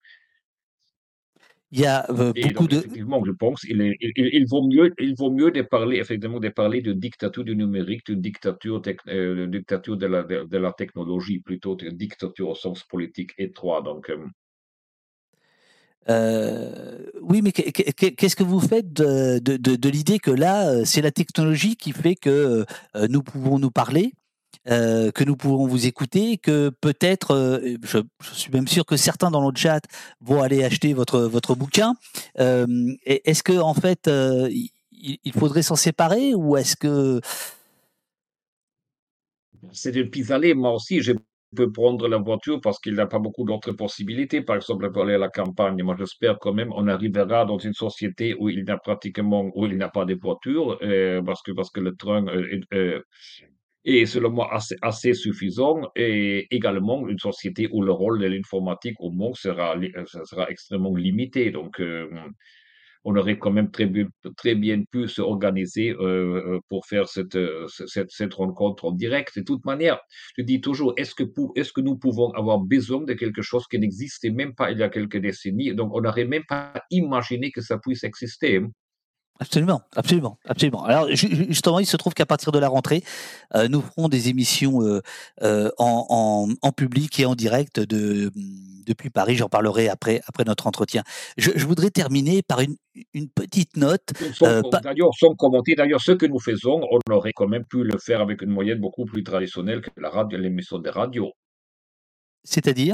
B: Il y a euh,
C: et
B: beaucoup
C: donc,
B: de,
C: effectivement, je pense il, est- il, il- il vaut mieux, il vaut mieux de parler, effectivement, de parler de dictature du numérique, d'une dictature, tec- euh, de dictature de la, de, de la technologie, plutôt que dictature au sens politique étroit. Donc, euh,
B: Euh, oui, mais qu'est- qu'est- qu'est-ce que vous faites de, de- de- de l'idée que là, euh, c'est la technologie qui fait que euh, nous pouvons nous parler, euh, que nous pouvons vous écouter, que peut-être, euh, je, je suis même sûr que certains dans notre chat vont aller acheter votre, votre bouquin. Euh, et est-ce que en fait, euh, il, il faudrait s'en séparer ou est-ce que
C: c'est une pis-aller. Moi aussi, je peux prendre la voiture parce qu'il n'y a pas beaucoup d'autres possibilités. Par exemple, pour aller à la campagne. Moi, j'espère quand même on arrivera dans une société où il n'y a pratiquement, où il n'y a pas de voiture, euh, parce que, parce que le train euh, est, euh, est, selon moi, assez, assez suffisant, et également une société où le rôle de l'informatique au monde sera, li- euh, sera extrêmement limité. Donc, euh, on aurait quand même très, bu- très bien pu s'organiser euh, euh, pour faire cette, euh, cette, cette rencontre en direct. De toute manière, je dis toujours, est-ce que, pour, est-ce que nous pouvons avoir besoin de quelque chose qui n'existait même pas il y a quelques décennies? Donc, on n'aurait même pas imaginé que ça puisse exister, hein.
B: Absolument, absolument, absolument. Alors ju- ju- justement, il se trouve qu'à partir de la rentrée, euh, nous ferons des émissions euh, euh, en, en- en public et en direct de, depuis Paris. J'en parlerai après, après notre entretien. Je, je voudrais terminer par une, une petite note.
C: Sans,
B: euh,
C: com-
B: pas-
C: d'ailleurs, sans commenter, d'ailleurs, ce que nous faisons, on aurait quand même pu le faire avec une moyenne beaucoup plus traditionnelle que la radio, l'émission de radio.
B: C'est-à-dire?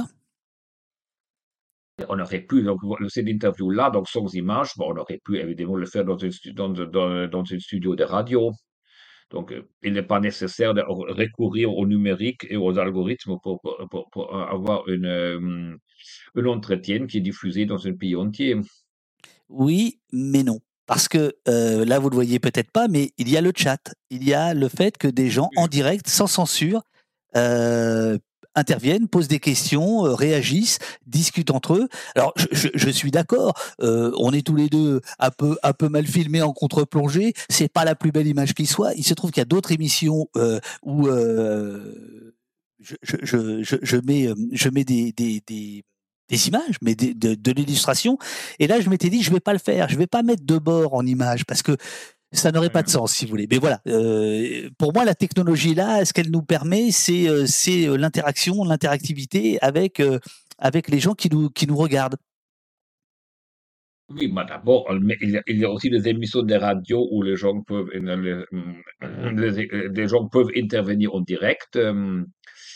C: On aurait pu, donc, cette interview-là, donc sans image, bon, on aurait pu évidemment le faire dans une, stu- dans, dans, dans une studio de radio. Donc, euh, il n'est pas nécessaire de recourir au numérique et aux algorithmes pour, pour, pour- pour avoir une, euh, un entretien qui est diffusé dans un pays entier.
B: Oui, mais non. Parce que euh, là, vous ne le voyez peut-être pas, mais il y a le chat. Il y a le fait que des gens en direct, sans censure, euh, interviennent, posent des questions, euh, réagissent, discutent entre eux. Alors, je, je- je suis d'accord, euh, on est tous les deux un peu, un peu mal filmés en contre-plongée, c'est pas la plus belle image qui soit. Il se trouve qu'il y a d'autres émissions euh, où euh, je, je, je, je- je mets, euh, je mets des, des, des, des images, mais des- de, de l'illustration. Et là, je m'étais dit, je vais pas le faire, je vais pas mettre de bord en image parce que ça n'aurait pas de
C: Ouais.
B: sens, si vous voulez. Mais voilà, euh, pour moi, la technologie là, ce qu'elle nous permet, c'est euh, c'est euh, l'interaction, l'interactivité avec euh, avec les gens qui nous qui nous regardent.
C: Oui, bah d'abord, euh, mais il y a, il y a aussi des émissions de radio où les gens peuvent, euh, les, hum, les- euh, des gens peuvent intervenir en direct. euh,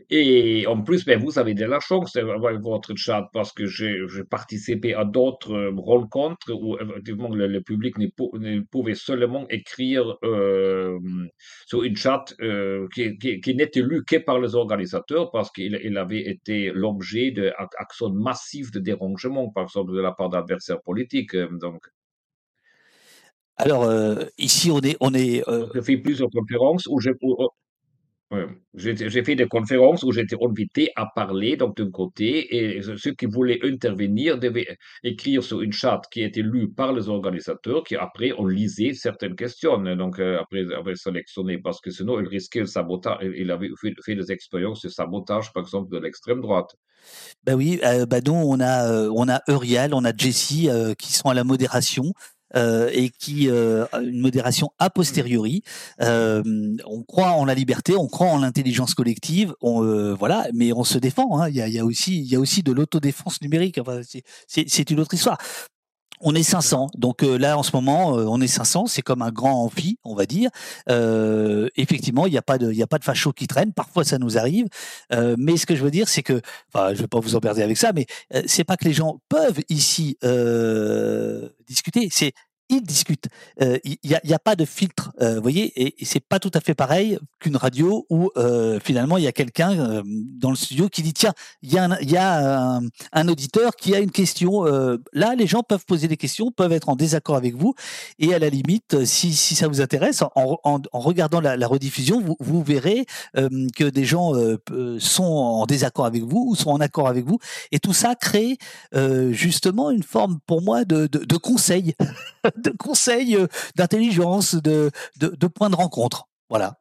C: Et en plus, ben, vous avez de la chance avec votre chat parce que j'ai j'ai participé à d'autres euh, rencontres où effectivement le, le public ne, pou- ne pouvait seulement écrire euh, sur une chat euh, qui, qui, qui n'était lu que par les organisateurs parce qu'il il avait été l'objet d'actions massives de dérangement, par exemple de la part d'adversaires politiques. euh, Donc,
B: Alors euh, ici, on est, on est, euh,
C: donc j'ai fait plusieurs conférences où j'ai où- Ouais. J'ai j'ai fait des conférences où j'étais invité à parler, donc d'un côté, et ceux qui voulaient intervenir devaient écrire sur une charte qui était lue par les organisateurs, qui après on lisait certaines questions, donc euh, après avait sélectionné, parce que sinon il risquait le sabotage. Il il avait fait, fait des expériences de sabotage, par exemple, de l'extrême droite.
B: bah oui, euh, bah nous on a, euh, on a Eurial, on a Jessie euh, qui sont à la modération. Euh, et qui euh, une modération a
C: Hmm.
B: posteriori. Euh, on croit en la liberté, on croit en l'intelligence collective, on, euh, voilà, mais on se défend. Hein. Il y a, il y a aussi, il y a aussi de l'autodéfense numérique. Enfin, c'est, c'est, c'est une autre histoire. On est cinq cents, donc euh, là en ce moment euh, on est cinq cents, c'est comme un grand amphi, on va dire. Euh, effectivement, il n'y a pas de, il y a pas de facho qui traîne. Parfois ça nous arrive, euh, mais ce que je veux dire, c'est que, enfin, je vais pas vous emmerder avec ça, mais euh, c'est pas que les gens peuvent ici euh, discuter, c'est ils discutent. Euh, Il n'y a, il y a pas de filtre, euh, vous voyez, et, et c'est pas tout à fait pareil qu'une radio où euh, finalement il y a quelqu'un euh, dans le studio qui dit tiens, il y a, un, il y a un, un auditeur qui a une question. Euh, là, les gens peuvent poser des questions, peuvent être en désaccord avec vous, et à la limite, si, si ça vous intéresse, en, en, en regardant la, la rediffusion, vous, vous verrez euh, que des gens euh, sont en désaccord avec vous ou sont en accord avec vous, et tout ça crée euh, justement une forme, pour moi, de, de, de conseil, de conseil, euh, d'intelligence, de, de, de point de rencontre. Voilà.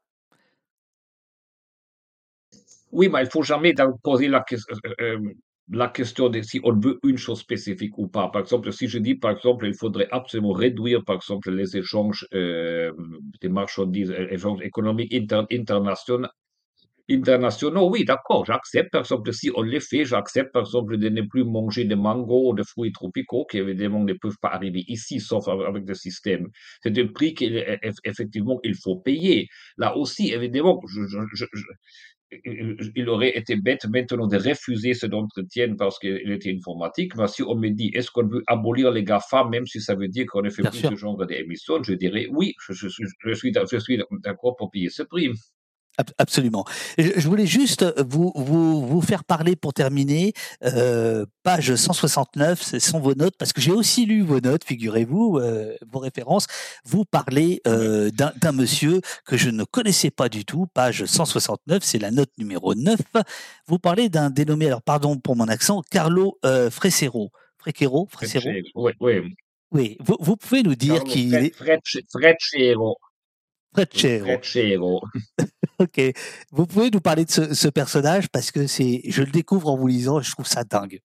C: Oui, mais il faut jamais donc poser la, ques- euh, euh, la question de si on veut une chose spécifique ou pas. Par exemple, si je dis, par exemple, il faudrait absolument réduire, par exemple, les échanges euh, des marchandises, euh, échanges économiques inter- internationaux, internationaux, oui, d'accord, j'accepte, par exemple, si on les fait, j'accepte, par exemple, de ne plus manger de mango ou de fruits tropicaux qui, évidemment, ne peuvent pas arriver ici, sauf avec avec le système. C'est un prix qu'effectivement, il faut payer. Là aussi, évidemment, je, je, je, il aurait été bête maintenant de refuser cet entretien parce qu'il était informatique. Mais si on me dit, est-ce qu'on veut abolir les GAFA, même si ça veut dire qu'on ne fait
B: Bien
C: plus ce
B: sûr.
C: genre d'émissions, je dirais oui, je, je, je, je suis, je suis d'accord pour payer ce prix.
B: Ab- Absolument. Je je voulais juste vous, vous, vous faire parler pour terminer, euh, page cent soixante-neuf, ce sont vos notes, parce que j'ai aussi lu vos notes, figurez-vous, euh, vos références. Vous parlez
C: Ouais.
B: euh, d'un d'un monsieur que je ne connaissais pas du tout, page cent soixante-neuf, c'est la note numéro neuf. Vous parlez d'un dénommé, alors pardon pour mon accent, Carlo euh, Frecero. Frecero, Frecero.
C: Frecce- Oui, oui.
B: Oui, vous, vous pouvez nous dire
C: Carlo
B: qu'il
C: Fre-
B: est
C: Frecce- Freccero. Oui,
B: Freccero.
C: Freccero.
B: Ok. Vous pouvez nous parler de ce, ce personnage parce que c'est, je le découvre en vous lisant et je trouve ça dingue.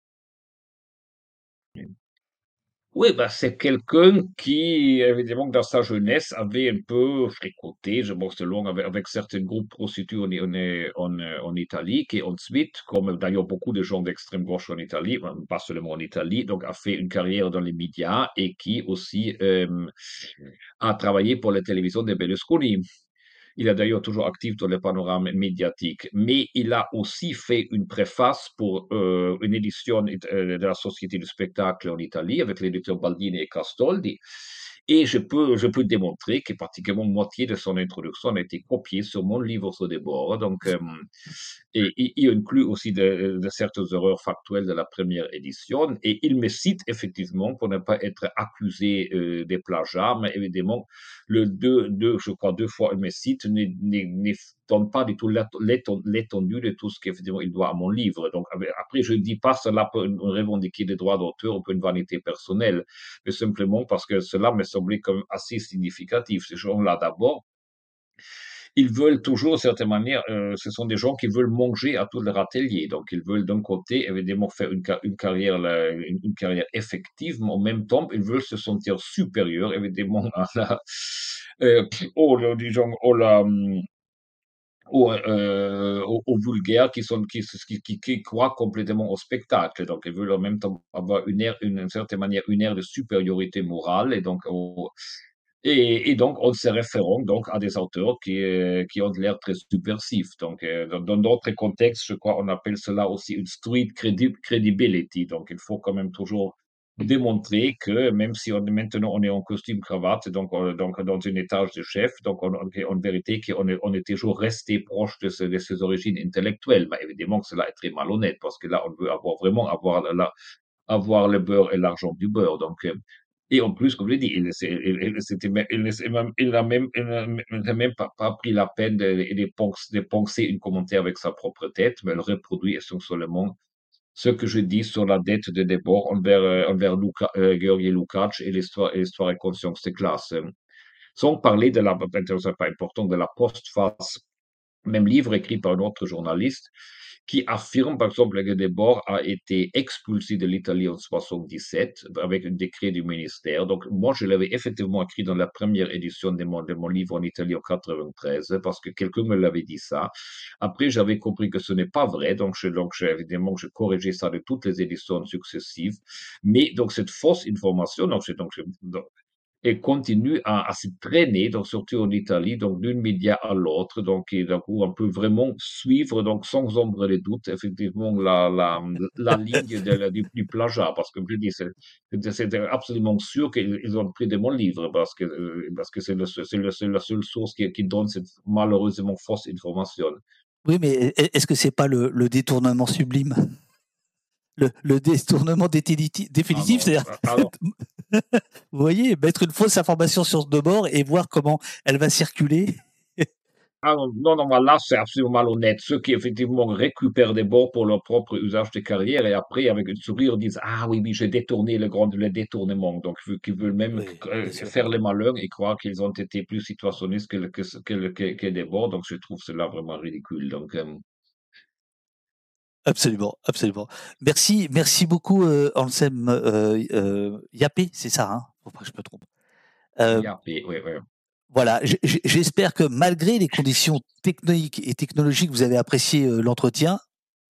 C: Oui, bah, c'est quelqu'un qui, évidemment, dans sa jeunesse, avait un peu fréquenté, je pense, selon, avec, avec certains groupes prostitués en, en, en, en Italie, qui ensuite, comme d'ailleurs beaucoup de gens d'extrême gauche en Italie, ben, pas seulement en Italie, donc a fait une carrière dans les médias et qui aussi euh, a travaillé pour la télévision de Berlusconi. Il est d'ailleurs toujours actif dans le panorama médiatique, mais il a aussi fait une préface pour euh, une édition euh, de la Société du spectacle en Italie avec l'éditeur Baldini et Castoldi. Et je peux, je peux démontrer que pratiquement moitié de son introduction a été copiée sur mon livre sur des bords. Donc, euh, et, et il inclut aussi de, de certaines erreurs factuelles de la première édition. Et il me cite effectivement pour ne pas être accusé euh, des plagiats, mais évidemment, le deux, deux, je crois deux fois il me cite ne, ne, ne donne pas du tout l'étendue de tout ce qu'effectivement il doit à mon livre. Donc après, je ne dis pas cela pour revendiquer des droits d'auteur ou pour une vanité personnelle, mais simplement parce que cela me semblait comme assez significatif. Ces gens-là, d'abord, ils veulent toujours, de certaine manière, euh, ce sont des gens qui veulent manger à tout leur atelier. Donc, ils veulent d'un côté, évidemment, faire une, une carrière, là, une, une, carrière effective, mais en même temps, ils veulent se sentir supérieurs, évidemment, à la, euh, au, disons, au, la, aux, euh, aux, aux vulgaires qui sont qui, qui, qui, qui croient complètement au spectacle. Donc, ils veulent en même temps avoir une, aire, une, une certaine manière une ère de supériorité morale et donc au, Et, et donc, en se référant donc à des auteurs qui, euh, qui ont l'air très subversifs. Donc, euh, dans dans d'autres contextes, je crois, on appelle cela aussi une street credi- credibility. Donc, il faut quand même toujours démontrer que même si on, maintenant on est en costume cravate, donc, on- donc dans un étage de chef, donc on, on- en vérité qu'on est, on est toujours resté proche de, ce- de ses origines intellectuelles. Mais évidemment que cela est très malhonnête parce que là, on veut avoir vraiment avoir la, avoir le beurre et l'argent du beurre. Donc, euh, et en plus, comme je l'ai dit, il, ne s'est- il, il, s'était même- il ne s'est même, il n'a même, il n'a même il n'a même pas, pas pris la peine de, de, poncer, de poncer une commentaire avec sa propre tête, mais elle reproduit essentiellement ce que je dis sur la dette de Debord envers, euh, envers Luka, euh, Georgi Lukács et l'histoire, et l'histoire et conscience de classe. Euh, Sans parler de la, c'est pas important, de la postface, même livre écrit par un autre journaliste, qui affirme, par exemple, que Debord a été expulsé de l'Italie en soixante-dix-sept avec un décret du ministère. Donc, moi, je l'avais effectivement écrit dans la première édition de mon, de mon livre en Italie en quatre-vingt-treize, parce que quelqu'un me l'avait dit ça. Après, j'avais compris que ce n'est pas vrai, donc, je, donc je, évidemment, je corrigeais ça de toutes les éditions successives. Mais donc, cette fausse information, donc, je, donc, je, donc, et continue à, à se traîner, donc surtout en Italie, donc d'un média à l'autre, donc, et donc où on peut vraiment suivre, donc sans ombre de doute, effectivement, la, la, la ligne de la- du, du plagiat, parce que je dis, c'est c'est- c'est absolument sûr qu'ils ils ont pris de mon livre, parce que euh, parce que c'est le, seul- c'est le, c'est la seule source qui, qui donne cette malheureusement fausse information.
B: Oui, mais est- est-ce que c'est pas le, le détournement sublime? Le, le détournement définitif,
C: Ah
B: définitif,
C: non,
B: c'est-à-dire,
C: alors,
B: vous voyez, mettre une fausse information sur de bord et voir comment elle va circuler.
C: ah non, non, non, mais là, c'est absolument malhonnête. Ceux qui, effectivement, récupèrent des bons pour leur propre usage de carrière et après, avec un sourire, disent, ah oui, oui, j'ai détourné le grand, le détournement. Donc, vu- qui veulent même
B: Oui,
C: euh,
B: bien sûr.
C: faire les malheurs et croire qu'ils ont été plus situationnistes que, le- que, ce- que, le- que, que des bords. Donc, je trouve cela vraiment ridicule. Donc, euh,
B: Absolument, absolument. Merci, merci beaucoup, euh, Anselme euh, euh, Yappé, c'est ça, hein? Faut pas que je me trompe. Euh,
C: il y a, oui, oui, oui.
B: voilà, j- j- j'espère que malgré les conditions techniques et technologiques, vous avez apprécié euh, l'entretien.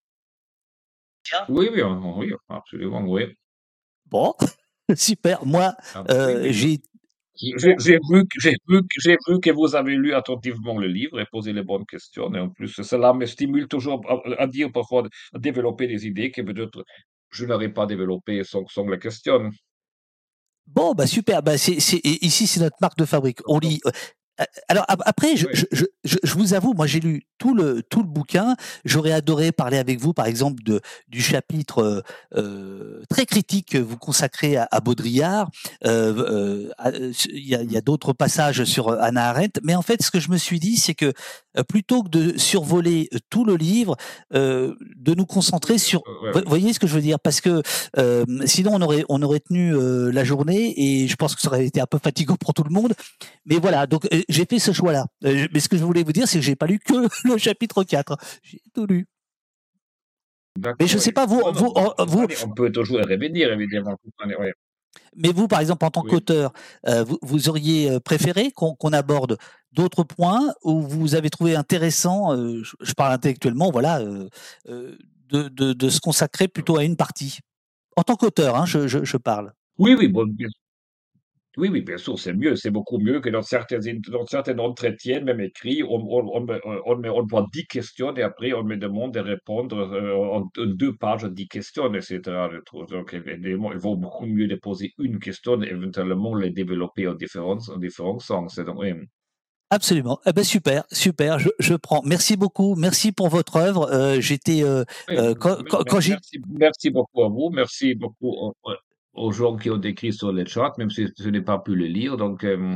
C: Oui, oui, oui, absolument, oui.
B: Bon, super. Moi,
C: Ah, oui,
B: euh,
C: oui.
B: j'ai
C: J'ai j'ai vu, que- j'ai vu, que- j'ai vu que vous avez lu attentivement le livre et posé les bonnes questions. Et en plus, cela me stimule toujours à, à dire parfois, à développer des idées que peut-être je n'aurais pas développées sans, sans les questions.
B: bon, bah super. Bah c'est, c'est, et ici, c'est notre marque de fabrique. On
C: Donc,
B: lit. euh, euh, Alors ap- après, je,
C: oui,
B: je, je, je je vous avoue, moi j'ai lu tout le tout le bouquin. J'aurais adoré parler avec vous, par exemple, de du chapitre euh, euh, très critique que vous consacrez à, à Baudrillard. Euh, euh, à- euh, Il y a, il y a d'autres passages sur euh, Hannah Arendt, mais en fait, ce que je me suis dit, c'est que euh, plutôt que de survoler euh, tout le livre, euh, de nous
C: oui,
B: concentrer sur.
C: oui,
B: Vous
C: oui.
B: voyez ce que je veux dire? Parce que euh, sinon, on aurait, on aurait tenu euh, la journée et je pense que ça aurait été un peu fatigant pour tout le monde. Mais voilà, donc euh, j'ai fait ce choix-là. Euh, mais ce que je voulais vous dire, c'est que j'ai pas lu que le chapitre quatre. J'ai tout lu. Mais
C: D'accord,
B: je sais
C: oui.
B: pas, vous,
C: Non, non,
B: vous,
C: bon,
B: euh, vous,
C: allez, on peut toujours revenir, évidemment. Allez, ouais,
B: mais vous, par exemple, en tant
C: oui.
B: qu'auteur, euh, vous, vous auriez euh, préféré qu'on qu'on aborde d'autres points où vous avez trouvé intéressant, euh, je, je parle intellectuellement, voilà, euh, euh, de, de, de se consacrer plutôt à une partie. En tant qu'auteur, hein, je, je, je parle.
C: Oui, oui, bon, oui, oui, bien sûr, c'est mieux, c'est beaucoup mieux que dans certains, int- dans certains entretiens, même écrits, on, on, on, me, on, me, on voit dix questions et après on me demande de répondre euh, en en deux pages à dix questions, et cetera. Je trouve. Donc, évidemment, il vaut beaucoup mieux de poser une question et éventuellement les développer en différents, en différents sens. Donc, oui.
B: Absolument. Eh ben super, super. Je, je prends. Merci beaucoup. Merci pour votre œuvre. Euh, J'étais euh,
C: Oui,
B: euh, quand,
C: me-
B: quand,
C: me-
B: quand j'ai
C: merci, merci beaucoup à vous, merci beaucoup aux, aux gens qui ont écrit sur le chat, même si je n'ai pas pu le lire. Donc, euh,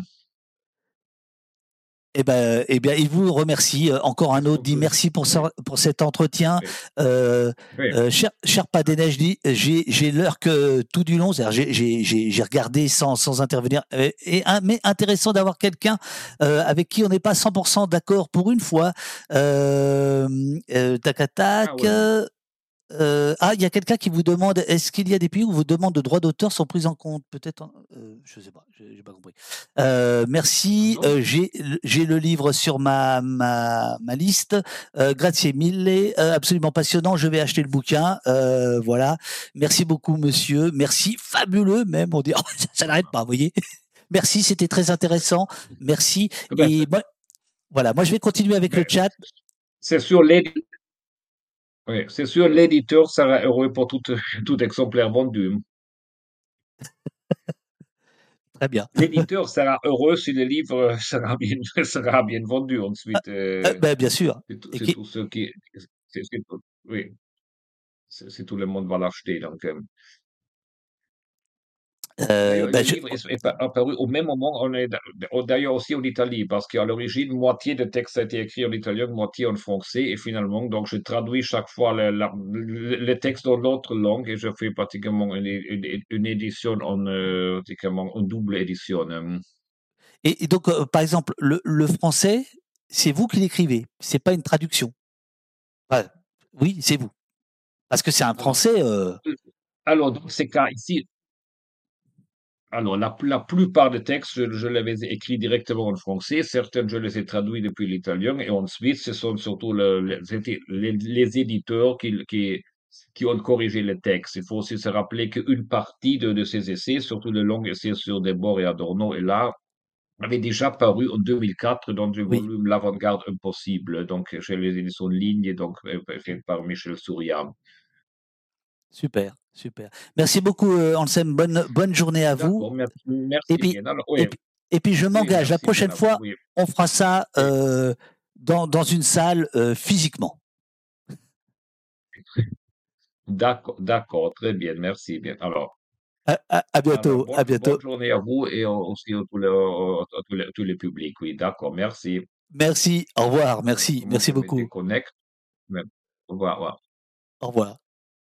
B: eh ben, eh bien, il vous remercie. Euh, Encore un autre
C: on
B: dit
C: peut-
B: merci pour,
C: oui,
B: ça- pour cet entretien.
C: oui,
B: Euh,
C: oui.
B: euh, cher, cher Pas des Neiges dit, j'ai j'ai l'heure que tout du long. C'est-à-dire, j'ai- j'ai j'ai- j'ai regardé sans, sans intervenir. Euh, Et, un- mais intéressant d'avoir quelqu'un euh, avec qui on n'est pas cent pour cent d'accord pour une fois. Euh, euh, tac, tac,
C: Ah
B: tac.
C: ouais.
B: euh, Euh, ah, il y a quelqu'un qui vous demande, est-ce qu'il y a des pays où vos demandes de droits d'auteur sont prises en compte? Peut-être, en- euh, je sais pas, j'ai j'ai pas compris. Euh, merci,
C: Pardon?
B: euh, j'ai j'ai le livre sur ma ma, ma liste. Euh, grazie mille, euh, absolument passionnant. Je vais acheter le bouquin. Euh, voilà. Merci beaucoup, monsieur. Merci, fabuleux même. On dit, ça, ça n'arrête pas, vous voyez. merci, c'était très intéressant. Merci.
C: Ben,
B: Et moi, voilà, moi je vais continuer avec le
C: ben,
B: chat.
C: c'est sûr, l'édi- oui, c'est sûr, l'éditeur sera heureux pour tout, tout exemplaire vendu.
B: Très bien.
C: L'éditeur sera heureux si le livre sera bien, sera bien vendu. Ensuite,
B: Euh,
C: euh,
B: ben, bien sûr.
C: c'est tout,
B: Et
C: c'est
B: qui-
C: tout ce qui, c'est, c'est tout, oui, c'est c'est tout le monde va l'acheter. Donc, euh,
B: euh,
C: d'ailleurs,
B: ben,
C: le
B: je-
C: livre est, est pa- apparu au même moment. On est d'a- d'ailleurs aussi en Italie, parce qu'à l'origine, moitié des textes a été écrit en italien, moitié en français, et finalement, donc, je traduis chaque fois le, la- le- le texte dans l'autre langue, et je fais pratiquement une, une- une édition en, euh, pratiquement une double édition. euh.
B: et, et donc, euh, par exemple, le, le français, c'est vous qui l'écrivez, c'est pas une traduction. Ouais. Oui, c'est vous. Parce que c'est un
C: Alors,
B: français. euh,
C: euh, alors, dans ces cas ici, alors la, la plupart des textes, je, je les avais écrits directement en français. Certains, je les ai traduits depuis l'italien. Et ensuite, ce sont surtout le- les, édi- les- les éditeurs qui, qui, qui ont corrigé les textes. Il faut aussi se rappeler qu'une partie de, de ces essais, surtout le long essai sur Debord et Adorno, est là, avait déjà paru en deux mille quatre dans le
B: oui,
C: volume L'Avant-Garde Impossible, donc chez les éditions Ligne, donc euh, fait par Michel Souria.
B: super, super. Merci beaucoup, euh, Anselme. Bonne, bonne journée à vous.
C: D'accord, merci,
B: Et
C: merci
B: puis,
C: bien. Alors,
B: et
C: oui,
B: puis, et puis je
C: oui,
B: m'engage, la
C: merci bien
B: prochaine
C: à vous.
B: fois,
C: Oui,
B: on fera ça
C: oui.
B: euh, dans, dans une salle euh, physiquement.
C: D'accord, d'accord, très bien, merci bien. Alors,
B: À, à, à
C: alors
B: bientôt, à
C: bonne, bonne
B: bientôt.
C: journée à vous et aussi à tous les, à tous les, tous les publics. Oui, d'accord, merci.
B: Merci, au revoir,
C: Alors,
B: merci,
C: comment
B: merci
C: je me
B: beaucoup.
C: déconnecte? Mais- Au revoir. Au revoir.
B: Au revoir.